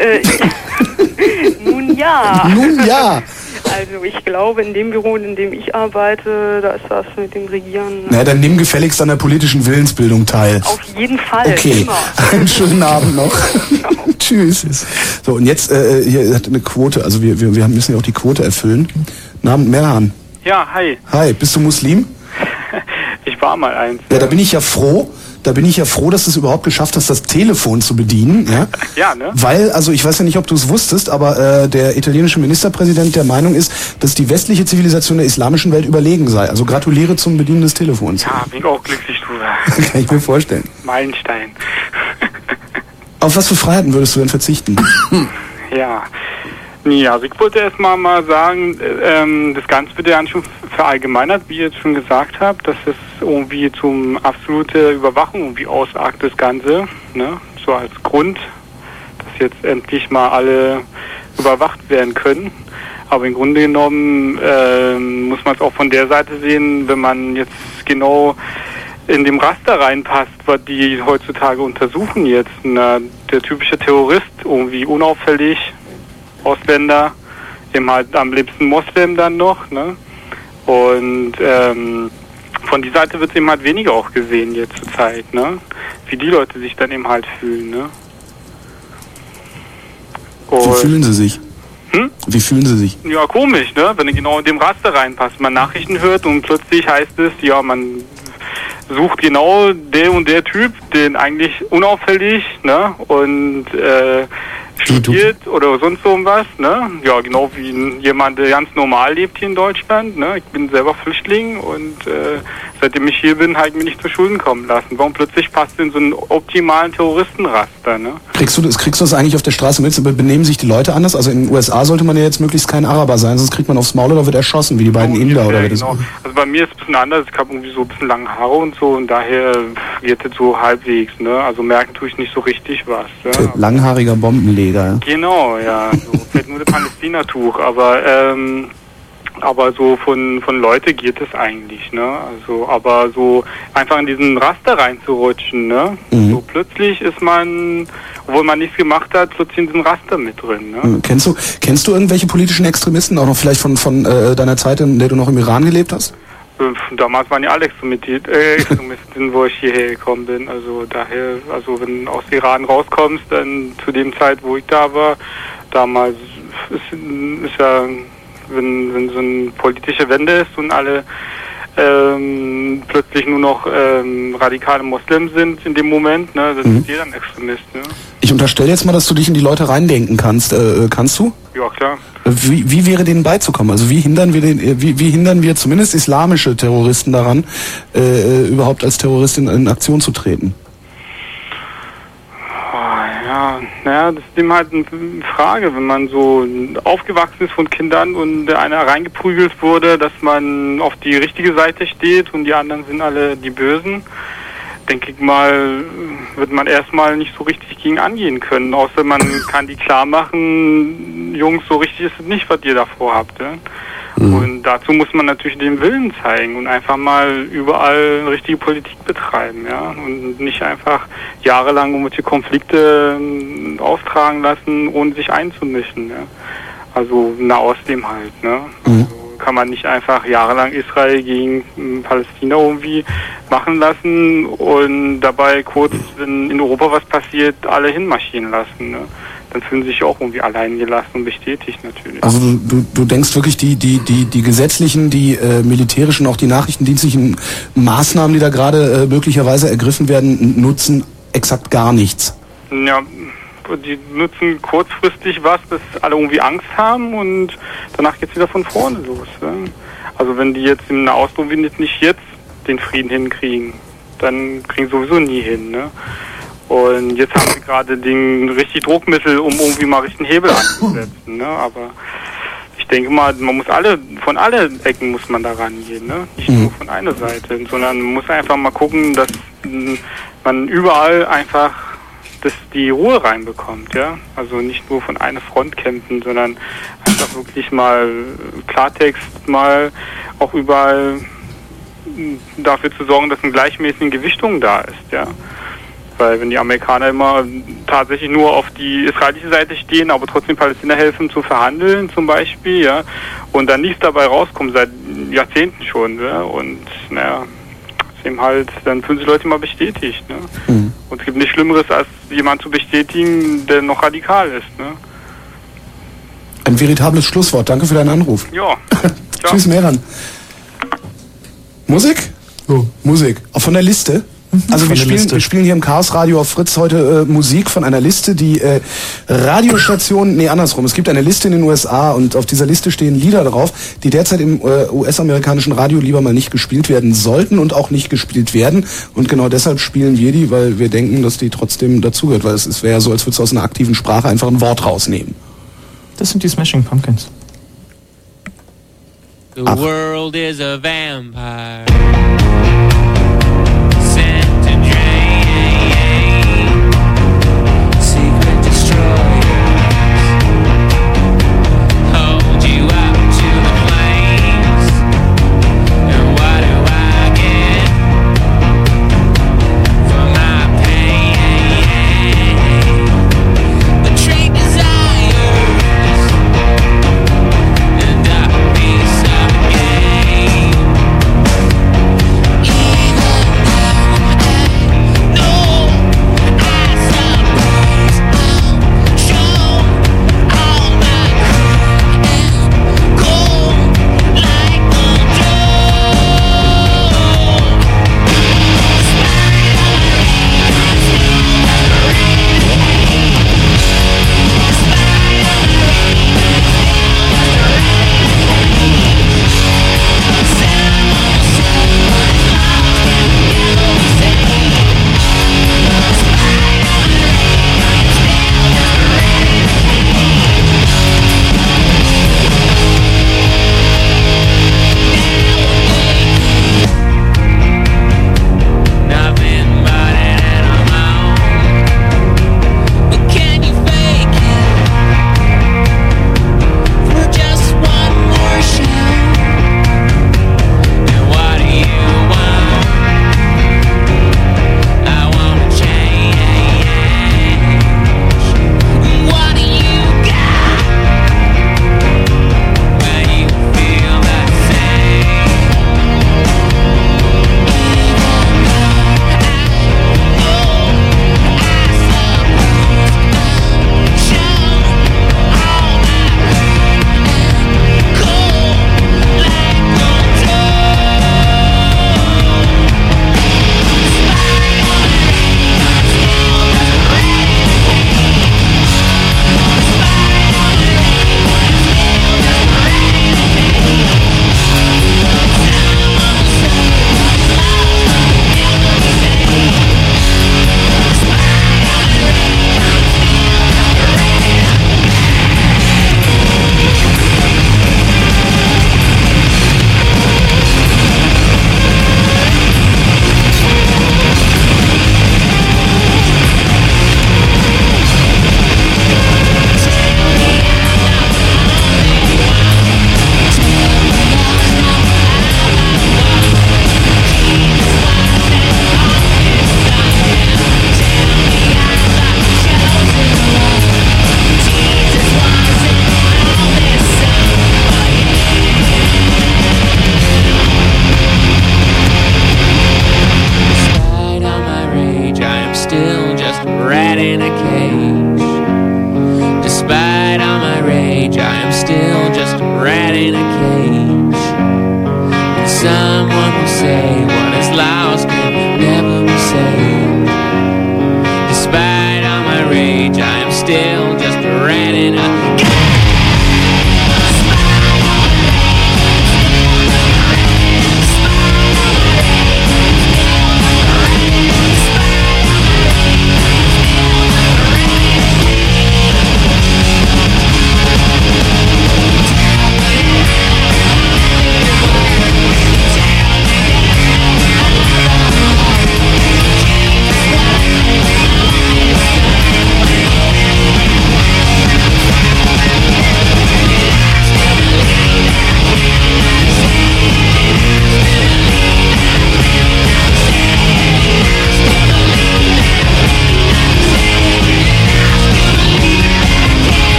Speaker 21: Nun ja.
Speaker 2: Nun ja.
Speaker 21: Also ich glaube, in dem Büro, in dem ich arbeite, da ist das mit dem Regieren...
Speaker 2: Na, dann nimm gefälligst an der politischen Willensbildung teil.
Speaker 21: Auf jeden Fall.
Speaker 2: Okay,
Speaker 21: immer.
Speaker 2: einen schönen Abend noch. Tschüss. So, und jetzt, hier hat eine Quote, also wir müssen ja auch die Quote erfüllen. Namen Merhan.
Speaker 1: Ja, hi.
Speaker 2: Hi, bist du Muslim?
Speaker 1: Ich war mal eins.
Speaker 2: Ja, da bin ich ja froh, dass du es überhaupt geschafft hast, das Telefon zu bedienen. Ja,
Speaker 1: ja, ne?
Speaker 2: Weil, also ich weiß ja nicht, ob du es wusstest, aber der italienische Ministerpräsident der Meinung ist, dass die westliche Zivilisation der islamischen Welt überlegen sei. Also gratuliere zum Bedienen des Telefons.
Speaker 1: Ja, bin ich auch glücklich drüber.
Speaker 2: Kann ich mir vorstellen.
Speaker 1: Meilenstein.
Speaker 2: Auf was für Freiheiten würdest du denn verzichten?
Speaker 1: Ja. Nee, also ich wollte erst mal sagen, das Ganze wird ja schon verallgemeinert, wie ihr jetzt schon gesagt habt, dass es irgendwie zum absolute Überwachung irgendwie ausartet, das Ganze, ne? So als Grund, dass jetzt endlich mal alle überwacht werden können. Aber im Grunde genommen muss man es auch von der Seite sehen, wenn man jetzt genau in dem Raster reinpasst, was die heutzutage untersuchen jetzt. Na, der typische Terrorist, irgendwie unauffällig, Ausländer, eben halt am liebsten Moslem dann noch, ne? Und von die Seite wird es eben halt weniger auch gesehen jetzt zur Zeit, ne? Wie die Leute sich dann eben halt fühlen, ne?
Speaker 2: Und wie fühlen sie sich? Wie fühlen sie sich?
Speaker 1: Ja, komisch, ne? Wenn du genau in dem Raster reinpasst, man Nachrichten hört und plötzlich heißt es, ja, man sucht genau der und der Typ, den eigentlich unauffällig, ne? Und studiert oder sonst irgendwas, ne? Ja, genau wie jemand, der ganz normal lebt hier in Deutschland, ne? Ich bin selber Flüchtling und seitdem ich hier bin, habe ich mich nicht zu Schulden kommen lassen. Warum plötzlich passt du in so einen optimalen Terroristenraster, ne?
Speaker 2: Kriegst du das eigentlich auf der Straße mit? Benehmen sich die Leute anders? Also in den USA sollte man ja jetzt möglichst kein Araber sein, sonst kriegt man aufs Maul oder wird erschossen, wie die beiden Inder oder wie das.
Speaker 1: Genau. Also bei mir ist es ein bisschen anders. Ich habe irgendwie so ein bisschen lange Haare und so und daher wird es so halbwegs, ne? Also merken tue ich nicht so richtig was. Ja?
Speaker 2: Langhaariger Bombenleger.
Speaker 1: Genau, ja. So fällt nur das Palästinatuch, aber so von Leute geht es eigentlich, ne? Also, aber so einfach in diesen Raster reinzurutschen, ne?
Speaker 2: Mhm.
Speaker 1: So plötzlich ist man, obwohl man nichts gemacht hat, plötzlich in diesem Raster mit drin, ne?
Speaker 2: Kennst du irgendwelche politischen Extremisten, auch noch vielleicht von deiner Zeit, in der du noch im Iran gelebt hast?
Speaker 1: Damals waren ja alle Extremisten, wo ich hierher gekommen bin. Also daher, also wenn du aus Iran rauskommst, dann zu dem Zeit, wo ich da war, damals ist ja, wenn so eine politische Wende ist und alle plötzlich nur noch radikale Moslems sind in dem Moment, ne, das ist jeder ein Extremist. Ne?
Speaker 2: Ich unterstelle jetzt mal, dass du dich in die Leute reindenken kannst. Kannst du?
Speaker 1: Ja, klar.
Speaker 2: Wie wäre denen beizukommen? Also wie hindern wir zumindest islamische Terroristen daran, überhaupt als Terroristin in Aktion zu treten?
Speaker 1: Ja, das ist eben halt eine Frage, wenn man so aufgewachsen ist von Kindern und einer reingeprügelt wurde, dass man auf die richtige Seite steht und die anderen sind alle die Bösen. Denke ich mal, wird man erstmal nicht so richtig gegen angehen können, außer man kann die klar machen, Jungs, so richtig ist es nicht, was ihr da vorhabt. Ja? Und dazu muss man natürlich den Willen zeigen und einfach mal überall richtige Politik betreiben, ja, und nicht einfach jahrelang irgendwelche Konflikte austragen lassen, ohne sich einzumischen, ja. Also Nahostem halt, ne. Also kann man nicht einfach jahrelang Israel gegen Palästina irgendwie machen lassen und dabei kurz, wenn in Europa was passiert, alle hinmarschieren lassen, ne. Dann fühlen sich auch irgendwie allein gelassen und bestätigt natürlich.
Speaker 2: Also du denkst wirklich, die gesetzlichen, die militärischen, auch die nachrichtendienstlichen Maßnahmen, die da gerade möglicherweise ergriffen werden, nutzen exakt gar nichts?
Speaker 1: Ja, die nutzen kurzfristig was, dass alle irgendwie Angst haben und danach geht's wieder von vorne los. Ne? Also wenn die jetzt im Nahostrom nicht jetzt den Frieden hinkriegen, dann kriegen sie sowieso nie hin, ne? Und jetzt haben sie gerade den richtig Druckmittel, um irgendwie mal richtigen Hebel anzusetzen, ne? Aber ich denke mal, man muss von allen Ecken muss man da rangehen, ne? Nicht nur von einer Seite, sondern man muss einfach mal gucken, dass man überall einfach die Ruhe reinbekommt, ja? Also nicht nur von einer Front kämpfen, sondern einfach wirklich mal Klartext mal auch überall dafür zu sorgen, dass eine gleichmäßige Gewichtung da ist, ja? Weil wenn die Amerikaner immer tatsächlich nur auf die israelische Seite stehen, aber trotzdem Palästina helfen zu verhandeln zum Beispiel, ja, und dann nichts dabei rauskommt, seit Jahrzehnten schon, ja, und naja, trotzdem halt, dann fühlen sich Leute immer bestätigt. Ne? Und es gibt nichts Schlimmeres, als jemanden zu bestätigen, der noch radikal ist. Ne?
Speaker 2: Ein veritables Schlusswort. Danke für deinen Anruf.
Speaker 1: Ja.
Speaker 2: Tschüss, Mehran. Musik? Musik. Auch von der Liste? Also wir spielen hier im Chaos Radio auf Fritz heute Musik von einer Liste, die Radiostationen, es gibt eine Liste in den USA und auf dieser Liste stehen Lieder drauf, die derzeit im US-amerikanischen Radio lieber mal nicht gespielt werden sollten und auch nicht gespielt werden, und genau deshalb spielen wir die, weil wir denken, dass die trotzdem dazugehört, weil es wäre ja so, als würdest du aus einer aktiven Sprache einfach ein Wort rausnehmen.
Speaker 3: Das sind die Smashing Pumpkins.
Speaker 9: The world is a vampire.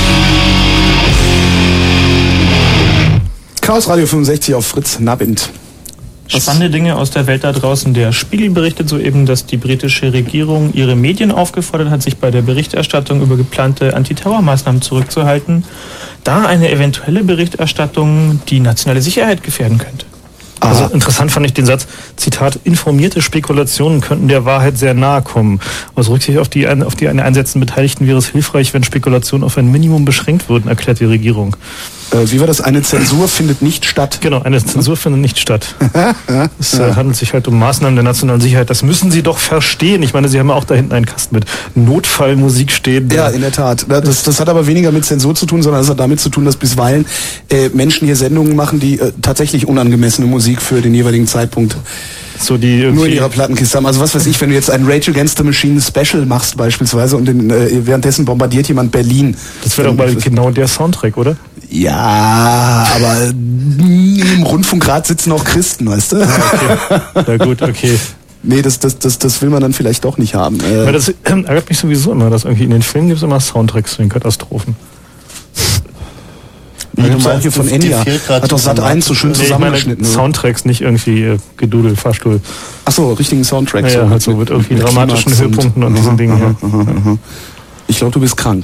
Speaker 2: Chaos Radio 65 auf Fritz Nabend.
Speaker 3: Spannende Dinge aus der Welt da draußen. Der Spiegel berichtet soeben, dass die britische Regierung ihre Medien aufgefordert hat, sich bei der Berichterstattung über geplante Antiterrormaßnahmen zurückzuhalten, da eine eventuelle Berichterstattung die nationale Sicherheit gefährden könnte.
Speaker 12: Also interessant fand ich den Satz, Zitat, informierte Spekulationen könnten der Wahrheit sehr nahe kommen. Aus Rücksicht auf die einsetzenden Beteiligten wäre es hilfreich, wenn Spekulationen auf ein Minimum beschränkt würden, erklärt die Regierung.
Speaker 2: Wie war das? Eine Zensur findet nicht statt?
Speaker 12: Genau, eine Zensur findet nicht statt. Es handelt sich halt um Maßnahmen der nationalen Sicherheit. Das müssen Sie doch verstehen. Ich meine, Sie haben ja auch da hinten einen Kasten mit Notfallmusik stehen.
Speaker 2: Ja, in der Tat. Das hat aber weniger mit Zensur zu tun, sondern es hat damit zu tun, dass bisweilen Menschen hier Sendungen machen, die tatsächlich unangemessene Musik für den jeweiligen Zeitpunkt
Speaker 12: so die
Speaker 2: nur in ihrer Plattenkiste haben. Also was weiß ich, wenn du jetzt ein Rage Against the Machine Special machst beispielsweise und währenddessen bombardiert jemand Berlin.
Speaker 12: Das wäre doch mal genau der Soundtrack, oder?
Speaker 2: Ja, aber im Rundfunkrat sitzen auch Christen, weißt du?
Speaker 12: Okay. Na gut, okay.
Speaker 2: Nee, das will man dann vielleicht doch nicht haben.
Speaker 12: Weil das ärgert mich sowieso immer, dass irgendwie in den Filmen gibt es immer Soundtracks zu den Katastrophen.
Speaker 2: Nee, du meinst hier von Enya. Hat doch Sat.1 so schön zusammengeschnitten.
Speaker 12: Soundtracks, nicht irgendwie Gedudel, Fahrstuhl.
Speaker 2: Achso, richtigen Soundtracks.
Speaker 12: Ja, halt so mit irgendwie dramatischen Höhepunkten und diesen Dingen.
Speaker 2: Ich glaube, du bist krank.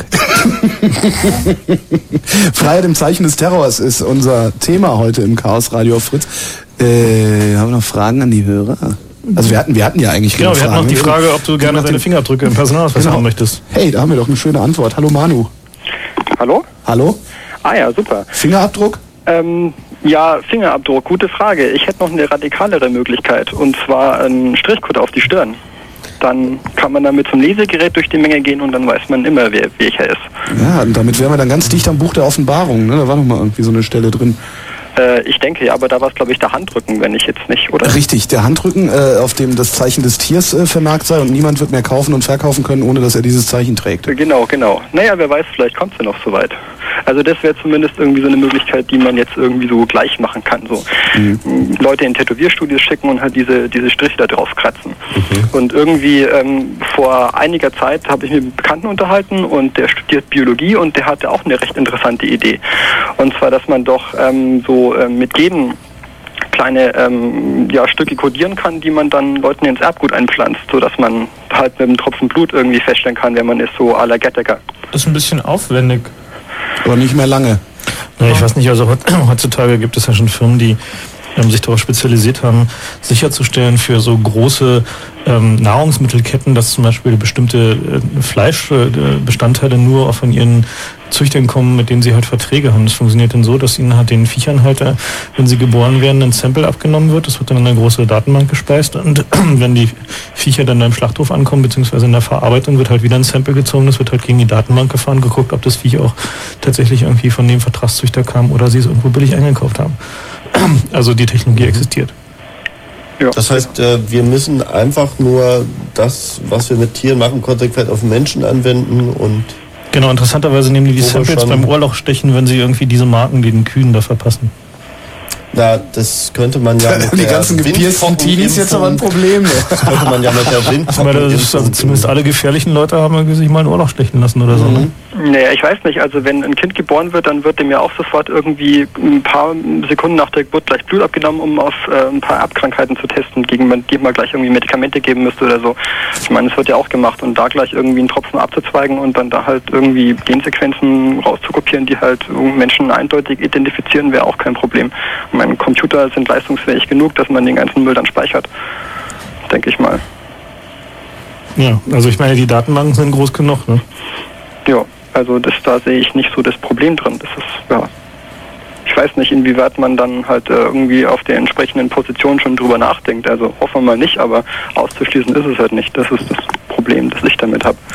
Speaker 2: Freiheit im Zeichen des Terrors ist unser Thema heute im Chaos Radio Fritz. Haben wir noch Fragen an die Hörer? Also wir hatten ja eigentlich
Speaker 12: Fragen. Wir hatten noch die Frage, ob du gerne deine Fingerabdrücke im Personalausweis haben möchtest.
Speaker 2: Hey, da haben wir doch eine schöne Antwort. Hallo Manu.
Speaker 11: Hallo?
Speaker 2: Hallo?
Speaker 11: Ah ja, super.
Speaker 2: Fingerabdruck?
Speaker 11: Ja, Fingerabdruck, gute Frage. Ich hätte noch eine radikalere Möglichkeit, und zwar einen Strichcode auf die Stirn. Dann kann man damit zum Lesegerät durch die Menge gehen und dann weiß man immer, welcher ist.
Speaker 2: Ja, und damit wären wir dann ganz dicht am Buch der Offenbarung, ne? Da war noch mal irgendwie so eine Stelle drin.
Speaker 11: Ich denke, ja, aber da war es, glaube ich, der Handrücken, wenn ich jetzt nicht, oder?
Speaker 2: Richtig, der Handrücken, auf dem das Zeichen des Tiers vermerkt sei und niemand wird mehr kaufen und verkaufen können, ohne dass er dieses Zeichen trägt.
Speaker 11: Genau. Naja, wer weiß, vielleicht kommt es ja noch so weit. Also das wäre zumindest irgendwie so eine Möglichkeit, die man jetzt irgendwie so gleich machen kann. So Leute in Tätowierstudios schicken und halt diese Striche da drauf kratzen. Und irgendwie vor einiger Zeit habe ich mich mit einem Bekannten unterhalten und der studiert Biologie und der hatte auch eine recht interessante Idee. Und zwar, dass man doch mit Genen kleine Stücke kodieren kann, die man dann Leuten ins Erbgut einpflanzt, sodass man halt mit einem Tropfen Blut irgendwie feststellen kann, wer man ist, so à la Gattaca.
Speaker 3: Das ist ein bisschen aufwendig.
Speaker 2: Aber nicht mehr lange.
Speaker 12: Ja, ich weiß nicht, also heutzutage gibt es ja schon Firmen, die sich darauf spezialisiert haben, sicherzustellen für so große Nahrungsmittelketten, dass zum Beispiel bestimmte Fleischbestandteile nur von ihren Züchtern kommen, mit denen sie halt Verträge haben. Das funktioniert dann so, dass ihnen halt den Viechern halt, wenn sie geboren werden, ein Sample abgenommen wird. Das wird dann in eine große Datenbank gespeist und wenn die Viecher dann im Schlachthof ankommen, beziehungsweise in der Verarbeitung, wird halt wieder ein Sample gezogen. Das wird halt gegen die Datenbank gefahren, geguckt, ob das Viech auch tatsächlich irgendwie von dem Vertragszüchter kam oder sie es irgendwo billig eingekauft haben. Also die Technologie existiert.
Speaker 4: Ja. Das heißt, wir müssen einfach nur das, was wir mit Tieren machen, konsequent auf Menschen anwenden und...
Speaker 12: Genau, interessanterweise nehmen die Samples beim Ohrloch stechen, wenn sie irgendwie diese Marken den Kühen da verpassen.
Speaker 4: Ja, das könnte man ja mit
Speaker 2: die ganzen gepiersten Teenies jetzt aber ein Problem.
Speaker 4: Das könnte man ja mit der
Speaker 12: Windpocken. Zumindest alle gefährlichen Leute haben sich mal ein Ohrloch stechen lassen oder so. Ne?
Speaker 11: Naja, ich weiß nicht. Also wenn ein Kind geboren wird, dann wird dem ja auch sofort irgendwie ein paar Sekunden nach der Geburt gleich Blut abgenommen, um auf ein paar Erbkrankheiten zu testen, gegen die man gleich irgendwie Medikamente geben müsste oder so. Ich meine, es wird ja auch gemacht und da gleich irgendwie einen Tropfen abzuzweigen und dann da halt irgendwie Gensequenzen rauszukopieren, die halt Menschen eindeutig identifizieren, wäre auch kein Problem. Computer sind leistungsfähig genug, dass man den ganzen Müll dann speichert, denke ich mal.
Speaker 12: Ja, also ich meine, die Datenbanken sind groß genug, ne?
Speaker 11: Ja, also da sehe ich nicht so das Problem drin. Das ist, ja, ich weiß nicht, inwieweit man dann halt irgendwie auf der entsprechenden Position schon drüber nachdenkt. Also hoffen wir mal nicht, aber auszuschließen ist es halt nicht. Das ist das Problem, das ich damit habe.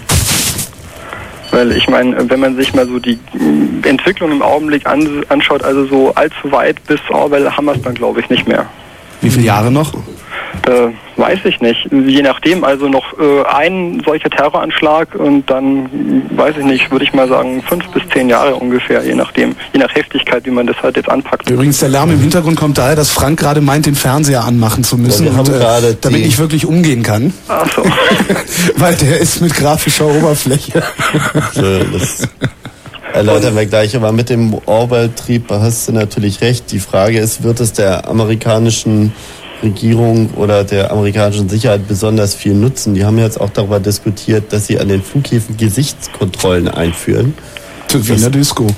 Speaker 11: Weil ich meine, wenn man sich mal so die Entwicklung im Augenblick anschaut, also so allzu weit bis Orwell haben wir es dann, glaube ich, nicht mehr.
Speaker 2: Wie viele Jahre noch?
Speaker 11: Weiß ich nicht. Je nachdem, also noch ein solcher Terroranschlag und dann, weiß ich nicht, würde ich mal sagen 5 bis 10 Jahre ungefähr, je nach Heftigkeit, wie man das halt jetzt anpackt.
Speaker 2: Übrigens, der Lärm im Hintergrund kommt daher, dass Frank gerade meint, den Fernseher anmachen zu müssen, und, damit ich wirklich umgehen kann.
Speaker 11: Ach so.
Speaker 2: Weil der ist mit grafischer Oberfläche.
Speaker 4: erläutern wir gleich. Aber mit dem Orwell-Trieb hast du natürlich recht. Die Frage ist, wird es der amerikanischen Regierung oder der amerikanischen Sicherheit besonders viel nutzen? Die haben jetzt auch darüber diskutiert, dass sie an den Flughäfen Gesichtskontrollen einführen.
Speaker 2: Wie in der Disco.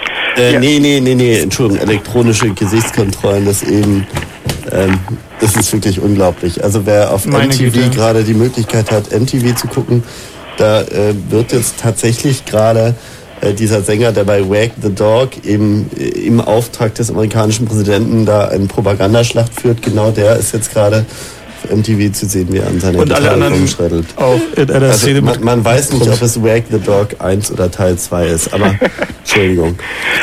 Speaker 4: Nee, Entschuldigung, elektronische Gesichtskontrollen, das ist wirklich unglaublich. Also wer auf MTV gerade die Möglichkeit hat, MTV zu gucken, da wird jetzt tatsächlich gerade dieser Sänger, der bei Wag the Dog eben im Auftrag des amerikanischen Präsidenten da eine Propagandaschlacht führt, genau der ist jetzt gerade auf MTV zu sehen, wie er an seiner Gitarre rumschreddelt.
Speaker 12: Auch in einer
Speaker 4: also
Speaker 12: Szene
Speaker 4: man weiß nicht, ob es Wag the Dog 1 oder Teil 2 ist, aber Entschuldigung.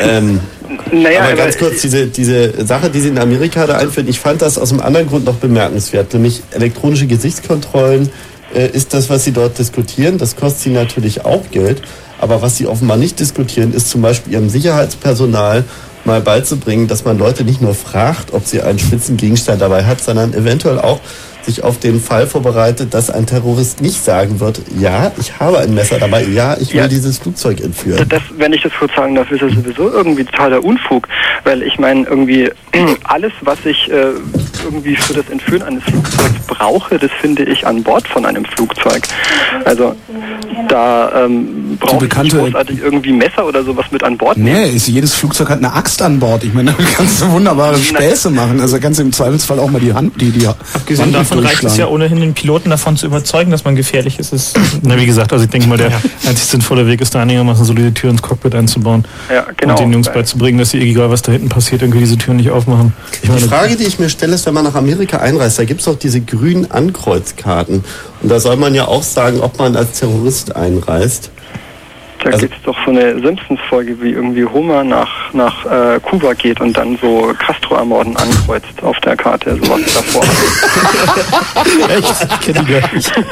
Speaker 4: Aber ganz kurz, diese Sache, die sie in Amerika da einführen, ich fand das aus einem anderen Grund noch bemerkenswert, nämlich elektronische Gesichtskontrollen ist das, was sie dort diskutieren. Das kostet sie natürlich auch Geld. Aber was sie offenbar nicht diskutieren, ist zum Beispiel ihrem Sicherheitspersonal mal beizubringen, dass man Leute nicht nur fragt, ob sie einen Spitzengegenstand dabei hat, sondern eventuell auch sich auf den Fall vorbereitet, dass ein Terrorist nicht sagen wird, ja, ich habe ein Messer dabei, ja, ich will dieses Flugzeug entführen.
Speaker 11: Das, wenn ich das kurz sagen darf, ist das sowieso irgendwie totaler Unfug, weil ich meine, irgendwie alles, was ich irgendwie für das Entführen eines Flugzeugs brauche, das finde ich an Bord von einem Flugzeug. Also da brauche ich nicht großartig irgendwie Messer oder sowas mit an Bord nehmen.
Speaker 2: Nee, jedes Flugzeug hat eine Axt an Bord. Ich meine, da kannst du wunderbare Späße machen. Also kannst du im Zweifelsfall auch mal die Hand,
Speaker 3: abgesehen davon reicht es ja ohnehin, den Piloten davon zu überzeugen, dass man gefährlich ist.
Speaker 12: Na, wie gesagt, also ich denke mal, der einzig sinnvolle Weg ist, da einigermaßen solide Türen ins Cockpit einzubauen.
Speaker 11: Ja, genau.
Speaker 12: Und den Jungs beizubringen, dass sie, egal was da hinten passiert, irgendwie diese Türen nicht aufmachen.
Speaker 4: Die Frage, die ich mir stelle, ist, wenn man nach Amerika einreist, da gibt es doch diese grünen Ankreuzkarten. Und da soll man ja auch sagen, ob man als Terrorist einreist.
Speaker 11: Da gibt es doch so eine Simpsons-Folge, wie irgendwie Homer nach Kuba geht und dann so Castro-Ermorden ankreuzt auf der Karte, so was davor hat.
Speaker 12: Echt? Kenn ich gar nicht.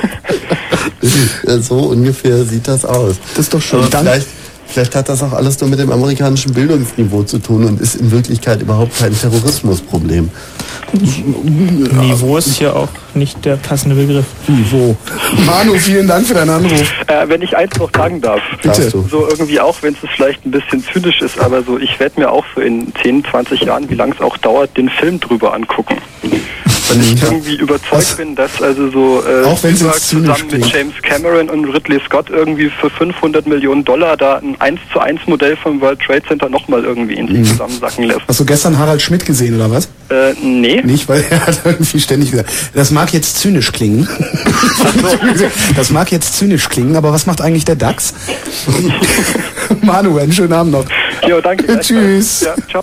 Speaker 4: So ungefähr sieht das aus.
Speaker 2: Das ist doch schön.
Speaker 4: Vielleicht hat das auch alles nur mit dem amerikanischen Bildungsniveau zu tun und ist in Wirklichkeit überhaupt kein Terrorismusproblem.
Speaker 3: Niveau ist hier auch nicht der passende Begriff.
Speaker 2: Niveau. Manu, vielen Dank für deinen Anruf.
Speaker 11: Wenn ich eins noch sagen darf.
Speaker 2: Bitte.
Speaker 11: So irgendwie auch, wenn es vielleicht ein bisschen zynisch ist, aber so, ich werde mir auch so in 10, 20 Jahren, wie lang es auch dauert, den Film drüber angucken. Weil ich irgendwie überzeugt bin, dass also so
Speaker 2: auch wenn
Speaker 11: zusammen mit James Cameron und Ridley Scott irgendwie für $500 Millionen da ein 1:1 Modell vom World Trade Center nochmal irgendwie in sich zusammensacken lässt.
Speaker 2: Hast du gestern Harald Schmidt gesehen, oder was?
Speaker 11: Nee.
Speaker 2: Nicht, weil er hat irgendwie ständig gesagt, das mag jetzt zynisch klingen. Das mag jetzt zynisch klingen, aber was macht eigentlich der DAX? Manu, einen schönen Abend noch.
Speaker 11: Jo, danke.
Speaker 2: Tschüss.
Speaker 11: Ja, ciao.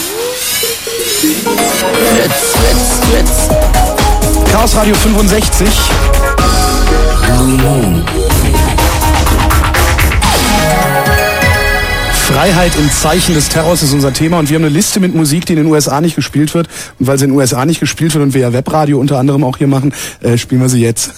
Speaker 2: Chaos Radio 65. Freiheit im Zeichen des Terrors ist unser Thema und wir haben eine Liste mit Musik, die in den USA nicht gespielt wird. Und weil sie in den USA nicht gespielt wird und wir ja Webradio unter anderem auch hier machen, spielen wir sie jetzt.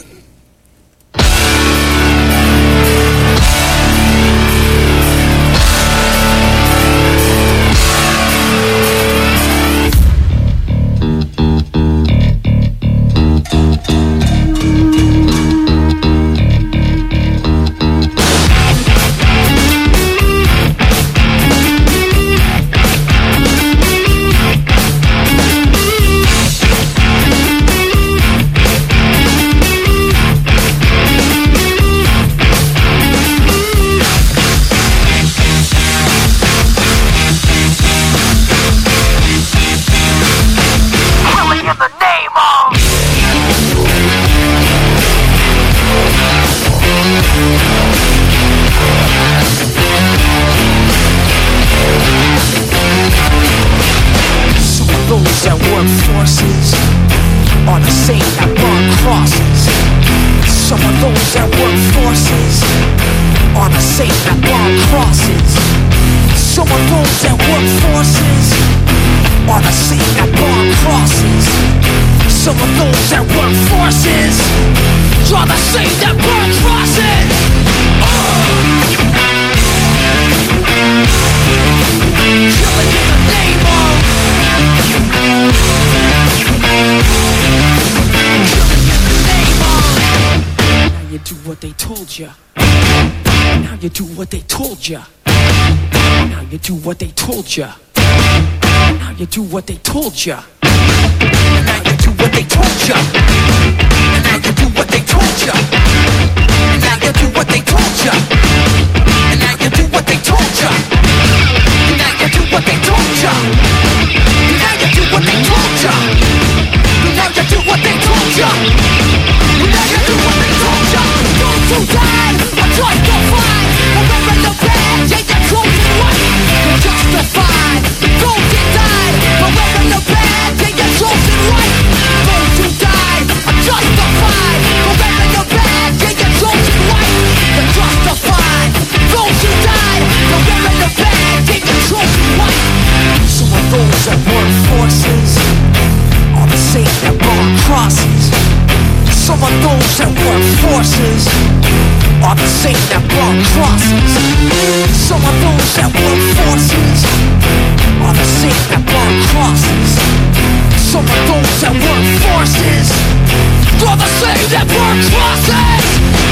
Speaker 5: Now you do what they told ya. Now you do what they told ya. Now you do what they told ya. Now you do what they told ya. Now you do what they told ya. Now you do what they told ya. Now you do what they told ya. Now you do what they told ya. Now you do what they told ya. Now you do what they told ya. Now you do what they told ya. Those who died are justified. Remember the bad, yeah, you're chosen right. You're justified. Those who died, remember the bad, yeah, you're chosen right. Those who died are justified. Remember the bad, yeah, you're chosen right. You're justified. Those who died, remember the bad, yeah, you're chosen right. Some of those that work forces are the same that burn crosses. Some of those that work forces are the same that burn crosses. Some of those that work forces are the same that burn crosses. Some of those that work forces are the same that burn crosses.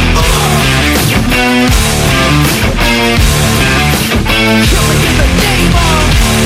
Speaker 5: Killing in the name of.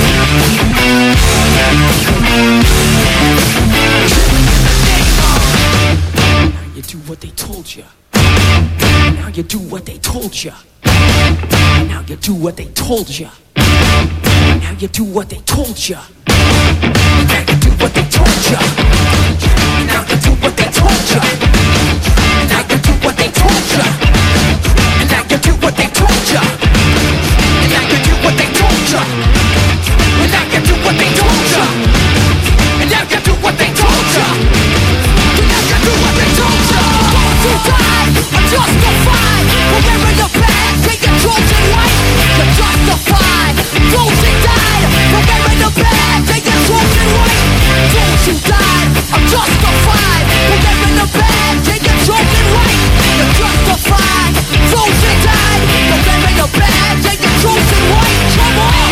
Speaker 5: Now you do what they told ya. Now you do what they told ya. Now you do what they told ya. Now you do what they told ya. Now you do what they told ya. Now you do what they told ya. Now you do what they told ya. And now you do what they told ya. And now you do what they told ya. And now you do what they told ya. And now you do what they told ya. And now you do what they told ya. Those who died are justified. Remember the bad, take your chosen right. You're justified. Those who died, remember the bad, take your chosen right. Those who died are justified. Remember the bad, take your chosen right. You're justified. Those who died, remember the bad, take your chosen right. Come on.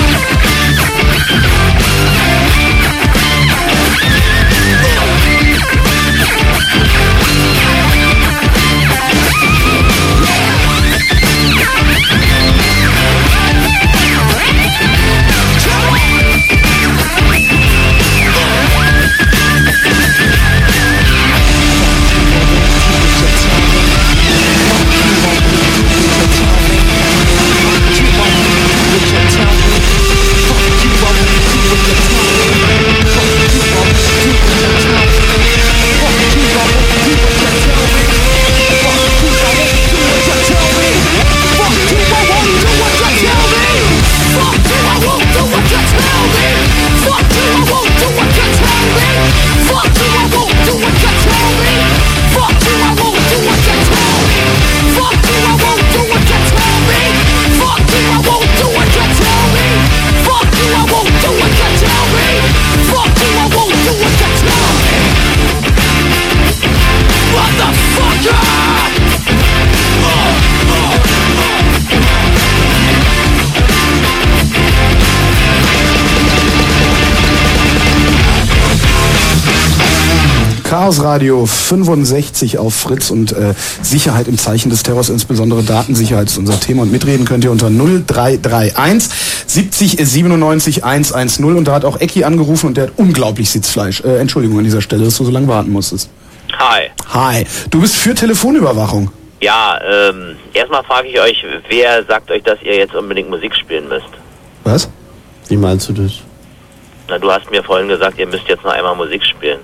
Speaker 2: Chaos Radio 65 auf Fritz und Sicherheit im Zeichen des Terrors, insbesondere Datensicherheit ist unser Thema und mitreden könnt ihr unter 0331 70 97 110 und da hat auch Ecki angerufen und der hat unglaublich Sitzfleisch. Entschuldigung an dieser Stelle, dass du so lange warten musstest.
Speaker 13: Hi.
Speaker 2: Hi. Du bist für Telefonüberwachung.
Speaker 13: Ja, erstmal frage ich euch, wer sagt euch, dass ihr jetzt unbedingt Musik spielen müsst?
Speaker 2: Was?
Speaker 4: Wie meinst du das?
Speaker 13: Na, du hast mir vorhin gesagt, ihr müsst jetzt noch einmal Musik spielen.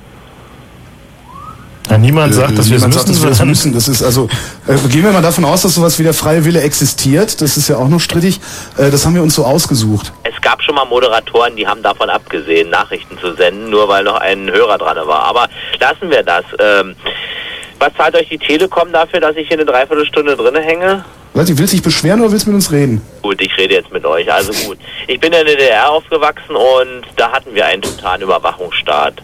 Speaker 12: Ja, niemand sagt, dass wir es müssen.
Speaker 2: Das ist also, gehen wir mal davon aus, dass sowas wie der freie Wille existiert. Das ist ja auch noch strittig. Das haben wir uns so ausgesucht.
Speaker 13: Es gab schon mal Moderatoren, die haben davon abgesehen, Nachrichten zu senden, nur weil noch ein Hörer dran war. Aber lassen wir das. Was zahlt euch die Telekom dafür, dass ich hier eine Dreiviertelstunde drinne hänge?
Speaker 2: Willst du dich beschweren oder willst du mit uns reden?
Speaker 13: Gut, ich rede jetzt mit euch, also gut. Ich bin in der DDR aufgewachsen und da hatten wir einen totalen Überwachungsstaat.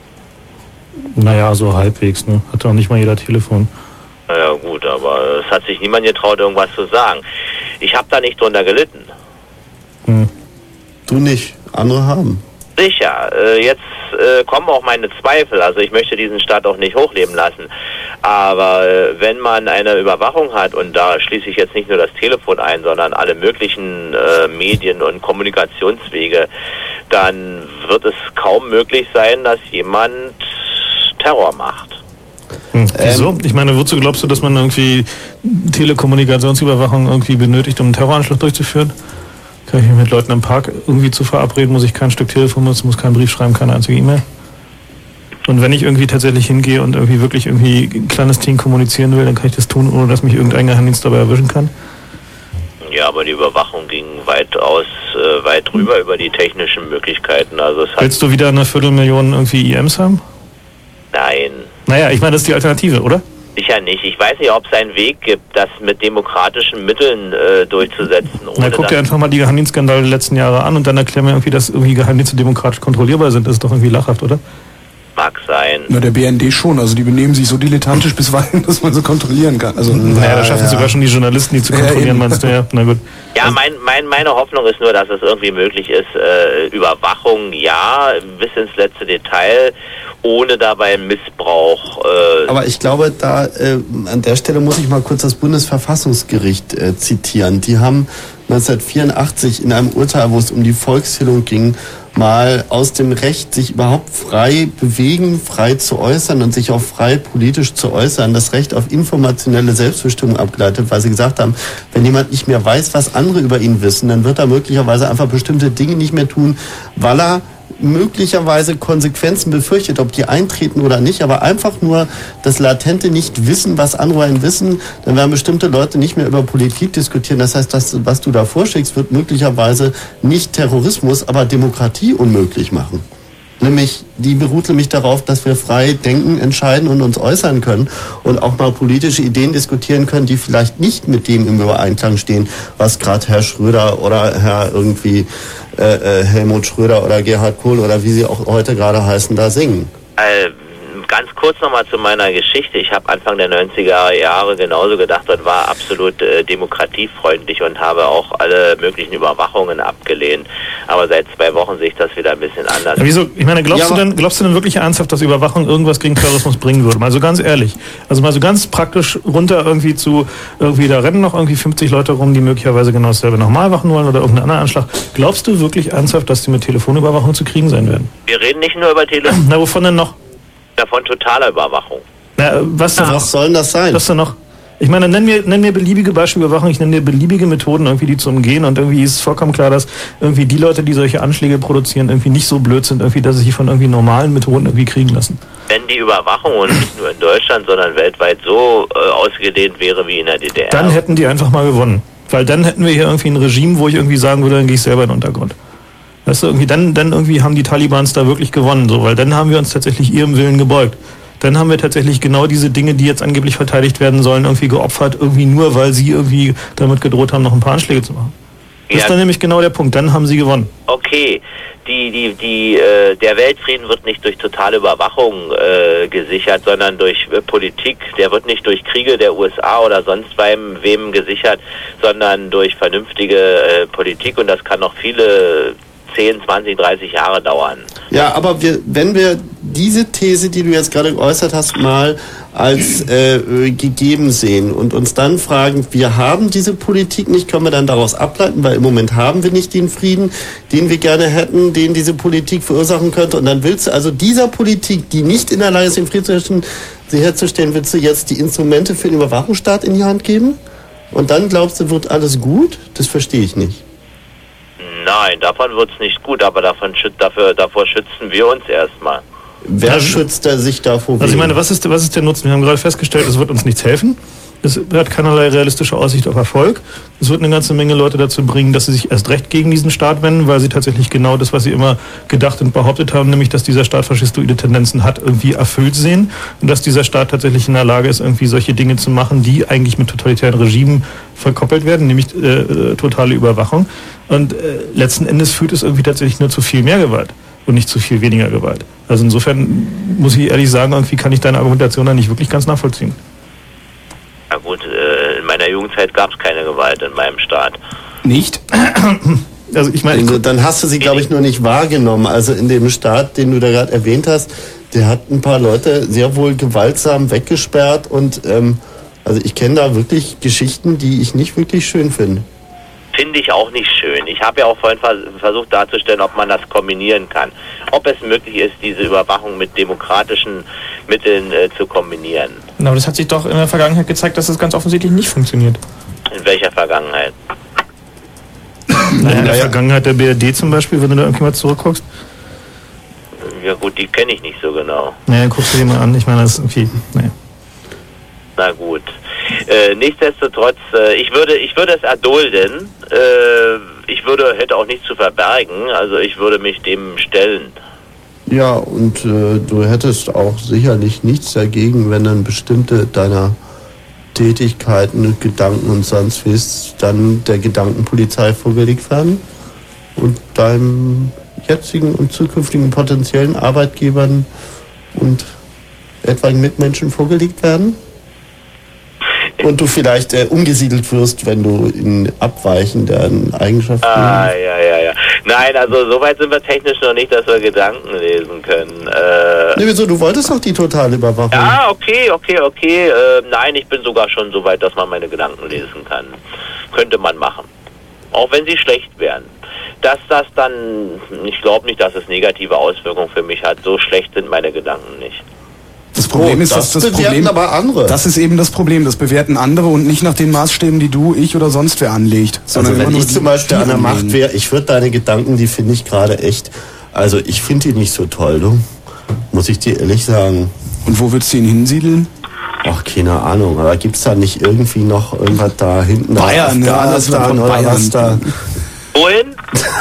Speaker 12: Naja, so halbwegs, ne? Hat auch nicht mal jeder Telefon.
Speaker 13: Naja gut, aber es hat sich niemand getraut, irgendwas zu sagen. Ich habe da nicht drunter gelitten.
Speaker 4: Du nicht, andere haben.
Speaker 13: Sicher, jetzt kommen auch meine Zweifel, also ich möchte diesen Staat auch nicht hochleben lassen. Aber wenn man eine Überwachung hat, und da schließe ich jetzt nicht nur das Telefon ein, sondern alle möglichen Medien und Kommunikationswege, dann wird es kaum möglich sein, dass jemand Terror macht.
Speaker 12: Wieso? Ich meine, wozu glaubst du, dass man irgendwie Telekommunikationsüberwachung irgendwie benötigt, um einen Terroranschlag durchzuführen? Kann ich mich mit Leuten im Park irgendwie zu verabreden, muss ich kein Stück Telefon nutzen, muss keinen Brief schreiben, keine einzige E-Mail? Und wenn ich irgendwie tatsächlich hingehe und irgendwie wirklich irgendwie clandestin kommunizieren will, dann kann ich das tun, ohne dass mich irgendein Geheimdienst dabei erwischen kann?
Speaker 13: Ja, aber die Überwachung ging weit drüber über die technischen Möglichkeiten. Also
Speaker 12: Willst du wieder 250.000 irgendwie IMs haben?
Speaker 13: Nein.
Speaker 12: Naja, ich meine, das ist die Alternative, oder?
Speaker 13: Sicher nicht. Ich weiß nicht, ob es einen Weg gibt, das mit demokratischen Mitteln durchzusetzen.
Speaker 12: Na, guck dir einfach mal die Geheimdienstskandale der letzten Jahre an und dann erklär mir irgendwie, dass irgendwie Geheimdienste demokratisch kontrollierbar sind. Das ist doch irgendwie lachhaft, oder?
Speaker 13: Mag sein.
Speaker 2: Na, der BND schon. Also die benehmen sich so dilettantisch bisweilen, dass man so kontrollieren kann. Also,
Speaker 12: naja, da schaffen sogar schon die Journalisten, die zu kontrollieren, meinst du, ja? Na gut.
Speaker 13: Ja, meine Hoffnung ist nur, dass es irgendwie möglich ist, Überwachung, ja, bis ins letzte Detail, ohne dabei Missbrauch.
Speaker 4: Aber ich glaube, da an der Stelle muss ich mal kurz das Bundesverfassungsgericht zitieren. Die haben 1984 in einem Urteil, wo es um die Volkszählung ging, mal aus dem Recht, sich überhaupt frei bewegen, frei zu äußern und sich auch frei politisch zu äußern, das Recht auf informationelle Selbstbestimmung abgeleitet, weil sie gesagt haben, wenn jemand nicht mehr weiß, was andere über ihn wissen, dann wird er möglicherweise einfach bestimmte Dinge nicht mehr tun, weil er möglicherweise Konsequenzen befürchtet, ob die eintreten oder nicht, aber einfach nur das latente Nicht-Wissen, was andere einen wissen, dann werden bestimmte Leute nicht mehr über Politik diskutieren. Das heißt, das, was du da vorschickst, wird möglicherweise nicht Terrorismus, aber Demokratie unmöglich machen. Die beruht nämlich darauf, dass wir frei denken, entscheiden und uns äußern können und auch mal politische Ideen diskutieren können, die vielleicht nicht mit dem im Übereinklang stehen, was gerade Herr Schröder oder Herr irgendwie Helmut Schröder oder Gerhard Kohl oder wie sie auch heute gerade heißen, da singen.
Speaker 13: Ganz kurz nochmal zu meiner Geschichte. Ich habe Anfang der 90er Jahre genauso gedacht und war absolut demokratiefreundlich und habe auch alle möglichen Überwachungen abgelehnt. Aber seit 2 Wochen sehe ich das wieder ein bisschen anders.
Speaker 12: Ja, wieso? Ich meine, glaubst du denn wirklich ernsthaft, dass Überwachung irgendwas gegen Terrorismus bringen würde? Mal so ganz ehrlich. Also mal so ganz praktisch runter irgendwie zu, irgendwie da rennen noch irgendwie 50 Leute rum, die möglicherweise genau dasselbe nochmal machen wollen oder irgendeinen anderen Anschlag. Glaubst du wirklich ernsthaft, dass die mit Telefonüberwachung zu kriegen sein werden?
Speaker 13: Wir reden nicht nur über Telefon.
Speaker 12: Na, wovon denn noch?
Speaker 13: Davon totaler Überwachung.
Speaker 12: Na, was
Speaker 4: soll denn das sein?
Speaker 12: Was denn noch? Ich meine, nenn mir beliebige Beispielüberwachung, ich nenne dir beliebige Methoden, irgendwie die zu umgehen und irgendwie ist es vollkommen klar, dass irgendwie die Leute, die solche Anschläge produzieren, irgendwie nicht so blöd sind, irgendwie, dass sie sich von irgendwie normalen Methoden irgendwie kriegen lassen.
Speaker 13: Wenn die Überwachung und nicht nur in Deutschland, sondern weltweit so ausgedehnt wäre wie in der DDR.
Speaker 12: Dann hätten die einfach mal gewonnen. Weil dann hätten wir hier irgendwie ein Regime, wo ich irgendwie sagen würde, dann gehe ich selber in den Untergrund. Weißt du, irgendwie dann irgendwie haben die Talibans da wirklich gewonnen, so, weil dann haben wir uns tatsächlich ihrem Willen gebeugt. Dann haben wir tatsächlich genau diese Dinge, die jetzt angeblich verteidigt werden sollen, irgendwie geopfert, irgendwie nur, weil sie irgendwie damit gedroht haben, noch ein paar Anschläge zu machen. Das ist dann nämlich genau der Punkt, dann haben sie gewonnen.
Speaker 13: Okay, der Weltfrieden wird nicht durch totale Überwachung gesichert, sondern durch Politik. Der wird nicht durch Kriege der USA oder sonst wem gesichert, sondern durch vernünftige Politik und das kann noch viele 10, 20, 30 Jahre dauern.
Speaker 4: Ja, aber wenn wir diese These, die du jetzt gerade geäußert hast, mal als gegeben sehen und uns dann fragen, wir haben diese Politik nicht, können wir dann daraus ableiten, weil im Moment haben wir nicht den Frieden, den wir gerne hätten, den diese Politik verursachen könnte. Und dann willst du also dieser Politik, die nicht in der Lage ist, den Frieden herzustellen, willst du jetzt die Instrumente für den Überwachungsstaat in die Hand geben? Und dann glaubst du, wird alles gut? Das verstehe ich nicht.
Speaker 13: Nein, davon wird es nicht gut, aber davor schützen wir uns erstmal.
Speaker 4: Wer schützt sich davor?
Speaker 12: Also ich meine, was ist der Nutzen? Wir haben gerade festgestellt, es wird uns nichts helfen. Es hat keinerlei realistische Aussicht auf Erfolg. Es wird eine ganze Menge Leute dazu bringen, dass sie sich erst recht gegen diesen Staat wenden, weil sie tatsächlich genau das, was sie immer gedacht und behauptet haben, nämlich, dass dieser Staat faschistoide Tendenzen hat, irgendwie erfüllt sehen und dass dieser Staat tatsächlich in der Lage ist, irgendwie solche Dinge zu machen, die eigentlich mit totalitären Regimen verkoppelt werden, nämlich totale Überwachung. Und letzten Endes führt es irgendwie tatsächlich nur zu viel mehr Gewalt und nicht zu viel weniger Gewalt. Also insofern muss ich ehrlich sagen, irgendwie kann ich deine Argumentation da nicht wirklich ganz nachvollziehen.
Speaker 13: Na gut, in meiner Jugendzeit gab es keine Gewalt in meinem Staat.
Speaker 2: Nicht?
Speaker 4: Also ich meine, dann hast du sie, glaube ich, nur nicht wahrgenommen. Also in dem Staat, den du da gerade erwähnt hast, Der hat ein paar Leute sehr wohl gewaltsam weggesperrt und also ich kenne da wirklich Geschichten, die ich nicht wirklich schön finde.
Speaker 13: Finde ich auch nicht schön. Ich habe ja auch vorhin versucht darzustellen, ob man das kombinieren kann. Ob es möglich ist, diese Überwachung mit demokratischen Mitteln zu kombinieren.
Speaker 3: Aber das hat sich doch in der Vergangenheit gezeigt, dass das ganz offensichtlich nicht funktioniert.
Speaker 13: In welcher Vergangenheit?
Speaker 12: In der Vergangenheit der BRD zum Beispiel, wenn du da irgendwie mal zurückguckst.
Speaker 13: Ja gut, die kenne ich nicht so genau.
Speaker 12: Naja, guckst du dir mal an. Ich meine, das ist irgendwie... Naja.
Speaker 13: Na gut. Nichtsdestotrotz, ich würde es erdulden. Ich hätte auch nichts zu verbergen. Also ich würde mich dem stellen.
Speaker 4: Ja, und du hättest auch sicherlich nichts dagegen, wenn dann bestimmte deiner Tätigkeiten, Gedanken und sonst was dann der Gedankenpolizei vorgelegt werden und deinem jetzigen und zukünftigen potenziellen Arbeitgebern und etwaigen Mitmenschen vorgelegt werden? Und du vielleicht umgesiedelt wirst, wenn du in abweichenden Eigenschaften...
Speaker 13: Ja. Nein, also soweit sind wir technisch noch nicht, dass wir Gedanken lesen können.
Speaker 4: Nee, wieso? Du wolltest doch die totale Überwachung.
Speaker 13: Ja, okay. Nein, ich bin sogar schon so weit, dass man meine Gedanken lesen kann. Könnte man machen. Auch wenn sie schlecht wären. Dass das dann... Ich glaube nicht, dass es negative Auswirkungen für mich hat. So schlecht sind meine Gedanken nicht.
Speaker 2: Das Problem ist, dass das Problem,
Speaker 4: aber andere.
Speaker 2: Das ist eben das Problem. Das bewerten andere und nicht nach den Maßstäben, die du, ich oder sonst wer anlegt.
Speaker 4: Also wenn ich zum Beispiel an der Macht wäre, ich würde deine Gedanken, die finde ich gerade echt, also ich finde die nicht so toll, du. Muss ich dir ehrlich sagen.
Speaker 2: Und wo würdest du ihn hinsiedeln?
Speaker 4: Ach, keine Ahnung. Aber gibt es da nicht irgendwie noch irgendwas da hinten?
Speaker 2: Bayern, ja, das war von Bayern.
Speaker 4: Da?
Speaker 13: Wohin?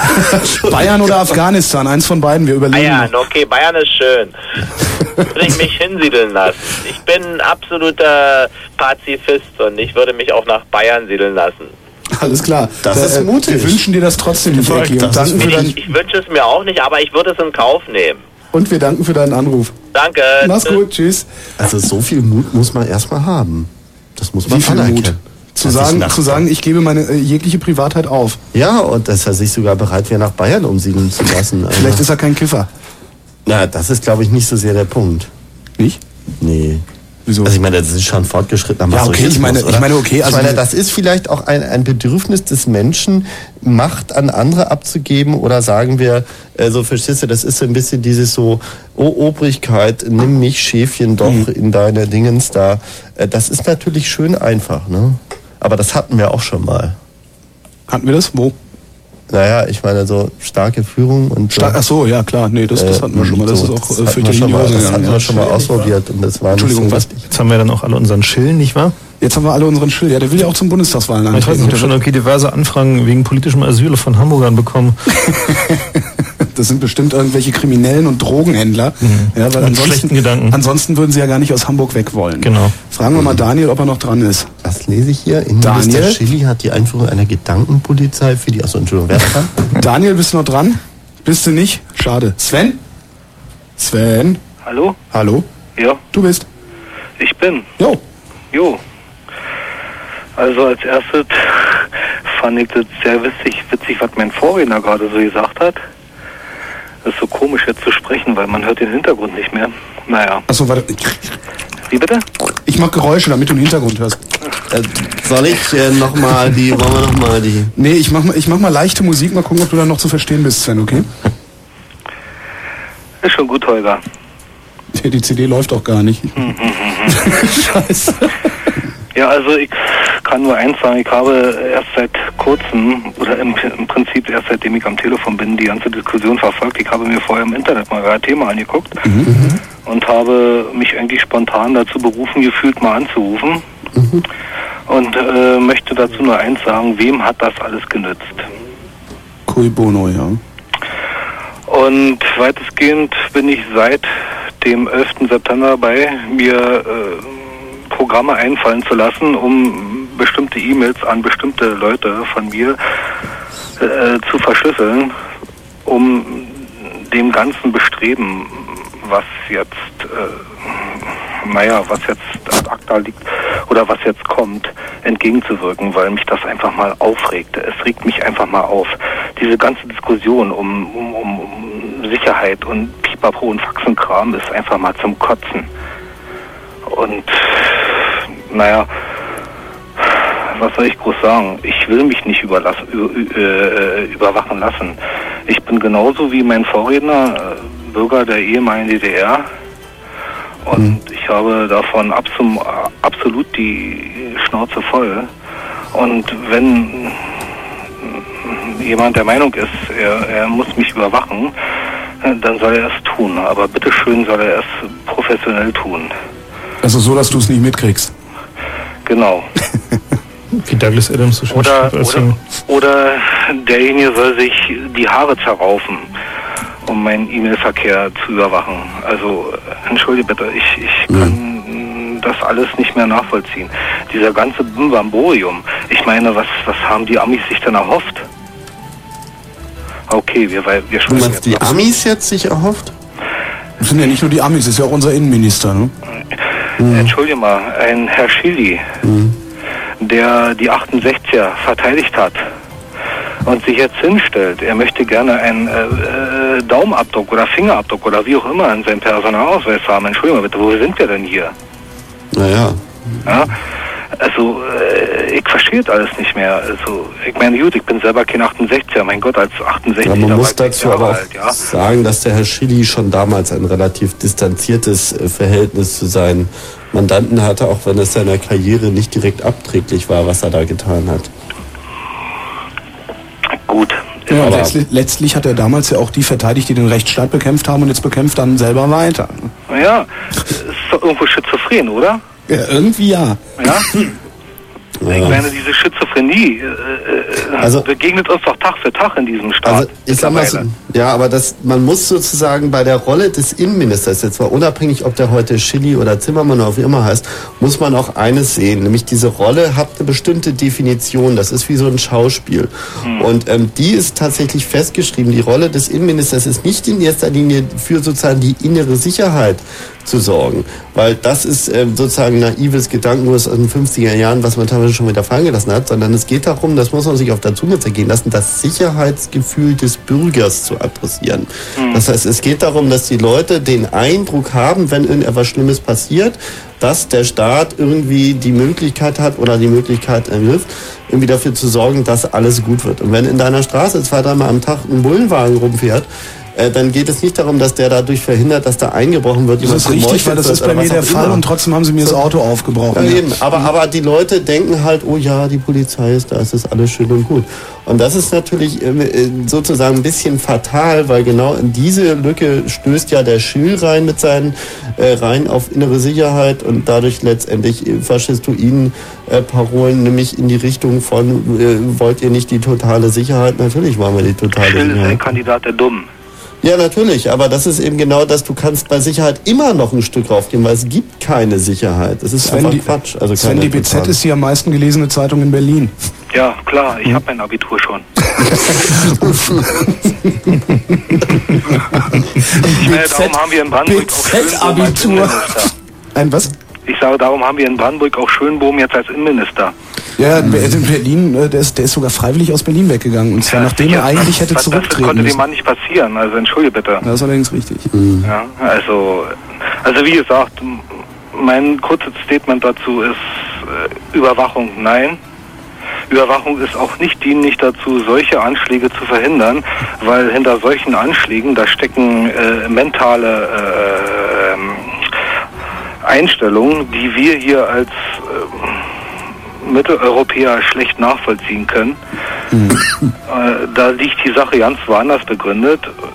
Speaker 2: Bayern oder Afghanistan, eins von beiden, wir überlegen.
Speaker 13: Bayern, okay, Bayern ist schön. Würde ich mich hinsiedeln lassen. Ich bin absoluter Pazifist und ich würde mich auch nach Bayern siedeln lassen.
Speaker 2: Alles klar.
Speaker 4: Das ist mutig.
Speaker 2: Wir wünschen dir das trotzdem nicht, Ecki.
Speaker 13: Ich wünsche es mir auch nicht, aber ich würde es in Kauf nehmen.
Speaker 2: Und wir danken für deinen Anruf.
Speaker 13: Danke.
Speaker 2: Mach's gut, tschüss.
Speaker 4: Also so viel Mut muss man erstmal haben. Das muss man
Speaker 2: Wie viel
Speaker 4: anerkennen.
Speaker 2: Mut? Zu sagen, ich gebe meine jegliche Privatheit auf.
Speaker 4: Ja, und dass er sich sogar bereit wäre, nach Bayern umsiedeln zu lassen.
Speaker 2: Vielleicht ist er kein Kiffer.
Speaker 4: Na, das ist, glaube ich, nicht so sehr der Punkt.
Speaker 2: Nicht?
Speaker 4: Nee.
Speaker 2: Wieso?
Speaker 4: Also ich meine, das ist schon fortgeschrittener
Speaker 2: Ja, okay, ich meine, okay.
Speaker 4: Also ich meine, das ist vielleicht auch ein Bedürfnis des Menschen, Macht an andere abzugeben, oder sagen wir, so verstehst du, das ist so ein bisschen dieses so, oh Obrigkeit, nimm mich, Schäfchen, doch in deine Dingens da. Das ist natürlich schön einfach, ne? Aber das hatten wir auch schon mal.
Speaker 2: Hatten wir das? Wo?
Speaker 4: Naja, ich meine, so starke Führung und...
Speaker 2: Ach so, ja klar, nee, das hatten wir schon mal. Das ist auch für die Hose.
Speaker 4: Das hatten wir schon mal ausprobiert und das war
Speaker 12: Entschuldigung,
Speaker 4: nicht so
Speaker 12: was? Jetzt haben wir dann auch alle unseren Schill, nicht wahr?
Speaker 2: Jetzt haben wir alle unseren Schill. Ja, der will ja auch zum Bundestagswahlen
Speaker 12: Ich weiß nicht, ich habe schon diverse Anfragen wegen politischem Asyl von Hamburgern bekommen.
Speaker 2: Das sind bestimmt irgendwelche Kriminellen und Drogenhändler. Ja, weil ansonsten würden sie ja gar nicht aus Hamburg weg wollen.
Speaker 12: Genau.
Speaker 2: Fragen wir mal Daniel, ob er noch dran ist.
Speaker 4: Was lese ich hier?
Speaker 2: Daniel?
Speaker 4: Mr. Chili hat die Einführung einer Gedankenpolizei für die... Achso, Entschuldigung, wer ist dran?
Speaker 2: Daniel, bist du noch dran? Bist du nicht? Schade. Sven? Sven?
Speaker 17: Hallo?
Speaker 2: Hallo?
Speaker 17: Ja.
Speaker 2: Du bist?
Speaker 17: Ich bin.
Speaker 2: Jo.
Speaker 17: Also als erstes fand ich das sehr witzig, was mein Vorredner gerade so gesagt hat. Das ist so komisch jetzt zu sprechen, weil man hört den Hintergrund nicht mehr. Naja.
Speaker 2: Achso, warte.
Speaker 17: Wie bitte?
Speaker 2: Ich mach Geräusche, damit du den Hintergrund hörst.
Speaker 4: Soll ich wollen wir nochmal die...
Speaker 2: Nee, ich mach mal leichte Musik, mal gucken, ob du da noch zu verstehen bist, Sven, okay?
Speaker 17: Ist schon gut, Holger.
Speaker 2: Die CD läuft auch gar nicht. Scheiße.
Speaker 17: Ja, also ich kann nur eins sagen, ich habe erst seit kurzem, oder im Prinzip erst seitdem ich am Telefon bin, die ganze Diskussion verfolgt. Ich habe mir vorher im Internet mal ein Thema angeguckt und habe mich eigentlich spontan dazu berufen gefühlt, mal anzurufen. Und möchte dazu nur eins sagen, wem hat das alles genützt?
Speaker 2: Cui bono, ja.
Speaker 17: Und weitestgehend bin ich seit dem 11. September bei, mir Programme einfallen zu lassen, um bestimmte E-Mails an bestimmte Leute von mir zu verschlüsseln, um dem ganzen Bestreben, was jetzt ad acta liegt oder was jetzt kommt, entgegenzuwirken, weil mich das einfach mal aufregte. Es regt mich einfach mal auf. Diese ganze Diskussion um Sicherheit und Pipapo und Faxenkram ist einfach mal zum Kotzen. Und naja, was soll ich groß sagen? Ich will mich nicht überwachen lassen. Ich bin genauso wie mein Vorredner Bürger der ehemaligen DDR und ich habe davon absolut die Schnauze voll. Und wenn jemand der Meinung ist, er muss mich überwachen, dann soll er es tun. Aber bitteschön soll er es professionell tun.
Speaker 2: Also so, dass du es nicht mitkriegst.
Speaker 17: Genau.
Speaker 12: Wie Douglas Adams so schön
Speaker 17: oder derjenige soll sich die Haare zerraufen, um meinen E-Mail-Verkehr zu überwachen. Also, entschuldige bitte, ich kann das alles nicht mehr nachvollziehen. Dieser ganze Bimbamborium. Ich meine, was haben die Amis sich denn erhofft? Okay, wir
Speaker 4: Du meinst die Amis jetzt sich erhofft?
Speaker 2: Das sind ja nicht nur die Amis, das ist ja auch unser Innenminister, ne?
Speaker 17: Entschuldige mal, ein Herr Schily, der die 68er verteidigt hat und sich jetzt hinstellt, er möchte gerne einen Daumenabdruck oder Fingerabdruck oder wie auch immer in seinem Personalausweis haben. Entschuldigung bitte, wo sind wir denn hier?
Speaker 4: Naja.
Speaker 17: Ja, also ich verstehe das alles nicht mehr. Also ich meine, gut, ich bin selber kein 68er, mein Gott, als 68er.
Speaker 4: Ja, man muss dazu aber auch sagen, dass der Herr Schily schon damals ein relativ distanziertes Verhältnis zu seinen Mandanten hatte, auch wenn es seiner Karriere nicht direkt abträglich war, was er da getan hat.
Speaker 17: Gut.
Speaker 2: Ja, aber letztlich hat er damals ja auch die verteidigt, die den Rechtsstaat bekämpft haben und jetzt bekämpft dann selber weiter.
Speaker 17: Naja, ist doch irgendwo schizophren, oder?
Speaker 2: Ja, irgendwie ja.
Speaker 17: Ja? Ich meine, diese Schizophrenie begegnet uns doch Tag für Tag in diesem Staat.
Speaker 4: Also ich sag mal so, ja, aber man muss sozusagen bei der Rolle des Innenministers, jetzt mal unabhängig, ob der heute Schily oder Zimmermann oder wie immer heißt, muss man auch eines sehen, nämlich diese Rolle hat eine bestimmte Definition, das ist wie so ein Schauspiel. Und die ist tatsächlich festgeschrieben. Die Rolle des Innenministers ist nicht in erster Linie für sozusagen die innere Sicherheit zu sorgen, weil das ist sozusagen naives Gedankengut aus den 50er Jahren, was man teilweise schon wieder fallen gelassen hat, sondern es geht darum, das muss man sich auf der Zunge zergehen lassen, das Sicherheitsgefühl des Bürgers zu adressieren. Das heißt, es geht darum, dass die Leute den Eindruck haben, wenn irgendetwas Schlimmes passiert, dass der Staat irgendwie die Möglichkeit hat oder die Möglichkeit erwirft, irgendwie dafür zu sorgen, dass alles gut wird. Und wenn in deiner Straße 2-3 Mal am Tag ein Bullenwagen rumfährt, dann geht es nicht darum, dass der dadurch verhindert, dass da eingebrochen wird.
Speaker 2: Das ist richtig, weil das ist bei mir der Fall und trotzdem haben sie mir das Auto aufgebrochen.
Speaker 4: Ja, eben. Aber die Leute denken halt, oh ja, die Polizei ist da, es ist alles schön und gut. Und das ist natürlich sozusagen ein bisschen fatal, weil genau in diese Lücke stößt ja der Schül rein mit seinen rein auf innere Sicherheit und dadurch letztendlich faschistoiden Parolen, nämlich in die Richtung von wollt ihr nicht die totale Sicherheit? Natürlich wollen wir die totale Sicherheit.
Speaker 17: Schül ist ein Kandidat der Dummen.
Speaker 4: Ja, natürlich, aber das ist eben genau das, du kannst bei Sicherheit immer noch ein Stück raufgehen, weil es gibt keine Sicherheit. Das ist einfach Quatsch. Also
Speaker 2: Sven, die BZ ist die am meisten gelesene Zeitung in Berlin.
Speaker 17: Ja, klar, ich habe mein Abitur schon. Ich meine, darum haben wir in Brandenburg auch Schönbohm als Innenminister.
Speaker 2: Ein was?
Speaker 17: Ich sage, darum haben wir in Brandenburg auch Schönbohm jetzt als Innenminister.
Speaker 2: Ja, in Berlin, der ist sogar freiwillig aus Berlin weggegangen. Und zwar nachdem er eigentlich hätte zurücktreten müssen.
Speaker 17: Das konnte dem Mann nicht passieren, also entschuldige bitte.
Speaker 2: Das ist allerdings richtig.
Speaker 17: Ja, also wie gesagt, mein kurzes Statement dazu ist, Überwachung nein. Überwachung ist auch nicht dienlich dazu, solche Anschläge zu verhindern, weil hinter solchen Anschlägen, da stecken mentale Einstellungen, die wir hier als Mitteleuropäer schlecht nachvollziehen können. Da liegt die Sache ganz woanders begründet.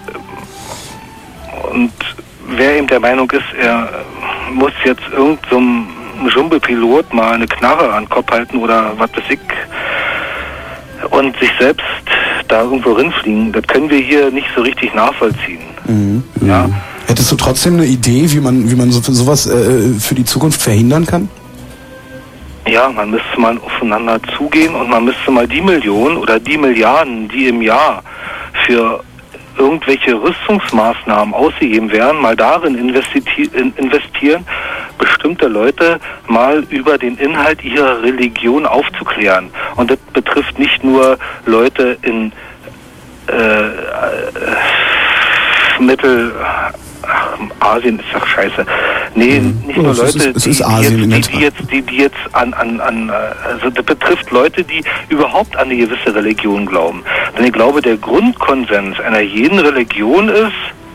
Speaker 17: Und wer eben der Meinung ist, er muss jetzt irgendeinem Jumbo-Pilot mal eine Knarre an den Kopf halten oder was weiß ich und sich selbst da irgendwo rinfliegen, das können wir hier nicht so richtig nachvollziehen. Ja.
Speaker 2: Hättest du trotzdem eine Idee, wie man sowas für die Zukunft verhindern kann?
Speaker 17: Ja, man müsste mal aufeinander zugehen und man müsste mal die Millionen oder die Milliarden, die im Jahr für irgendwelche Rüstungsmaßnahmen ausgegeben werden, mal darin investieren, bestimmte Leute mal über den Inhalt ihrer Religion aufzuklären. Und das betrifft nicht nur Leute in Asien ist doch scheiße. Nee, nicht nur Leute, die jetzt also das betrifft Leute, die überhaupt an eine gewisse Religion glauben. Denn ich glaube, der Grundkonsens einer jeden Religion ist,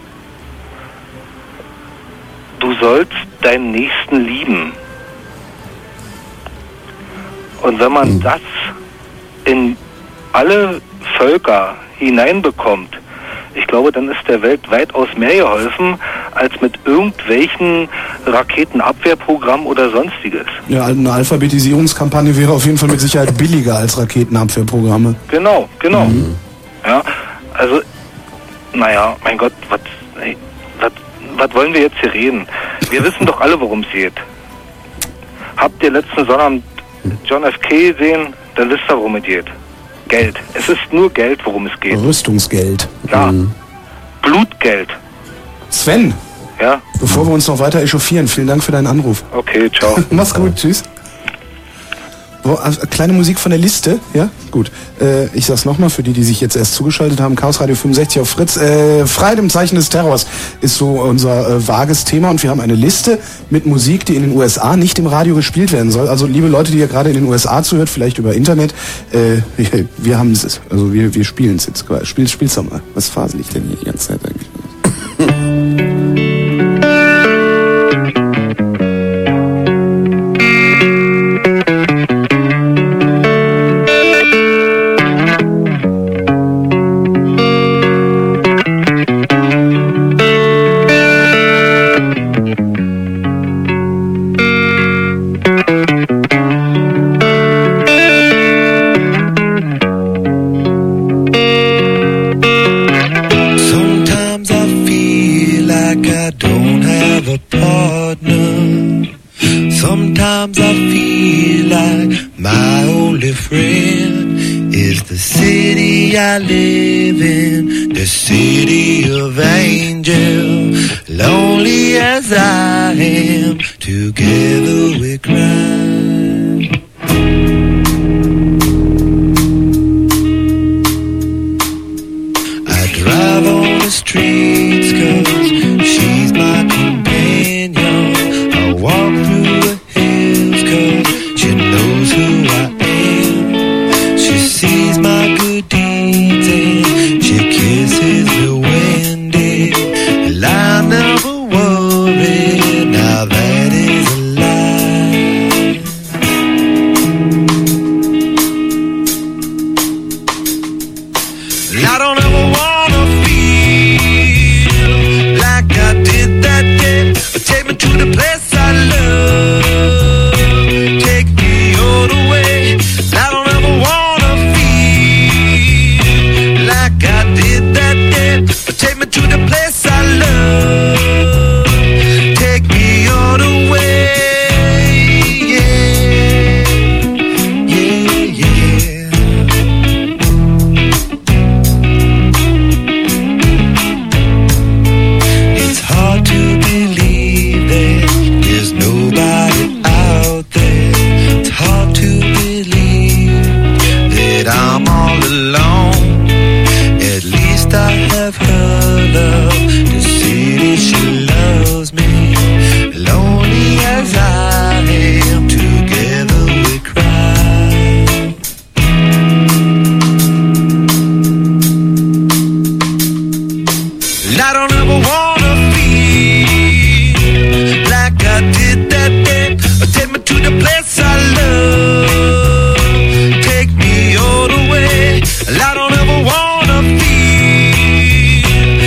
Speaker 17: du sollst deinen Nächsten lieben. Und wenn man das in alle Völker hineinbekommt, ich glaube, dann ist der Welt weitaus mehr geholfen, als mit irgendwelchen Raketenabwehrprogrammen oder sonstiges.
Speaker 2: Ja, eine Alphabetisierungskampagne wäre auf jeden Fall mit Sicherheit billiger als Raketenabwehrprogramme.
Speaker 17: Genau. Ja, also, naja, mein Gott, was wollen wir jetzt hier reden? Wir wissen doch alle, worum es geht. Habt ihr letzten Sonnabend John F. K. gesehen? Dann wisst ihr, worum es geht. Geld. Es ist nur Geld, worum es geht.
Speaker 2: Rüstungsgeld.
Speaker 17: Ja. Blutgeld.
Speaker 2: Sven.
Speaker 17: Ja?
Speaker 2: Bevor wir uns noch weiter echauffieren, vielen Dank für deinen Anruf.
Speaker 17: Okay, ciao.
Speaker 2: Mach's gut, tschüss. Kleine Musik von der Liste, ja? Gut. Ich sag's nochmal für die sich jetzt erst zugeschaltet haben. Chaos Radio 65 auf Fritz. Freiheit im Zeichen des Terrors ist so unser vages Thema und wir haben eine Liste mit Musik, die in den USA nicht im Radio gespielt werden soll. Also liebe Leute, die ihr gerade in den USA zuhört, vielleicht über Internet, wir haben es, also wir spielen es jetzt. Spiel's doch mal. Was fasel ich denn hier die ganze Zeit eigentlich?
Speaker 20: I live in, the city of angel. Lonely as I am, together we cry. I drive on the streets 'cause she's my companion. I walk through the hills 'cause she knows who I am. She sees my good deeds and she kisses me when dead. And I never worry, now that is a lie. And I don't ever wanna feel like I did that day. Take me to the place I love, take me all the way. And I don't ever wanna feel like I did that day. Take me to the place I love, take me all the way. Yeah, yeah, yeah. It's hard to believe that there's nobody out there. It's hard to believe that I'm all alone. At least I have her love to see that she loves me. Lonely as I am, together we cry. And I don't ever wanna feel like I did that day. Take me to the place I love, take me all the way. And I don't ever wanna feel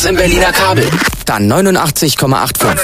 Speaker 7: Fritz im Berliner Kabel. Dann 89,85.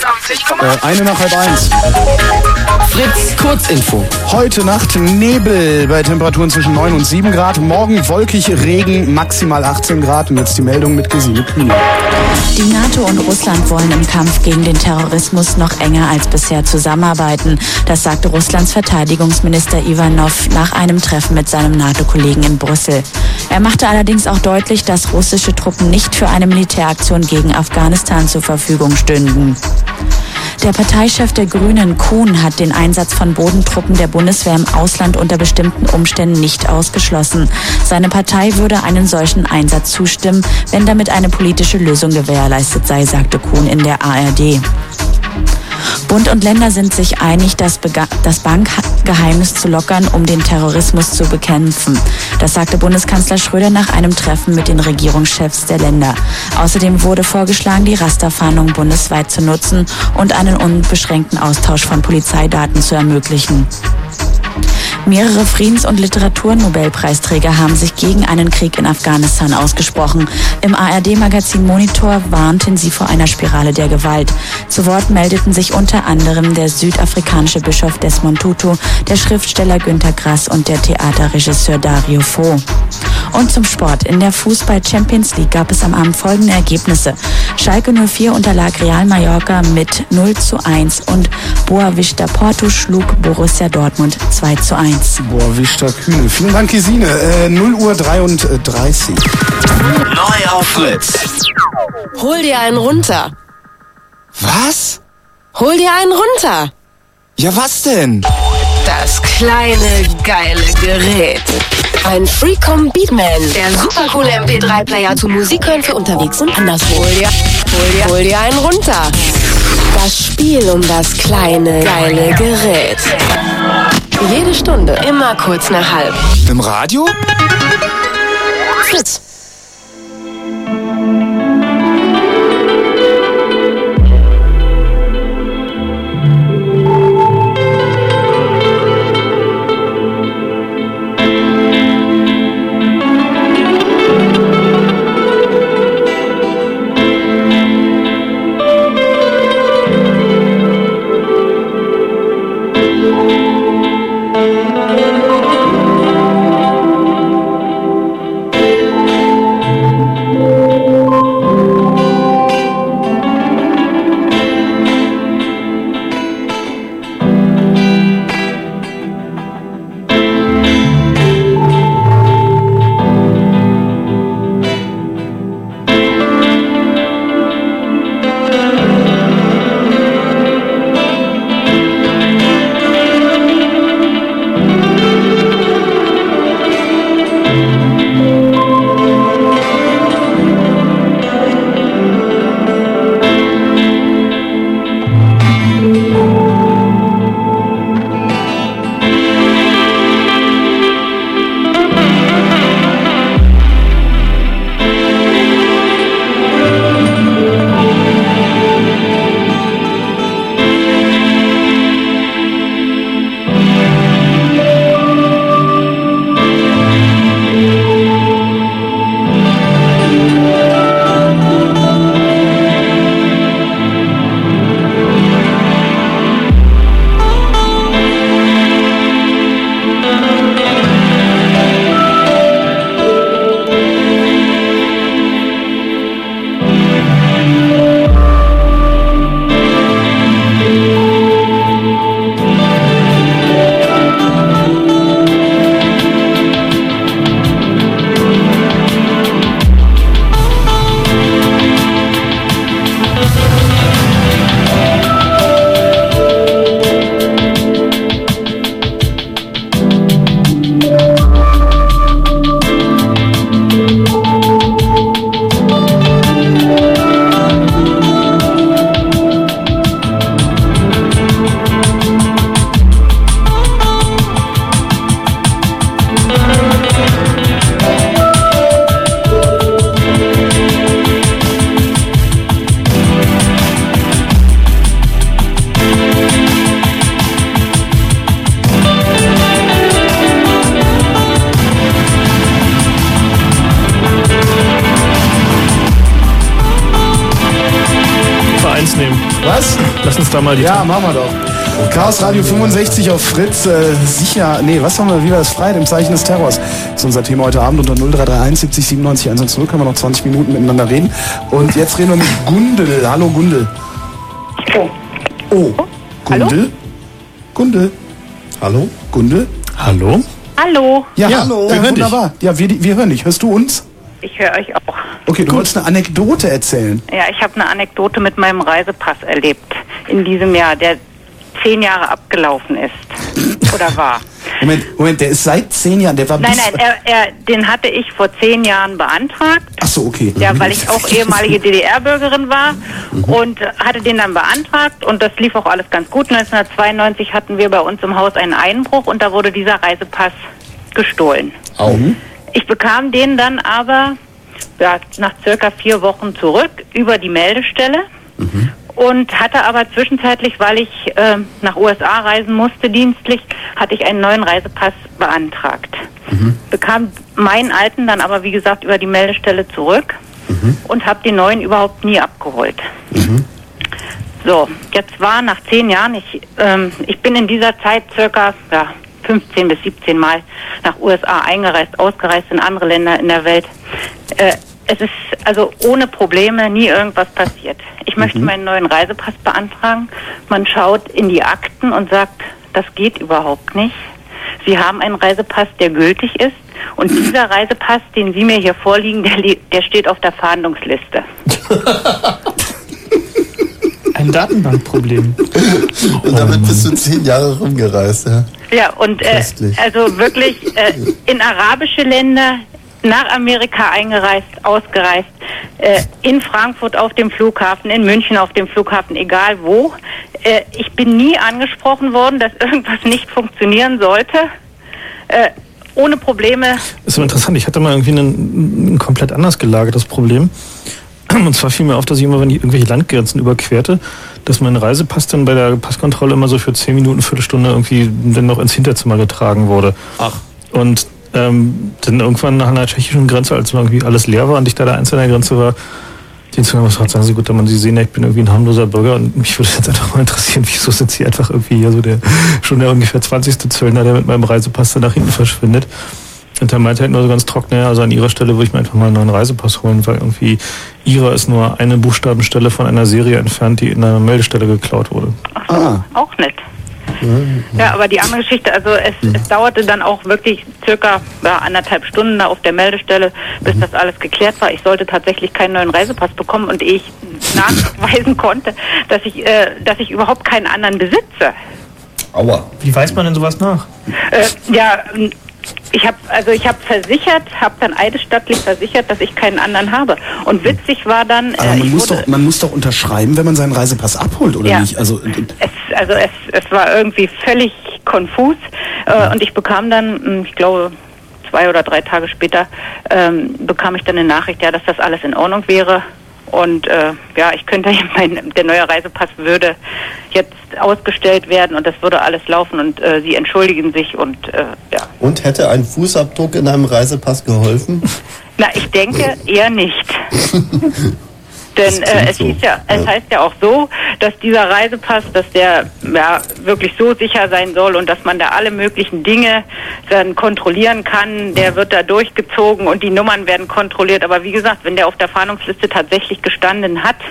Speaker 2: 1:30.
Speaker 7: Fritz Kurzinfo.
Speaker 2: Heute Nacht Nebel bei Temperaturen zwischen 9 und 7 Grad. Morgen wolkig, Regen, maximal 18 Grad. Und jetzt die Meldung mit Gesine Kühne.
Speaker 8: Die NATO und Russland wollen im Kampf gegen den Terrorismus noch enger als bisher zusammenarbeiten. Das sagte Russlands Verteidigungsminister Ivanov nach einem Treffen mit seinem NATO-Kollegen in Brüssel. Er machte allerdings auch deutlich, dass russische Truppen nicht für eine Militäraktion gegen Afghanistan zur Verfügung stünden. Der Parteichef der Grünen, Kuhn, hat den Einsatz von Bodentruppen der Bundeswehr im Ausland unter bestimmten Umständen nicht ausgeschlossen. Seine Partei würde einen solchen Einsatz zustimmen, wenn damit eine politische Lösung gewährleistet sei, sagte Kuhn in der ARD. Bund und Länder sind sich einig, das Bankgeheimnis zu lockern, um den Terrorismus zu bekämpfen. Das sagte Bundeskanzler Schröder nach einem Treffen mit den Regierungschefs der Länder. Außerdem wurde vorgeschlagen, die Rasterfahndung bundesweit zu nutzen und einen unbeschränkten Austausch von Polizeidaten zu ermöglichen. Mehrere Friedens- und Literaturnobelpreisträger haben sich gegen einen Krieg in Afghanistan ausgesprochen. Im ARD-Magazin Monitor warnten sie vor einer Spirale der Gewalt. Zu Wort meldeten sich unter anderem der südafrikanische Bischof Desmond Tutu, der Schriftsteller Günter Grass und der Theaterregisseur Dario Fo. Und zum Sport. In der Fußball-Champions League gab es am Abend folgende Ergebnisse. Schalke 04 unterlag Real Mallorca mit 0:1 und Boavista Porto schlug Borussia Dortmund 2:1.
Speaker 2: Boavista Kühne. Vielen Dank, Gesine. 0:33.
Speaker 7: Neu auf Fritz.
Speaker 14: Hol dir einen runter.
Speaker 7: Was?
Speaker 14: Hol dir einen runter.
Speaker 7: Ja, was denn?
Speaker 14: Das kleine, geile Gerät. Ein Freecom Beatman. Der supercoole MP3-Player zum Musik hören für unterwegs und anderswo. Hol dir einen runter. Das Spiel um das kleine, geile Gerät. Jede Stunde, immer kurz nach halb.
Speaker 7: Im Radio?
Speaker 14: Fritz.
Speaker 12: uns da mal die...
Speaker 2: Ja, machen wir doch. Chaos Radio 65 auf Fritz. Sicher, nee, was haben wir? Wie war das? Freiheit im Zeichen des Terrors. Das ist unser Thema heute Abend unter 0331 70 97 110. Können wir noch 20 Minuten miteinander reden. Und jetzt reden wir mit Gundel. Hallo Gundel. Oh. Gundel?
Speaker 15: Hallo?
Speaker 2: Gundel.
Speaker 4: Hallo?
Speaker 2: Gundel?
Speaker 12: Hallo?
Speaker 15: Hallo.
Speaker 2: Ja, hallo.
Speaker 12: wir hören
Speaker 2: wunderbar. Ja, wir hören dich. Hörst du uns?
Speaker 15: Ich höre euch auch.
Speaker 2: Okay, du wolltest eine Anekdote erzählen.
Speaker 15: Ja, ich habe eine Anekdote mit meinem Reisepass erlebt in diesem Jahr, der 10 Jahre abgelaufen ist. Oder war.
Speaker 2: Moment, der ist seit 10 Jahren, der war
Speaker 15: Nein, den hatte ich vor 10 Jahren beantragt.
Speaker 2: Ach so, okay.
Speaker 15: Ja, weil ich auch ehemalige DDR-Bürgerin war und hatte den dann beantragt und das lief auch alles ganz gut. 1992 hatten wir bei uns im Haus einen Einbruch und da wurde dieser Reisepass gestohlen. Ich bekam den dann aber nach circa 4 Wochen zurück über die Meldestelle und hatte aber zwischenzeitlich, weil ich nach USA reisen musste dienstlich, hatte ich einen neuen Reisepass beantragt. Bekam meinen alten dann aber, wie gesagt, über die Meldestelle zurück und habe den neuen überhaupt nie abgeholt. So, jetzt war nach 10 Jahren, ich bin in dieser Zeit circa 15 bis 17 Mal nach USA eingereist, ausgereist in andere Länder in der Welt. Es ist also ohne Probleme nie irgendwas passiert. Ich möchte meinen neuen Reisepass beantragen. Man schaut in die Akten und sagt, das geht überhaupt nicht. Sie haben einen Reisepass, der gültig ist. Und dieser Reisepass, den Sie mir hier vorliegen, der steht auf der Fahndungsliste.
Speaker 3: Ein Datenbankproblem.
Speaker 4: Und damit bist du 10 Jahre rumgereist, ja?
Speaker 15: Ja, und also wirklich in arabische Länder, nach Amerika eingereist, ausgereist, in Frankfurt auf dem Flughafen, in München auf dem Flughafen, egal wo. Ich bin nie angesprochen worden, dass irgendwas nicht funktionieren sollte. Ohne Probleme.
Speaker 12: Das ist so interessant. Ich hatte mal irgendwie ein komplett anders gelagertes Problem. Und zwar fiel mir auf, dass ich immer, wenn ich irgendwelche Landgrenzen überquerte, dass mein Reisepass dann bei der Passkontrolle immer so für 10 Minuten, Viertelstunde irgendwie dann noch ins Hinterzimmer getragen wurde.
Speaker 4: Ach.
Speaker 12: Und dann irgendwann nach einer tschechischen Grenze, als irgendwie alles leer war und ich da der Einzige an der Grenze war, den zu was sagen Sie, gut, da man Sie sehen, ich bin irgendwie ein harmloser Bürger und mich würde jetzt einfach mal interessieren, wieso sind Sie einfach irgendwie hier so der ungefähr 20. Zöllner, der mit meinem Reisepass dann nach hinten verschwindet. Und er meinte halt nur so ganz trocken, also an Ihrer Stelle würde ich mir einfach mal einen neuen Reisepass holen, weil irgendwie Ihrer ist nur eine Buchstabenstelle von einer Serie entfernt, die in einer Meldestelle geklaut wurde.
Speaker 15: Ach so, auch nett. Ja, aber die andere Geschichte, also es dauerte dann auch wirklich circa 1,5 Stunden da auf der Meldestelle, bis das alles geklärt war. Ich sollte tatsächlich keinen neuen Reisepass bekommen und ehe ich nachweisen konnte, dass ich überhaupt keinen anderen besitze.
Speaker 4: Aua.
Speaker 3: Wie weiß man denn sowas nach?
Speaker 15: Ich habe versichert, habe dann eidesstattlich versichert, dass ich keinen anderen habe. Und witzig war dann...
Speaker 2: Aber man muss doch unterschreiben, wenn man seinen Reisepass abholt, oder nicht? Also
Speaker 15: es war irgendwie völlig konfus. Und ich bekam dann, ich glaube 2 oder 3 Tage später, bekam ich dann eine Nachricht, dass das alles in Ordnung wäre. Und ich könnte, der neue Reisepass würde jetzt ausgestellt werden und das würde alles laufen und sie entschuldigen sich und
Speaker 4: Und hätte ein Fußabdruck in einem Reisepass geholfen?
Speaker 15: Na, ich denke eher nicht. Denn es heißt ja auch so, dass dieser Reisepass, dass der wirklich so sicher sein soll und dass man da alle möglichen Dinge dann kontrollieren kann. Der wird da durchgezogen und die Nummern werden kontrolliert. Aber wie gesagt, wenn der auf der Fahndungsliste tatsächlich gestanden hat,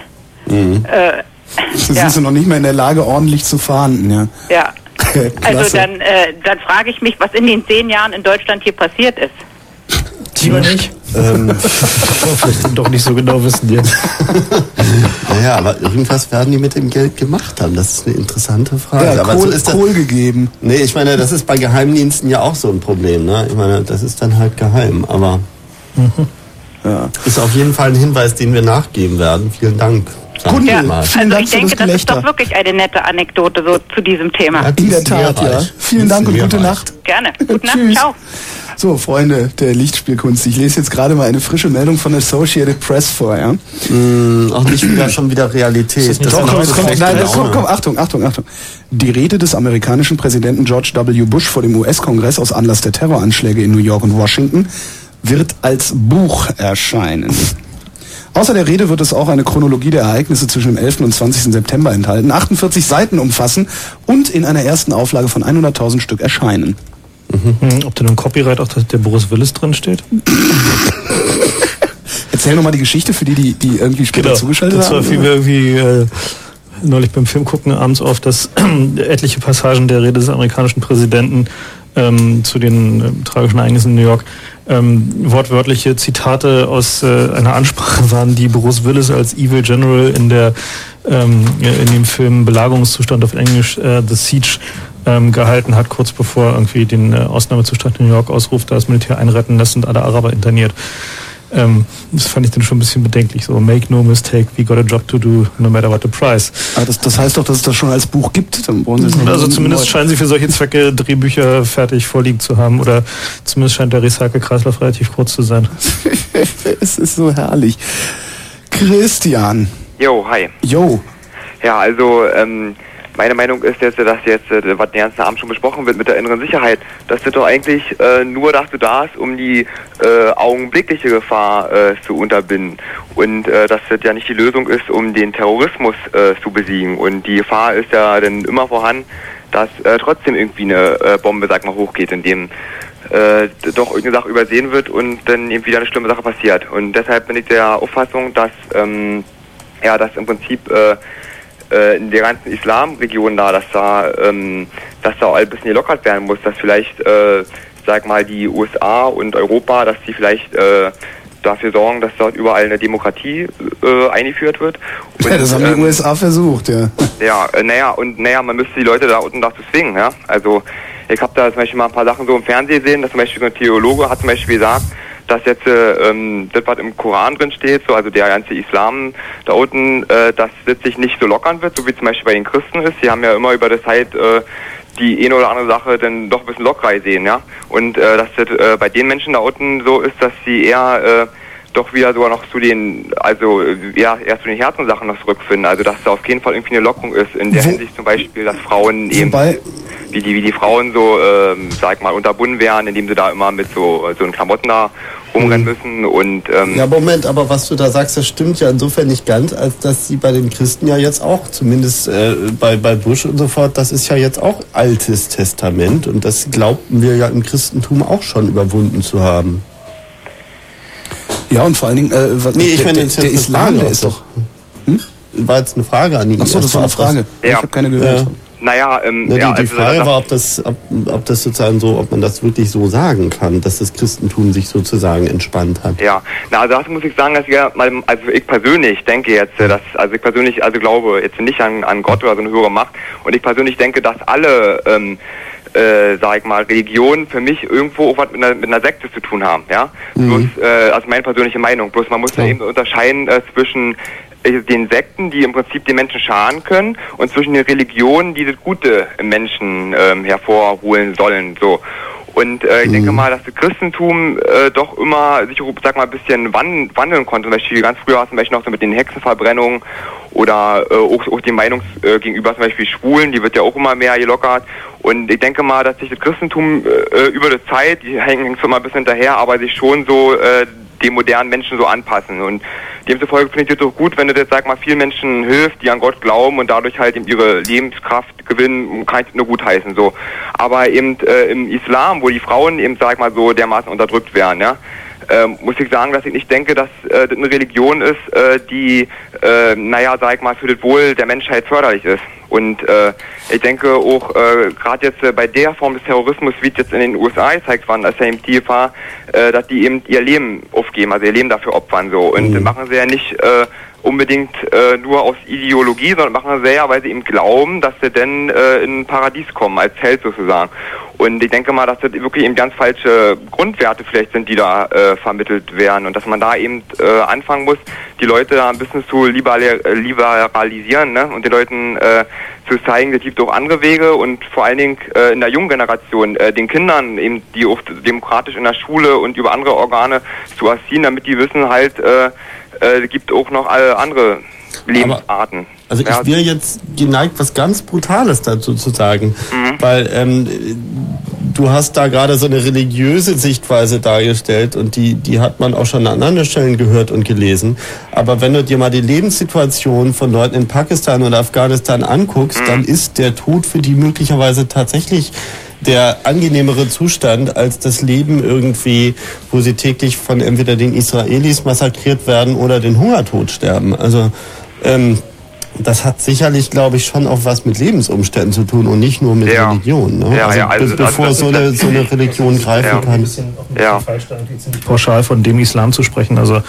Speaker 2: sind sie noch nicht mehr in der Lage, ordentlich zu fahnden, ja.
Speaker 15: Ja. Also dann frage ich mich, was in den 10 Jahren in Deutschland hier passiert ist.
Speaker 3: Lieber nicht.
Speaker 12: Vielleicht doch nicht so genau wissen jetzt.
Speaker 4: Naja, aber irgendwas werden die mit dem Geld gemacht haben. Das ist eine interessante Frage.
Speaker 2: Ja,
Speaker 4: aber
Speaker 2: Kohl, Kohl gegeben.
Speaker 4: Nee, ich meine, das ist bei Geheimdiensten ja auch so ein Problem. Ne? Ich meine, das ist dann halt geheim. Aber ist auf jeden Fall ein Hinweis, den wir nachgeben werden. Vielen Dank.
Speaker 15: Gut, also ich denke, das ist doch wirklich eine nette Anekdote so zu diesem Thema.
Speaker 2: Ja, in der Tat, ja. Vielen Dank und gute Nacht.
Speaker 15: Gerne. Gute Nacht, ciao.
Speaker 2: So, Freunde der Lichtspielkunst, ich lese jetzt gerade mal eine frische Meldung von Associated Press vor, ja?
Speaker 4: Auch nicht schon wieder Realität.
Speaker 2: Achtung. Die Rede des amerikanischen Präsidenten George W. Bush vor dem US-Kongress aus Anlass der Terroranschläge in New York und Washington wird als Buch erscheinen. Außer der Rede wird es auch eine Chronologie der Ereignisse zwischen dem 11. und 20. September enthalten, 48 Seiten umfassen und in einer ersten Auflage von 100.000 Stück erscheinen.
Speaker 12: Ob denn im Copyright auch der Boris Willis drin steht?
Speaker 2: Erzähl nochmal die Geschichte für die irgendwie später zugeschaltet haben.
Speaker 12: Das fiel mir irgendwie neulich beim Film gucken abends auf, dass etliche Passagen der Rede des amerikanischen Präsidenten zu den tragischen Ereignissen in New York wortwörtliche Zitate aus einer Ansprache waren, die Bruce Willis als Evil General in dem Film Belagerungszustand auf Englisch The Siege gehalten hat, kurz bevor irgendwie den Ausnahmezustand in New York ausruft, da das Militär einretten lässt und alle Araber interniert. Das fand ich dann schon ein bisschen bedenklich. So, make no mistake, we got a job to do, no matter what the price.
Speaker 2: Aber das heißt doch, dass es das schon als Buch gibt. Dann wollen Sie es
Speaker 12: also zumindest scheinen Sie für solche Zwecke Drehbücher fertig vorliegen zu haben. Oder zumindest scheint der Recycle-Kreislauf relativ kurz zu sein.
Speaker 2: Es ist so herrlich. Christian.
Speaker 16: Jo, hi.
Speaker 2: Jo.
Speaker 16: Ja, also meine Meinung ist jetzt, dass was den ganzen Abend schon besprochen wird mit der inneren Sicherheit, dass das doch eigentlich nur dazu da ist, um die augenblickliche Gefahr zu unterbinden. Und dass das ja nicht die Lösung ist, um den Terrorismus zu besiegen. Und die Gefahr ist ja dann immer vorhanden, dass trotzdem irgendwie eine Bombe, sag mal, hochgeht, indem doch irgendeine Sache übersehen wird und dann eben wieder eine schlimme Sache passiert. Und deshalb bin ich der Auffassung, dass dass im Prinzip in der ganzen Islamregion da, dass da ein bisschen gelockert werden muss, dass vielleicht, sag mal, die USA und Europa, dass die vielleicht dafür sorgen, dass dort überall eine Demokratie eingeführt wird. Und,
Speaker 2: ja, das haben die USA versucht, ja.
Speaker 16: Ja, man müsste die Leute da unten dazu zwingen, ja. Also ich habe da zum Beispiel mal ein paar Sachen so im Fernsehen gesehen, dass zum Beispiel so ein Theologe hat zum Beispiel gesagt, dass jetzt das, was im Koran drin steht, so, also der ganze Islam da unten, dass das sich nicht so lockern wird, so wie zum Beispiel bei den Christen ist. Die haben ja immer über das Zeit die eine oder andere Sache dann doch ein bisschen lockerer sehen, ja. Und dass das bei den Menschen da unten so ist, dass sie eher doch wieder sogar noch zu den, also erst zu den Herzensachen noch zurückfinden. Also dass da auf jeden Fall irgendwie eine Lockerung ist, in der Hinsicht zum Beispiel, dass Frauen eben wie die Frauen so, sag mal, unterbunden werden, indem sie da immer mit so einen Klamotten da rumrennen müssen und
Speaker 4: ja, Moment, aber was du da sagst, das stimmt ja insofern nicht ganz, als dass sie bei den Christen ja jetzt auch, zumindest bei Bush und so fort, das ist ja jetzt auch Altes Testament und das glaubten wir ja im Christentum auch schon überwunden zu haben.
Speaker 2: Ja, und vor allen Dingen, der Islam, der ist doch...
Speaker 4: War jetzt eine Frage an ihn.
Speaker 2: Achso, das war eine Frage.
Speaker 16: Ja.
Speaker 2: Ich habe keine gehört.
Speaker 4: Die Frage war, ob das sozusagen so, ob man das wirklich so sagen kann, dass das Christentum sich sozusagen entspannt hat.
Speaker 16: Ja, also das muss ich sagen, dass ich persönlich denke jetzt, ich glaube jetzt nicht an Gott oder so eine höhere Macht und ich persönlich denke, dass alle sag ich mal, Religionen für mich irgendwo auch was mit einer Sekte zu tun haben, ja. Bloß, also meine persönliche Meinung, bloß man muss da eben unterscheiden zwischen den Sekten, die im Prinzip den Menschen schaden können, und zwischen den Religionen, die das Gute im Menschen hervorholen sollen, so. Und ich denke mal, dass das Christentum doch immer sich, sag mal, ein bisschen wandeln konnte. Zum Beispiel ganz früher war es zum Beispiel noch so mit den Hexenverbrennungen oder auch die Meinung gegenüber zum Beispiel Schwulen, die wird ja auch immer mehr gelockert. Und ich denke mal, dass sich das Christentum über die Zeit, die hängen zwar mal ein bisschen hinterher, aber sich schon so den modernen Menschen so anpassen. Und demzufolge finde ich das doch gut, wenn das jetzt, sag mal, vielen Menschen hilft, die an Gott glauben und dadurch halt eben ihre Lebenskraft gewinnen, kann ich das nur gut heißen, so. Aber eben im Islam, wo die Frauen eben, sag mal, so dermaßen unterdrückt werden, ja, muss ich sagen, dass ich nicht denke, dass das eine Religion ist, die, sag ich mal, für das Wohl der Menschheit förderlich ist. Und ich denke auch, gerade jetzt bei der Form des Terrorismus, wie es jetzt in den USA gezeigt worden, ist ja eben die Gefahr, dass die eben ihr Leben aufgeben, also ihr Leben dafür opfern, so. Und das machen sie ja nicht unbedingt nur aus Ideologie, sondern machen sie ja, weil sie eben glauben, dass sie dann in ein Paradies kommen, als Held sozusagen. Und ich denke mal, dass das wirklich eben ganz falsche Grundwerte vielleicht sind, die da vermittelt werden. Und dass man da eben anfangen muss, die Leute da ein bisschen zu liberalisieren, ne? Und den Leuten zu zeigen, es gibt auch andere Wege und vor allen Dingen in der jungen Generation, den Kindern eben, die auch demokratisch in der Schule und über andere Organe zu erziehen, damit die wissen halt, es gibt auch noch andere Lebensarten.
Speaker 4: Also ich wäre jetzt geneigt, was ganz Brutales dazu zu sagen, weil du hast da gerade so eine religiöse Sichtweise dargestellt und die hat man auch schon an anderen Stellen gehört und gelesen. Aber wenn du dir mal die Lebenssituation von Leuten in Pakistan und Afghanistan anguckst, dann ist der Tod für die möglicherweise tatsächlich der angenehmere Zustand als das Leben irgendwie, wo sie täglich von entweder den Israelis massakriert werden oder den Hungertod sterben. Also das hat sicherlich, glaube ich, schon auch was mit Lebensumständen zu tun und nicht nur mit Religion. Ne? Also bevor so eine Religion greifen kann.
Speaker 12: Ziemlich pauschal von dem Islam zu sprechen. Also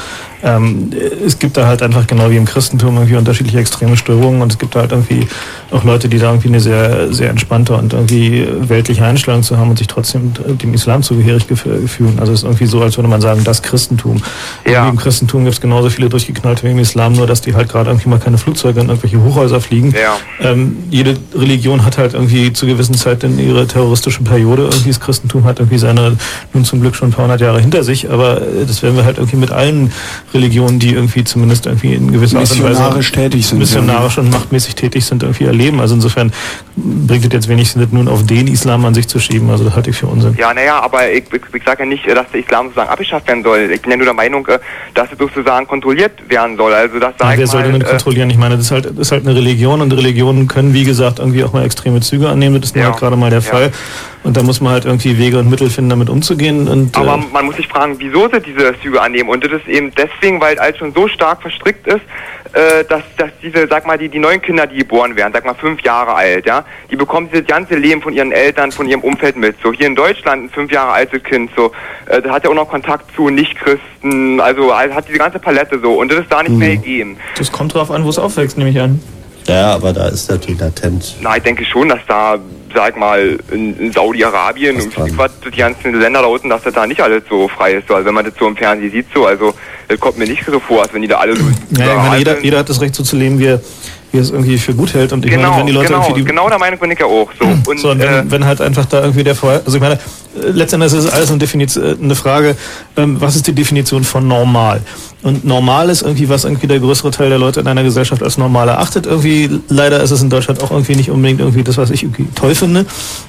Speaker 12: es gibt da halt einfach genau wie im Christentum irgendwie unterschiedliche extreme Störungen und es gibt halt irgendwie auch Leute, die da irgendwie eine sehr, sehr entspannte und irgendwie weltliche Einstellung zu haben und sich trotzdem dem Islam zugehörig fühlen. Also es ist irgendwie so, als würde man sagen, das Christentum. Im Christentum gibt es genauso viele durchgeknallte wie im Islam, nur dass die halt gerade irgendwie mal keine Flugzeuge in irgendwelche Hochhäuser fliegen. Jede Religion hat halt irgendwie zu gewissen Zeiten ihre terroristische Periode. Irgendwie das Christentum hat irgendwie seine nun zum Glück schon ein paar hundert Jahre hinter sich, aber das werden wir halt irgendwie mit allen Religionen, die irgendwie zumindest irgendwie in gewisser Art und Weise missionarisch und machtmäßig tätig sind, irgendwie erleben. Also insofern bringt es jetzt wenig Sinn, nun auf den Islam an sich zu schieben. Also das halte ich für Unsinn.
Speaker 16: Ja, naja, aber ich sage ja nicht, dass der Islam sozusagen abgeschafft werden soll. Ich bin ja nur der Meinung, dass es sozusagen kontrolliert werden soll. Also das
Speaker 12: wer soll denn kontrollieren? Ich meine, das ist halt eine Religion und Religionen können, wie gesagt, irgendwie auch mal extreme Züge annehmen. Das ist halt gerade mal der Fall. Und da muss man halt irgendwie Wege und Mittel finden, damit umzugehen. Und,
Speaker 16: aber man muss sich fragen, wieso sie diese Züge annehmen. Und das ist eben deswegen, weil alles schon so stark verstrickt ist, dass diese, sag mal, die neuen Kinder, die geboren werden, sag mal 5 Jahre alt, ja, die bekommen dieses ganze Leben von ihren Eltern, von ihrem Umfeld mit. So hier in Deutschland ein 5 Jahre altes Kind, so, da hat ja auch noch Kontakt zu Nichtchristen, also hat diese ganze Palette so. Und das ist da nicht mehr gegeben.
Speaker 3: Das kommt drauf an, wo es aufwächst, nehme ich an.
Speaker 4: Ja, aber da ist natürlich latent.
Speaker 16: Na, ich denke schon, dass da, sag mal, in Saudi-Arabien und die ganzen Länder da unten, dass das da nicht alles so frei ist. So, also wenn man das so im Fernsehen sieht, so, also das kommt mir nicht so vor, als wenn die da alle so...
Speaker 12: Ja, ich meine, jeder hat das Recht so zu leben, wie er es irgendwie für gut hält. Und ich meine, wenn die Leute irgendwie
Speaker 16: genau der Meinung bin ich ja auch. So. Und,
Speaker 12: wenn halt einfach da irgendwie der Fall... Also ich meine, letztendlich ist es alles eine Frage, was ist die Definition von normal? Und normal ist irgendwie, was irgendwie der größere Teil der Leute in einer Gesellschaft als normal erachtet. Irgendwie, leider ist es in Deutschland auch irgendwie nicht unbedingt irgendwie das, was ich irgendwie toll finde.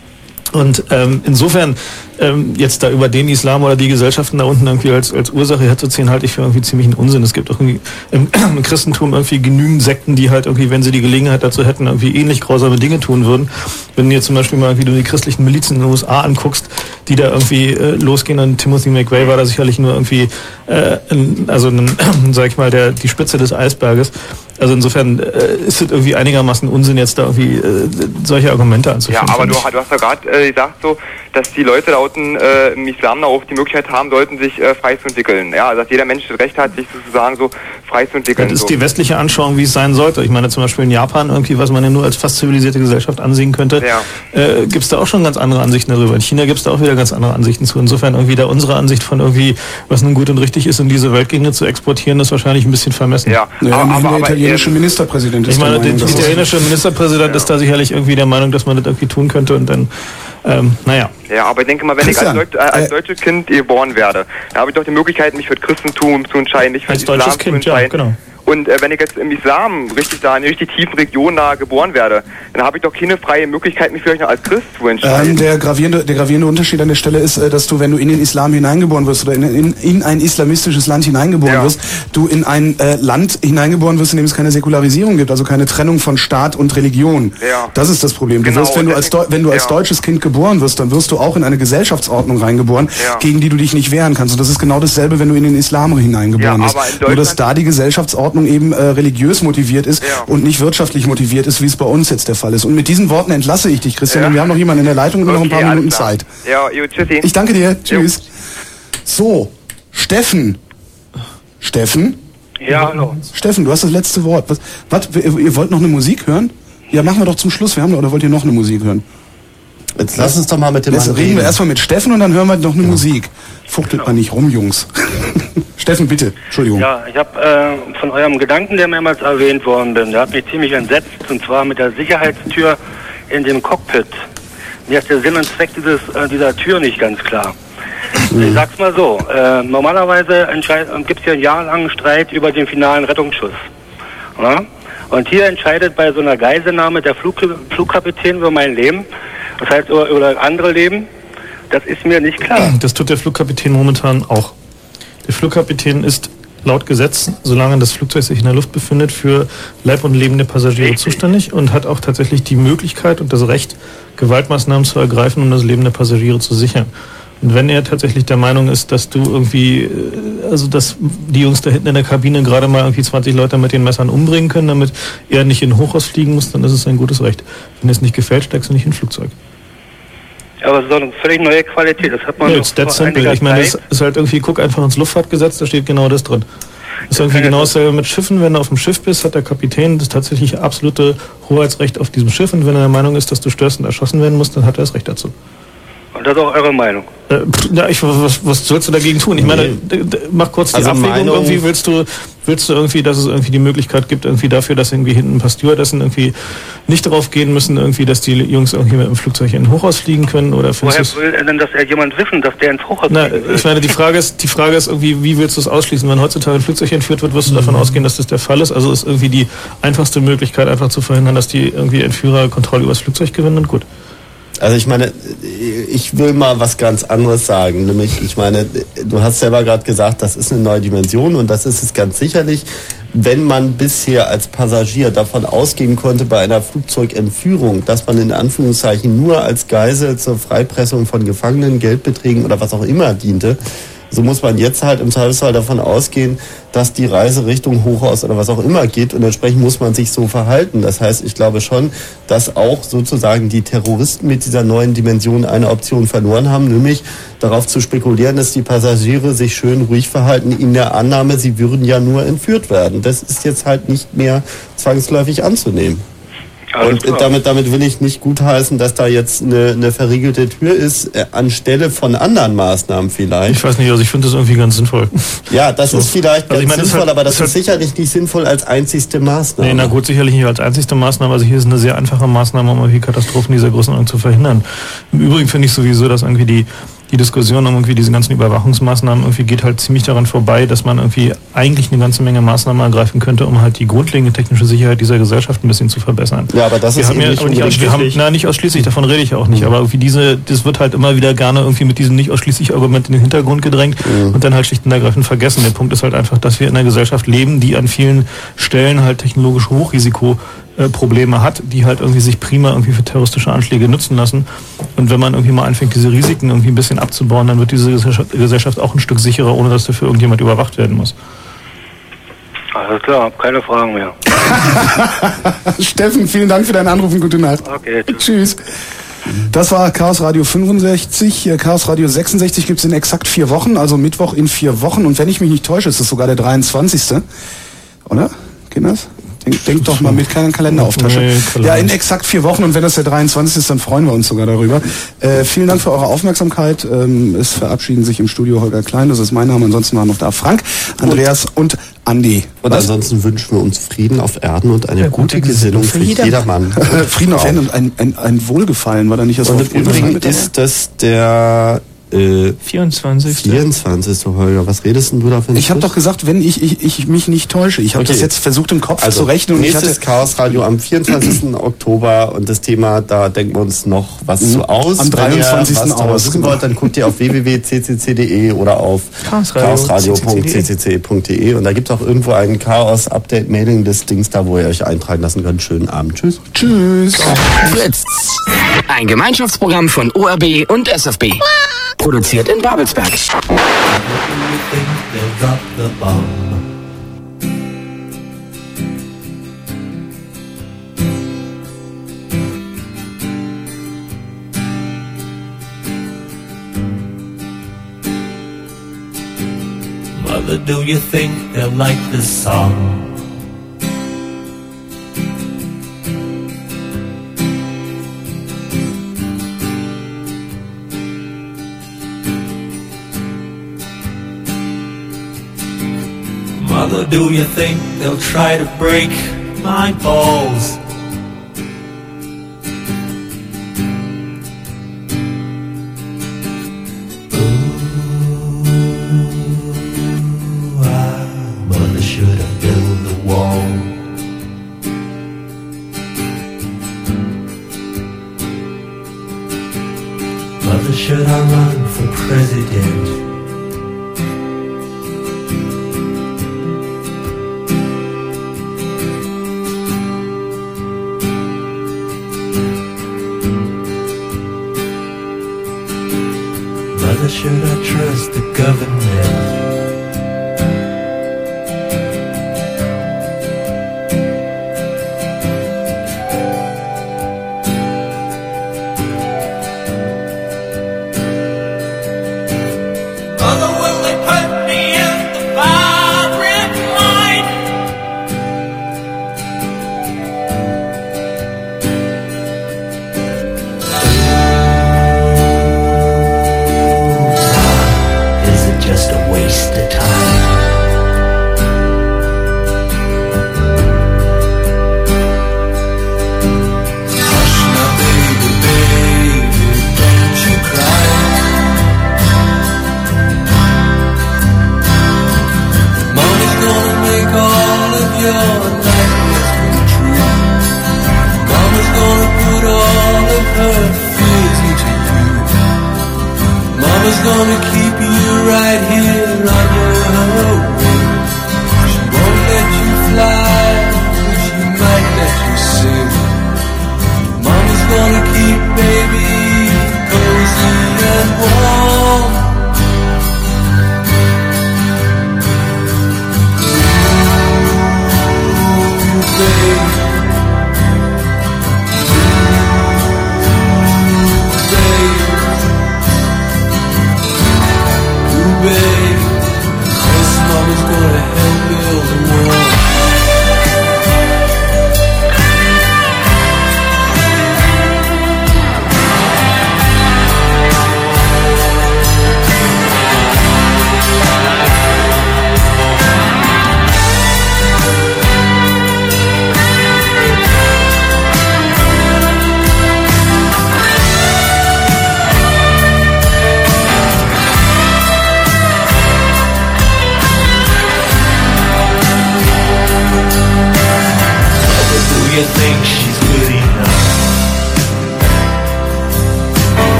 Speaker 12: Und insofern jetzt da über den Islam oder die Gesellschaften da unten irgendwie als Ursache herzuziehen, halte ich für irgendwie ziemlichen Unsinn. Es gibt auch irgendwie im Christentum irgendwie genügend Sekten, die halt irgendwie, wenn sie die Gelegenheit dazu hätten, irgendwie ähnlich grausame Dinge tun würden. Wenn du jetzt zum Beispiel mal, wie du die christlichen Milizen in den USA anguckst, die da irgendwie losgehen, und Timothy McVeigh war da sicherlich nur irgendwie, sag ich mal, die Spitze des Eisberges. Also insofern ist es irgendwie einigermaßen Unsinn, jetzt da irgendwie solche Argumente anzuführen.
Speaker 16: Ja, aber du hast ja gerade gesagt, so, dass die Leute da unten im Islam auch die Möglichkeit haben sollten, sich frei zu entwickeln. Ja, dass jeder Mensch das Recht hat, sich sozusagen so frei zu entwickeln.
Speaker 12: Das ist die westliche Anschauung, wie es sein sollte. Ich meine zum Beispiel in Japan irgendwie, was man ja nur als fast zivilisierte Gesellschaft ansehen könnte, gibt es da auch schon ganz andere Ansichten darüber. In China gibt es da auch wieder ganz andere Ansichten zu. Insofern irgendwie da unsere Ansicht von irgendwie, was nun gut und richtig ist, in diese Weltgegend zu exportieren, ist wahrscheinlich ein bisschen vermessen.
Speaker 2: Ja, aber der italienische Ministerpräsident ist
Speaker 12: der italienische Ministerpräsident ist da sicherlich irgendwie der Meinung, dass man das irgendwie tun könnte und dann, naja.
Speaker 16: Ja, aber ich denke mal, wenn ich als deutsches Kind geboren werde, dann habe ich doch die Möglichkeit, mich für das Christentum zu entscheiden, nicht für den Islam zu entscheiden. Ja, genau. Und wenn ich jetzt im Islam richtig da in einer richtig tiefen Region da geboren werde, dann habe ich doch keine freie Möglichkeit, mich vielleicht noch als Christ zu entscheiden.
Speaker 2: Der gravierende Unterschied an der Stelle ist, dass du, wenn du in den Islam hineingeboren wirst oder in ein islamistisches Land hineingeboren wirst, du in ein Land hineingeboren wirst, in dem es keine Säkularisierung gibt, also keine Trennung von Staat und Religion. Ja. Das ist das Problem. Du wirst, wenn du als deutsches Kind geboren wirst, dann wirst du auch in eine Gesellschaftsordnung reingeboren, gegen die du dich nicht wehren kannst. Und das ist genau dasselbe, wenn du in den Islam hineingeboren wirst. Nur dass da die Gesellschaftsordnung eben religiös motiviert ist und nicht wirtschaftlich motiviert ist, wie es bei uns jetzt der Fall ist. Und mit diesen Worten entlasse ich dich, Christian, denn wir haben noch jemanden in der Leitung und noch ein paar Minuten Zeit.
Speaker 16: Ja, tschüssi.
Speaker 2: Ich danke dir. Tschüss. So, Steffen.
Speaker 6: Ja, hallo.
Speaker 2: Steffen, du hast das letzte Wort. Was, ihr wollt noch eine Musik hören? Ja, machen wir doch zum Schluss. Oder wollt ihr noch eine Musik hören?
Speaker 4: Jetzt lass uns doch mal mit dem
Speaker 2: Mann reden. Wir erstmal mit Steffen und dann hören wir noch eine Musik. Fuchtelt mal nicht rum, Jungs. Steffen, bitte. Entschuldigung.
Speaker 6: Ja, ich habe von eurem Gedanken, der mehrmals erwähnt worden bin, der hat mich ziemlich entsetzt, und zwar mit der Sicherheitstür in dem Cockpit. Mir ist der Sinn und Zweck dieser Tür nicht ganz klar. Ich sag's mal so, normalerweise gibt es ja einen jahrelangen Streit über den finalen Rettungsschuss. Ja? Und hier entscheidet bei so einer Geiselnahme der Flugkapitän über mein Leben, das heißt, oder andere Leben. Das ist mir nicht klar.
Speaker 12: Das tut der Flugkapitän momentan auch. Der Flugkapitän ist laut Gesetz, solange das Flugzeug sich in der Luft befindet, für Leib und Leben der Passagiere zuständig und hat auch tatsächlich die Möglichkeit und das Recht, Gewaltmaßnahmen zu ergreifen, um das Leben der Passagiere zu sichern. Und wenn er tatsächlich der Meinung ist, dass du irgendwie, also dass die Jungs da hinten in der Kabine gerade mal irgendwie 20 Leute mit den Messern umbringen können, damit er nicht in ein Hochhaus fliegen muss, dann ist es ein gutes Recht. Wenn es nicht gefällt, steigst du nicht in ein Flugzeug.
Speaker 6: Aber es ist doch eine völlig neue Qualität. Das hat man
Speaker 12: Ja, it's that simple. Ich meine, das ist halt irgendwie, guck einfach ins Luftfahrtgesetz, da steht genau das drin. Das ist irgendwie genau dasselbe mit Schiffen. Wenn du auf dem Schiff bist, hat der Kapitän das tatsächlich absolute Hoheitsrecht auf diesem Schiff. Und wenn er der Meinung ist, dass du störst und erschossen werden musst, dann hat er das Recht dazu.
Speaker 6: Und das ist auch eure Meinung?
Speaker 12: Was sollst du dagegen tun? Ich meine, mach kurz die Abwägung. Irgendwie willst du irgendwie, dass es irgendwie die Möglichkeit gibt, irgendwie dafür, dass irgendwie hinten ein paar Stewardessen irgendwie nicht drauf gehen müssen, irgendwie, dass die Jungs irgendwie mit dem Flugzeug in ein Hochhaus fliegen können? Oder
Speaker 6: woher will denn das jemand wissen, dass der ins Hochhaus fliegen will?
Speaker 12: Ich meine, die Frage ist irgendwie, wie willst du es ausschließen? Wenn heutzutage ein Flugzeug entführt wird, wirst du davon ausgehen, dass das der Fall ist. Also ist irgendwie die einfachste Möglichkeit, einfach zu verhindern, dass die irgendwie Entführer Kontrolle über das Flugzeug gewinnen und gut.
Speaker 4: Also ich meine, ich will mal was ganz anderes sagen. Nämlich, ich meine, du hast selber gerade gesagt, das ist eine neue Dimension und das ist es ganz sicherlich. Wenn man bisher als Passagier davon ausgehen konnte bei einer Flugzeugentführung, dass man in Anführungszeichen nur als Geisel zur Freipressung von Gefangenen, Geldbeträgen oder was auch immer diente, so muss man jetzt halt im Zweifelsfall davon ausgehen, dass die Reise Richtung Hochhaus oder was auch immer geht und entsprechend muss man sich so verhalten. Das heißt, ich glaube schon, dass auch sozusagen die Terroristen mit dieser neuen Dimension eine Option verloren haben, nämlich darauf zu spekulieren, dass die Passagiere sich schön ruhig verhalten in der Annahme, sie würden ja nur entführt werden. Das ist jetzt halt nicht mehr zwangsläufig anzunehmen. Und damit will ich nicht gutheißen, dass da jetzt eine verriegelte Tür ist, anstelle von anderen Maßnahmen vielleicht.
Speaker 12: Ich weiß nicht, also ich finde das irgendwie ganz sinnvoll.
Speaker 4: Ja, das ist vielleicht ganz sinnvoll, aber das ist sicherlich nicht sinnvoll als einzigste Maßnahme.
Speaker 12: Nee, na gut, sicherlich nicht als einzigste Maßnahme. Also hier ist eine sehr einfache Maßnahme, um irgendwie Katastrophen dieser Größenordnung zu verhindern. Im Übrigen finde ich sowieso, dass irgendwie die Diskussion um irgendwie diese ganzen Überwachungsmaßnahmen irgendwie geht halt ziemlich daran vorbei, dass man irgendwie eigentlich eine ganze Menge Maßnahmen ergreifen könnte, um halt die grundlegende technische Sicherheit dieser Gesellschaft ein bisschen zu verbessern.
Speaker 4: Ja, aber das ist eben nicht ausschließlich.
Speaker 12: Nicht ausschließlich, davon rede ich auch nicht, aber irgendwie das wird halt immer wieder gerne irgendwie mit diesem nicht ausschließlich Argument in den Hintergrund gedrängt und dann halt schlicht und ergreifend vergessen. Der Punkt ist halt einfach, dass wir in einer Gesellschaft leben, die an vielen Stellen halt technologisch Hochrisiko-Probleme hat, die halt irgendwie sich prima irgendwie für terroristische Anschläge nutzen lassen. Und wenn man irgendwie mal anfängt, diese Risiken irgendwie ein bisschen abzubauen, dann wird diese Gesellschaft auch ein Stück sicherer, ohne dass dafür irgendjemand überwacht werden muss.
Speaker 6: Alles klar, keine Fragen mehr.
Speaker 2: Steffen, vielen Dank für deinen Anruf und gute Nacht.
Speaker 6: Okay,
Speaker 2: tschüss. Das war Chaos Radio 65. Chaos Radio 66 gibt es in exakt 4 Wochen, also Mittwoch in 4 Wochen. Und wenn ich mich nicht täusche, ist es sogar der 23. Oder? Kinders? Denk doch mal mit, keinen Kalender auf Tasche. Nee, ja, in exakt 4 Wochen und wenn das der 23 ist, dann freuen wir uns sogar darüber. Vielen Dank für eure Aufmerksamkeit. Es verabschieden sich im Studio Holger Klein, das ist mein Name. Ansonsten waren noch da Frank, Andreas und Andi.
Speaker 4: Und ansonsten wünschen wir uns Frieden auf Erden und eine gute Gesinnung für jedermann.
Speaker 2: Frieden auf Erden und ein Wohlgefallen, war da nicht das Wort?
Speaker 4: Und im Übrigen ist das der
Speaker 3: 24.
Speaker 4: Holger, was redest denn du da für ein
Speaker 2: Ich habe doch gesagt, wenn ich mich nicht täusche. Ich habe das jetzt versucht im Kopf zu rechnen. Und
Speaker 4: nächstes Chaos Radio am 24. Oktober und das Thema, da denken wir uns noch was zu aus.
Speaker 2: Am 23.
Speaker 4: Wenn ihr was wissen wollt, dann guckt ihr auf www.ccc.de oder auf chaosradio.ccc.de und da gibt es auch irgendwo ein Chaos-Update-Mailing-List-Dings da, wo ihr euch eintragen lassen könnt. Schönen Abend. Tschüss.
Speaker 2: Tschüss.
Speaker 19: Fritz. Ein Gemeinschaftsprogramm von ORB und SFB. Produziert in Babelsberg.
Speaker 5: Mother, do you think they'll like this song? Mother, do you think they'll try to break my balls? Mother should have built the wall. Mother Mother, should I run for president? Mother, should I trust the government?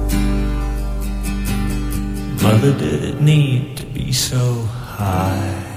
Speaker 5: Mother, did it need to be so high?